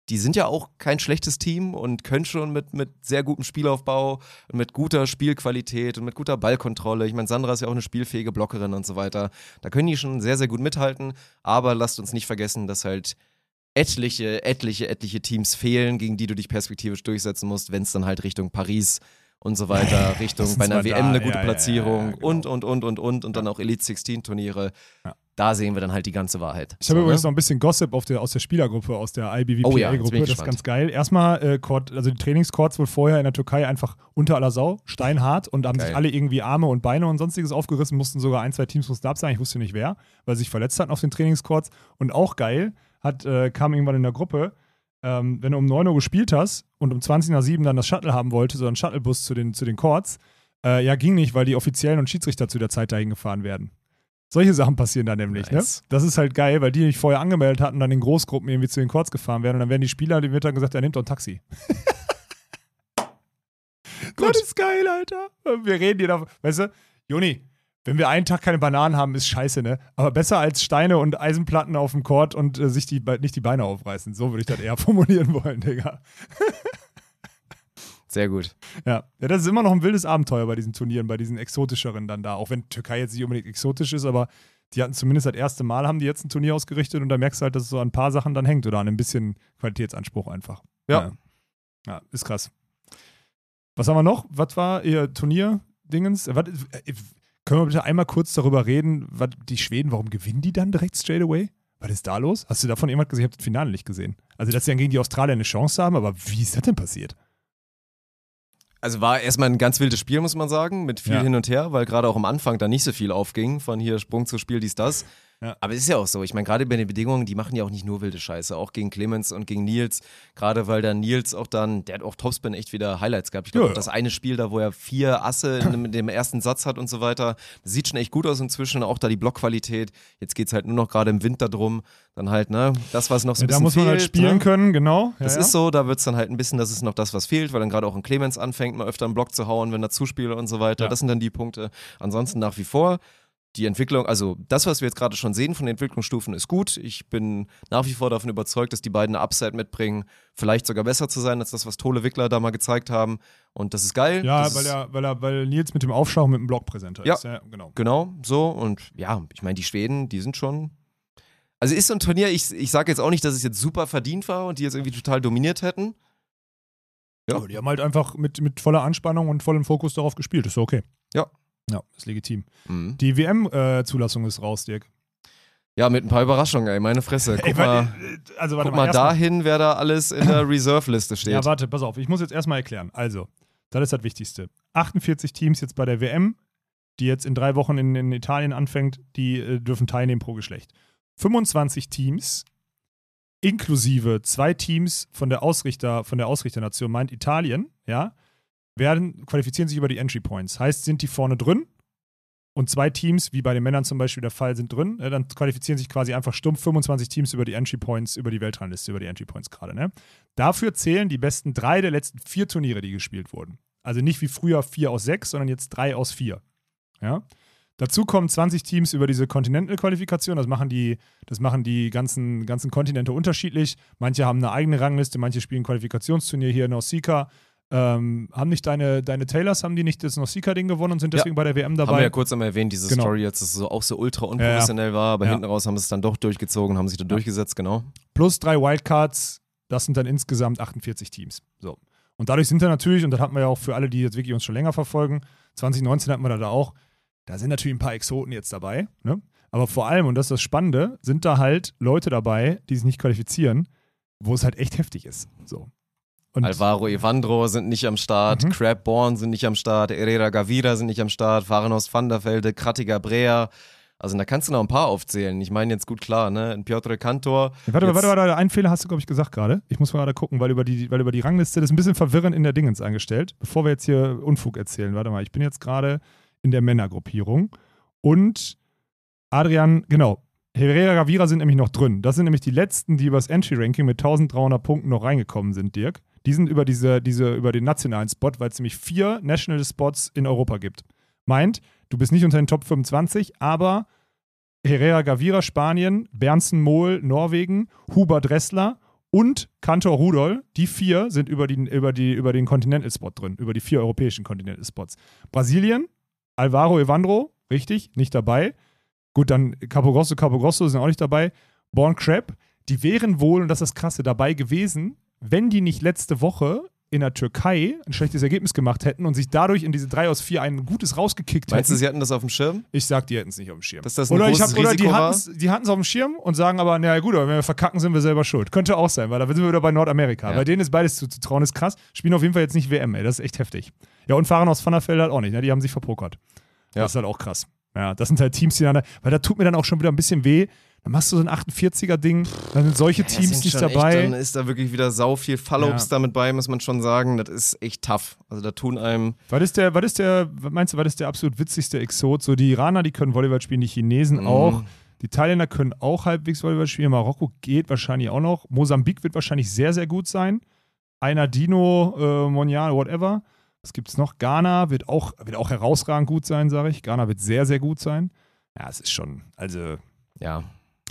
die sind ja auch kein schlechtes Team und können schon mit, mit sehr gutem Spielaufbau und mit guter Spielqualität und mit guter Ballkontrolle. Ich meine, Sandra ist ja auch eine spielfähige Blockerin und so weiter. Da können die schon sehr, sehr gut mithalten. Aber lasst uns nicht vergessen, dass halt etliche, etliche, etliche Teams fehlen, gegen die du dich perspektivisch durchsetzen musst, wenn es dann halt Richtung Paris und so weiter, Richtung bei einer W M eine gute ja, Platzierung ja, ja, genau. und, und, und, und, und und dann auch Elite sechzehn Turniere. Ja. Da sehen wir dann halt die ganze Wahrheit. Ich habe so, übrigens ne? noch ein bisschen Gossip auf der, aus der Spielergruppe, aus der I B V P A-Gruppe. Oh ja, jetzt bin ich das ist gespannt. ganz geil. Erstmal, äh, Court, also die Trainingscourts wohl vorher in der Türkei einfach unter aller Sau, steinhart und haben Geil. sich alle irgendwie Arme und Beine und sonstiges aufgerissen, mussten sogar ein, zwei Teams mussten absagen. Ich wusste nicht wer, weil sie sich verletzt hatten auf den Trainingscourts. Und auch geil, hat, äh, kam irgendwann in der Gruppe, ähm, wenn du um neun Uhr gespielt hast und um zwanzig nach sieben dann das Shuttle haben wolltest, oder einen Shuttlebus zu den, zu den Courts, äh, ja, ging nicht, weil die Offiziellen und Schiedsrichter zu der Zeit dahin gefahren werden. Solche Sachen passieren da nämlich, Nice. ne? Das ist halt geil, weil die nicht vorher angemeldet hatten und dann in Großgruppen irgendwie zu den Courts gefahren werden und dann werden die Spieler, denen wird dann gesagt, er nimmt doch ein Taxi. Gut. Das ist geil, Alter. Wir reden hier da, weißt du, Joni, wenn wir einen Tag keine Bananen haben, ist scheiße, ne? Aber besser als Steine und Eisenplatten auf dem Court und äh, sich die, nicht die Beine aufreißen. So würde ich das eher formulieren wollen, Digga. Sehr gut. Ja. ja, das ist immer noch ein wildes Abenteuer bei diesen Turnieren, bei diesen exotischeren dann da. Auch wenn Türkei jetzt nicht unbedingt exotisch ist, aber die hatten zumindest das erste Mal, haben die jetzt ein Turnier ausgerichtet und da merkst du halt, dass es so an ein paar Sachen dann hängt oder an ein bisschen Qualitätsanspruch einfach. Ja. Ja, ja ist krass. Was haben wir noch? Was war ihr Turnier-Dingens? Was, äh, können wir bitte einmal kurz darüber reden, was, die Schweden, warum gewinnen die dann direkt straight away? Was ist da los? Hast du davon jemand gesehen? Ich habe das Finale nicht gesehen. Also, dass sie dann gegen die Australier eine Chance haben, aber wie ist das denn passiert? Also war erstmal ein ganz wildes Spiel, muss man sagen, mit viel Ja. hin und her, weil gerade auch am Anfang da nicht so viel aufging, von hier Sprung zu Spiel, dies, das. Ja. Aber es ist ja auch so, ich meine, gerade bei den Bedingungen, die machen ja auch nicht nur wilde Scheiße, auch gegen Clemens und gegen Nils, gerade weil dann Nils auch dann, der hat auch Topspin echt wieder Highlights gehabt. Ich glaube, Ja, ja. das eine Spiel da, wo er vier Asse in dem, in dem ersten Satz hat und so weiter, das sieht schon echt gut aus inzwischen, auch da die Blockqualität. Jetzt geht es halt nur noch gerade im Winter drum, dann halt, ne, das, was noch so Ja, ein bisschen da muss man halt fehlt, spielen ne? können, genau. Ja, Das ja. ist so, da wird es dann halt ein bisschen, das ist noch das, was fehlt, weil dann gerade auch ein Clemens anfängt, mal öfter einen Block zu hauen, wenn er zuspielt und so weiter. Ja. Das sind dann die Punkte. Ansonsten nach wie vor die Entwicklung, also das, was wir jetzt gerade schon sehen von den Entwicklungsstufen, ist gut. Ich bin nach wie vor davon überzeugt, dass die beiden eine Upside mitbringen, vielleicht sogar besser zu sein, als das, was Tole Wickler da mal gezeigt haben. Und das ist geil. Ja, das weil, ist, er, weil, er, weil Nils mit dem Aufschlag mit dem Block präsenter Ja. ist. Ja, genau. Genau, so. Und ja, ich meine, die Schweden, die sind schon. Also ist so ein Turnier, ich, ich sage jetzt auch nicht, dass es jetzt super verdient war und die jetzt irgendwie total dominiert hätten. Ja. Aber die haben halt einfach mit, mit voller Anspannung und vollem Fokus darauf gespielt. Ist so okay. Ja. Ja, ist legitim. Mhm. Die W M-Zulassung ist raus, Dirk. Ja, mit ein paar Überraschungen, ey, meine Fresse. Guck Ey, mal, warte, also, warte guck mal erstmal- dahin, wer da alles in der Reserve-Liste steht. Ja, warte, pass auf. Ich muss jetzt erstmal erklären. Also, das ist das Wichtigste. achtundvierzig Teams jetzt bei der W M, die jetzt in drei Wochen in, in Italien anfängt, die äh, dürfen teilnehmen pro Geschlecht. fünfundzwanzig Teams, inklusive zwei Teams von der Ausrichter, von der Ausrichternation, meint Italien, ja, werden, qualifizieren sich über die Entry Points. Heißt, sind die vorne drin und zwei Teams, wie bei den Männern zum Beispiel der Fall, sind drin, äh, dann qualifizieren sich quasi einfach stumpf fünfundzwanzig Teams über die Entry Points, über die Weltrangliste, über die Entry Points gerade, ne? Dafür zählen die besten drei der letzten vier Turniere, die gespielt wurden. Also nicht wie früher vier aus sechs, sondern jetzt drei aus vier. Ja? Dazu kommen zwanzig Teams über diese Continental-Qualifikation. Das machen die, das machen die ganzen, ganzen Kontinente unterschiedlich. Manche haben eine eigene Rangliste, manche spielen Qualifikationsturnier hier in Nausicaa. Ähm, haben nicht deine, deine Taylors, haben die nicht das Nausicaa-Ding gewonnen und sind deswegen Ja. bei der W M dabei? Haben wir ja kurz einmal erwähnt, diese Genau. Story jetzt, dass es so, auch so ultra unprofessionell war, aber Ja. hinten raus haben sie es dann doch durchgezogen, haben sich da durchgesetzt, genau. Plus drei Wildcards, das sind dann insgesamt achtundvierzig Teams. So. Und dadurch sind da natürlich, und das hatten wir ja auch für alle, die jetzt wirklich uns schon länger verfolgen, zwanzig neunzehn hatten wir da, da auch, da sind natürlich ein paar Exoten jetzt dabei, ne? Aber vor allem, und das ist das Spannende, sind da halt Leute dabei, die sich nicht qualifizieren, wo es halt echt heftig ist. So. Und Alvaro Evandro sind nicht am Start, Mhm. Crab Born sind nicht am Start, Herrera Gavira sind nicht am Start, Fahrenhaus van der Velde, Krattiger Brea. Also da kannst du noch ein paar aufzählen. Ich meine jetzt gut klar, ne? Ein Piotr Kantor. Ja, warte, jetzt, warte, warte, einen Fehler hast du, glaube ich, gesagt gerade. Ich muss mal gerade gucken, weil über, die, weil über die Rangliste, das ist ein bisschen verwirrend in der Dingens angestellt. Bevor wir jetzt hier Unfug erzählen, warte mal, ich bin jetzt gerade in der Männergruppierung und Adrian, genau, Herrera Gavira sind nämlich noch drin. Das sind nämlich die letzten, die über das Entry-Ranking mit dreizehnhundert Punkten noch reingekommen sind, Dirk. Die sind über, diese, diese, über den nationalen Spot, weil es nämlich vier National Spots in Europa gibt. Meint, du bist nicht unter den Top fünfundzwanzig, aber Herrera Gavira, Spanien, Bernsen Mohl, Norwegen, Hubert Dressler und Kantor Rudol. Die vier sind über, die, über, die, über den Continental-Spot drin, über die vier europäischen Continental-Spots. Brasilien, Alvaro Evandro, richtig, nicht dabei. Gut, dann Capogrosso, Capogrosso sind auch nicht dabei. Born Crab, die wären wohl, und das ist das Krasse, dabei gewesen, wenn die nicht letzte Woche in der Türkei ein schlechtes Ergebnis gemacht hätten und sich dadurch in diese drei aus vier ein gutes rausgekickt Meinst hätten. du, sie hatten das auf dem Schirm? Ich sag, die hätten es nicht auf dem Schirm. Dass das ein oder ich großes hab, oder Risiko die war? hatten's- die hatten es auf dem Schirm und sagen aber, naja gut, aber wenn wir verkacken, sind wir selber schuld. Könnte auch sein, weil da sind wir wieder bei Nordamerika. Ja. Bei denen ist beides zuzutrauen, ist krass. Spielen auf jeden Fall jetzt nicht W M, ey. Das ist echt heftig. Ja, und fahren aus Vanderfeld halt auch nicht, ne? Die haben sich verpokert. Ja. Das ist halt auch krass. Ja, das sind halt Teams, die dann, weil da tut mir dann auch schon wieder ein bisschen weh. Dann machst du so ein achtundvierziger-Ding, dann sind solche Ja, Teams sind nicht schon dabei. Echt, dann ist da wirklich wieder sau viel Fallobst Ja. damit bei, muss man schon sagen. Das ist echt tough. Also da tun einem. Was ist der, was ist der, was meinst du, was ist der absolut witzigste Exot? So die Iraner, die können Volleyball spielen, die Chinesen Mhm. auch. Die Thailänder können auch halbwegs Volleyball spielen. Marokko geht wahrscheinlich auch noch. Mosambik wird wahrscheinlich sehr, sehr gut sein. Einer Dino, äh, Monjan, whatever. Was gibt es noch? Ghana wird auch, wird auch herausragend gut sein, sage ich. Ghana wird sehr, sehr gut sein. Ja, es ist schon, also Ja.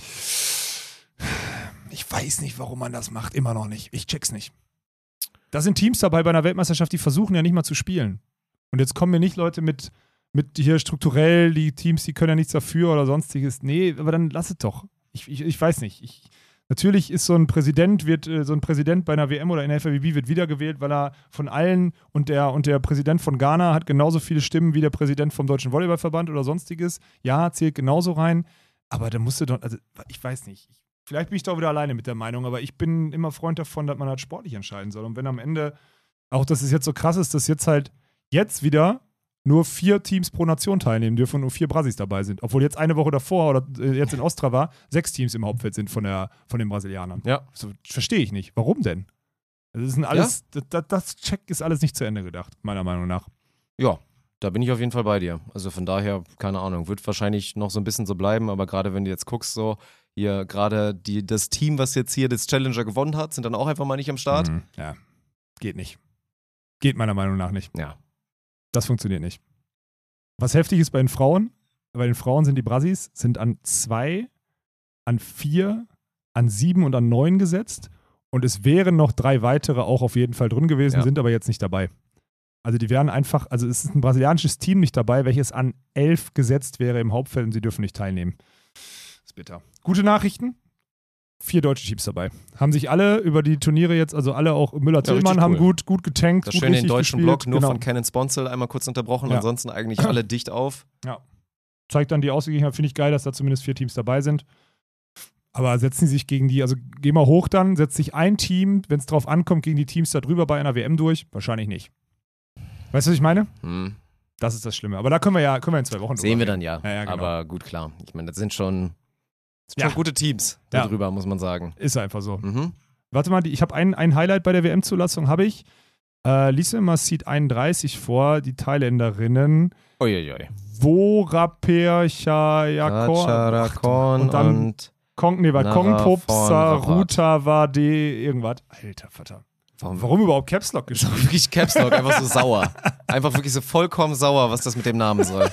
ich weiß nicht, warum man das macht. Immer noch nicht. Ich check's nicht. Da sind Teams dabei bei einer Weltmeisterschaft, die versuchen ja nicht mal zu spielen. Und jetzt kommen mir nicht Leute mit, mit hier strukturell, die Teams, die können ja nichts dafür oder sonstiges. Nee, aber dann lass es doch. Ich, ich, ich weiß nicht. Ich, natürlich ist so ein Präsident, wird äh, so ein Präsident bei einer W M oder in der F I V B wird wiedergewählt, weil er von allen und der, und der Präsident von Ghana hat genauso viele Stimmen wie der Präsident vom Deutschen Volleyballverband oder sonstiges. Ja, zählt genauso rein. Aber da musst du doch, also ich weiß nicht. Ich, vielleicht bin ich doch wieder alleine mit der Meinung, aber ich bin immer Freund davon, dass man halt sportlich entscheiden soll. Und wenn am Ende, auch dass es jetzt so krass ist, dass jetzt halt jetzt wieder nur vier Teams pro Nation teilnehmen dürfen und nur vier Brasis dabei sind. Obwohl jetzt eine Woche davor oder äh, jetzt in Ostrava sechs Teams im Hauptfeld sind von, der, von den Brasilianern. Ja. So, verstehe ich nicht. Warum denn? Das ist ein alles, das, das, das Check ist alles nicht zu Ende gedacht, meiner Meinung nach. Ja, da bin ich auf jeden Fall bei dir. Also von daher, keine Ahnung, wird wahrscheinlich noch so ein bisschen so bleiben, aber gerade wenn du jetzt guckst, so hier gerade die, das Team, was jetzt hier das Challenger gewonnen hat, sind dann auch einfach mal nicht am Start. Mhm. Ja, geht nicht. Geht meiner Meinung nach nicht. Ja. Das funktioniert nicht. Was heftig ist bei den Frauen, bei den Frauen sind die Brasis, sind an zwei, an vier, an sieben und an neun gesetzt. Und es wären noch drei weitere auch auf jeden Fall drin gewesen, Ja. sind aber jetzt nicht dabei. Also die wären einfach, also es ist ein brasilianisches Team nicht dabei, welches an elf gesetzt wäre im Hauptfeld und sie dürfen nicht teilnehmen. Das ist bitter. Gute Nachrichten. Vier deutsche Teams dabei. Haben sich alle über die Turniere jetzt, also alle auch Müller-Tillmann, richtig haben cool. gut, gut getankt. Das gut schön den richtig deutschen gespielt. Block nur Genau. von Cannon Sponsel einmal kurz unterbrochen, Ja. ansonsten eigentlich alle dicht auf. Zeigt dann die Ausgeglichenheit, finde ich geil, dass da zumindest vier Teams dabei sind. Aber setzen sie sich gegen die, also geh mal hoch dann, setzt sich ein Team, wenn es drauf ankommt, gegen die Teams da drüber bei einer W M durch? Wahrscheinlich nicht. Weißt du, was ich meine? Hm. Das ist das Schlimme. Aber da können wir ja können wir in zwei Wochen Sehen drüber wir reden. dann ja. Ja, ja, genau. Aber gut, klar. Ich meine, das sind schon, das sind Ja. schon gute Teams Ja. darüber, muss man sagen. Ist einfach so. Mhm. Warte mal, die, ich habe ein, ein Highlight bei der W M-Zulassung, habe ich. Äh, Lise Massid einunddreißig vor, die Thailänderinnen. Uiuiui. Voraper Chayakon. Charakon Und dann und Kong, nee, war Nara Kongpop, von Saruta, Wade, irgendwas. Alter Vater. warum, Warum überhaupt Caps Lock geschrieben? wirklich Caps Lock, einfach so sauer. Einfach wirklich so vollkommen sauer, was das mit dem Namen soll.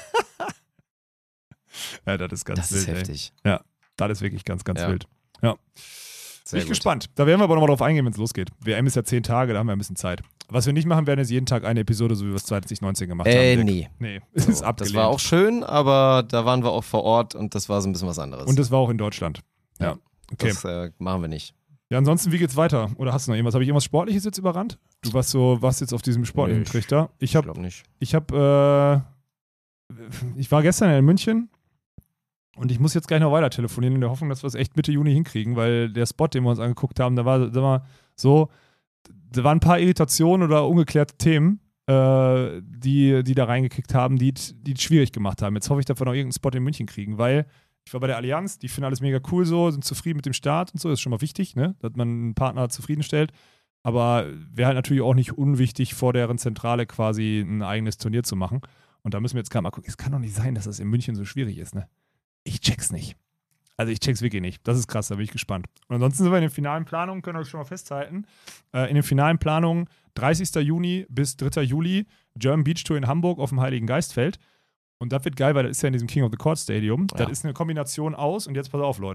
Ja, das ist ganz Das wild. ist ey. heftig. Das ist wirklich ganz, ganz Ja. wild. Ja. Sehr Bin ich gut. gespannt. Da werden wir aber nochmal drauf eingehen, wenn es losgeht. W M ist ja zehn Tage, da haben wir ein bisschen Zeit. Was wir nicht machen werden, ist jeden Tag eine Episode, so wie wir es zwanzig neunzehn gemacht Äh, haben. nee. Nee, es So, ist abgelehnt. das war auch schön, aber da waren wir auch vor Ort und das war so ein bisschen was anderes. Und das war auch in Deutschland. Ja. Ja. Okay. Das äh, machen wir nicht. Ja, ansonsten, wie geht's weiter? Oder hast du noch irgendwas? Habe ich irgendwas Sportliches jetzt überrannt? Du warst so, warst jetzt auf diesem sportlichen Nee, ich- Trichter. Ich Ich habe glaube nicht. Ich habe, äh, ich war gestern in München und ich muss jetzt gleich noch weiter telefonieren in der Hoffnung, dass wir es echt Mitte Juni hinkriegen, weil der Spot, den wir uns angeguckt haben, da war, sag mal, so, da waren ein paar Irritationen oder ungeklärte Themen, äh, die, die da reingekickt haben, die die es schwierig gemacht haben. Jetzt hoffe ich, dass wir noch irgendeinen Spot in München kriegen, weil ich war bei der Allianz, die finden alles mega cool so, sind zufrieden mit dem Start und so, das ist schon mal wichtig, ne? Dass man einen Partner zufriedenstellt. Aber wäre halt natürlich auch nicht unwichtig, vor deren Zentrale quasi ein eigenes Turnier zu machen. Und da müssen wir jetzt gerade mal gucken. Es kann doch nicht sein, dass das in München so schwierig ist, ne? Ich check's nicht. Also ich check's wirklich nicht. Das ist krass, da bin ich gespannt. Und ansonsten sind wir in den finalen Planungen, können wir das schon mal festhalten. Äh, in den finalen Planungen dreißigster Juni bis dritter Juli German Beach Tour in Hamburg auf dem Heiligen Geistfeld. Und das wird geil, weil das ist ja in diesem King of the Court Stadium. Ja. Das ist eine Kombination aus, und jetzt pass auf, Leute,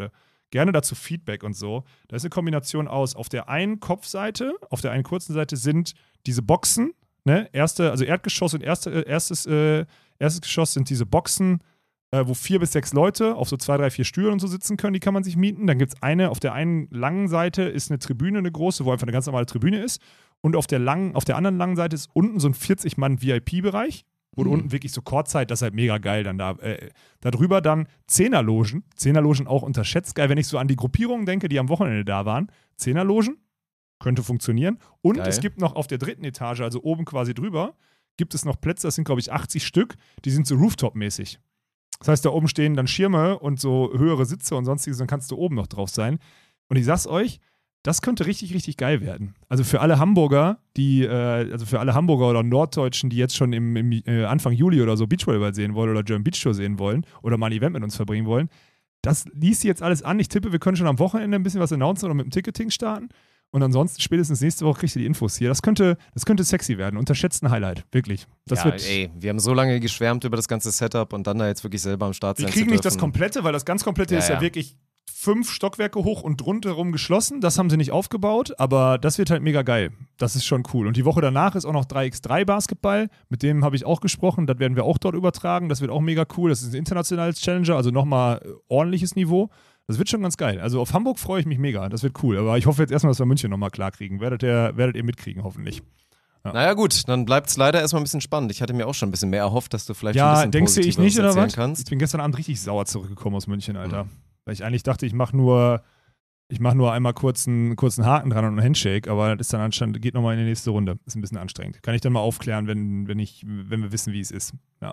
gerne dazu Feedback und so. Da ist eine Kombination aus, auf der einen Kopfseite, auf der einen kurzen Seite sind diese Boxen, ne, erste, also Erdgeschoss und erste, äh, erstes, äh, erstes Geschoss sind diese Boxen, äh, wo vier bis sechs Leute auf so zwei, drei, vier Stühlen und so sitzen können, die kann man sich mieten. Dann gibt es eine, auf der einen langen Seite ist eine Tribüne, eine große, wo einfach eine ganz normale Tribüne ist. Und auf der langen, auf der anderen langen Seite ist unten so ein vierzig Mann V I P-Bereich. Wo mhm. unten wirklich so Kurzzeit, das ist halt mega geil dann da. Äh, darüber dann Zehnerlogen. Zehnerlogen auch unterschätzt geil, wenn ich so an die Gruppierungen denke, die am Wochenende da waren. Zehnerlogen, könnte funktionieren. Und geil. Es gibt noch auf der dritten Etage, also oben quasi drüber, gibt es noch Plätze, das sind glaube ich achtzig Stück, die sind so Rooftop-mäßig. Das heißt, da oben stehen dann Schirme und so höhere Sitze und sonstiges, dann kannst du oben noch drauf sein. Und ich sag's euch, das könnte richtig, richtig geil werden. Also für alle Hamburger, die, äh, also für alle Hamburger oder Norddeutschen, die jetzt schon im, im äh, Anfang Juli oder so Beachvolleyball sehen wollen oder German Beach Tour sehen wollen oder mal ein Event mit uns verbringen wollen, das liest jetzt alles an. Ich tippe, wir können schon am Wochenende ein bisschen was announcen oder mit dem Ticketing starten. Und ansonsten spätestens nächste Woche kriegst du die Infos hier. Das könnte, das könnte sexy werden. Unterschätzt ein Highlight, wirklich. Das ja, wird, ey, wir haben so lange geschwärmt über das ganze Setup und dann da jetzt wirklich selber am Start sein wir zu dürfen. kriegen nicht das Komplette, weil das ganz Komplette ja, ist ja, ja wirklich fünf Stockwerke hoch und rundherum geschlossen. Das haben sie nicht aufgebaut, aber das wird halt mega geil. Das ist schon cool. Und die Woche danach ist auch noch drei gegen drei Basketball. Mit dem habe ich auch gesprochen. Das werden wir auch dort übertragen. Das wird auch mega cool. Das ist ein internationales Challenger, also nochmal ordentliches Niveau. Das wird schon ganz geil. Also auf Hamburg freue ich mich mega. Das wird cool. Aber ich hoffe jetzt erstmal, dass wir München nochmal klar kriegen. Werdet ihr, werdet ihr mitkriegen, hoffentlich. Ja. Naja gut, dann bleibt es leider erstmal ein bisschen spannend. Ich hatte mir auch schon ein bisschen mehr erhofft, dass du vielleicht ja, ein bisschen denkst du, ich nicht oder was? Kannst. Ich bin gestern Abend richtig sauer zurückgekommen aus München, Alter. Mhm. Weil ich eigentlich dachte, ich mache nur, ich mache nur einmal kurz einen, kurz einen Haken dran und einen Handshake, aber das ist dann anscheinend, geht nochmal in die nächste Runde. Ist ein bisschen anstrengend. Kann ich dann mal aufklären, wenn, wenn, ich, wenn wir wissen, wie es ist. Ja.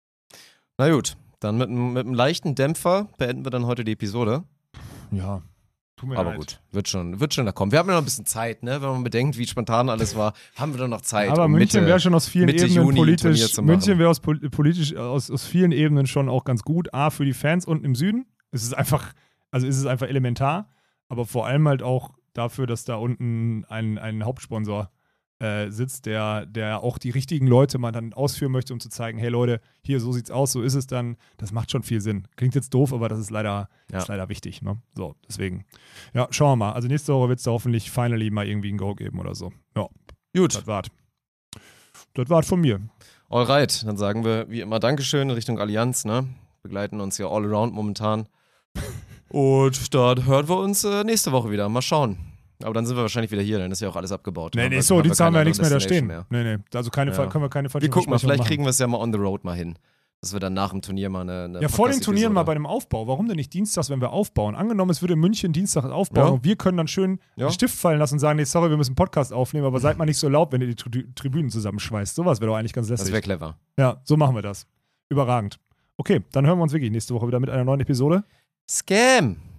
Na gut, dann mit, mit einem leichten Dämpfer beenden wir dann heute die Episode. Ja. Aber leid. Gut, wird schon, wird schon da kommen. Wir haben ja noch ein bisschen Zeit, ne? Wenn man bedenkt, wie spontan alles war, haben wir doch noch Zeit. Aber um München wäre schon aus vielen Mitte Ebenen Juni politisch. München wäre aus, politisch aus, aus vielen Ebenen schon auch ganz gut. A, für die Fans unten im Süden. Es ist einfach, also ist es einfach elementar, aber vor allem halt auch dafür, dass da unten ein, ein Hauptsponsor äh, sitzt, der, der auch die richtigen Leute mal dann ausführen möchte, um zu zeigen, hey Leute, hier, so sieht's aus, so ist es dann. Das macht schon viel Sinn. Klingt jetzt doof, aber das ist leider, ja. ist leider wichtig. Ne? So, deswegen. Ja, schauen wir mal. Also nächste Woche wird es da hoffentlich finally mal irgendwie ein Go geben oder so. Ja, gut. Das war's. Das war's von mir. Alright, dann sagen wir wie immer Dankeschön in Richtung Allianz, ne? Begleiten uns ja all around momentan. Und dann hören wir uns äh, nächste Woche wieder. Mal schauen. Aber dann sind wir wahrscheinlich wieder hier, dann ist ja auch alles abgebaut. Nee, nee, so, die haben wir ja nichts mehr da stehen. Mehr. Nee, nee, also keine, ja. können wir keine falschen Wir gucken mal, vielleicht machen. kriegen wir es ja mal on the road mal hin. Dass wir dann nach dem Turnier mal eine, eine Ja, vor den Turnieren mal bei dem Aufbau. Warum denn nicht dienstags, wenn wir aufbauen? Angenommen, es würde München Dienstag aufbauen ja. und wir können dann schön ja. den Stift fallen lassen und sagen, nee, sorry, wir müssen einen Podcast aufnehmen, aber seid mal nicht so laut, wenn ihr die Tri- Tribünen zusammenschweißt. Sowas wäre doch eigentlich ganz lässig. Das wäre clever. Ja, so machen wir das. Überragend. Okay, dann hören wir uns wirklich nächste Woche wieder mit einer neuen Episode. Scam!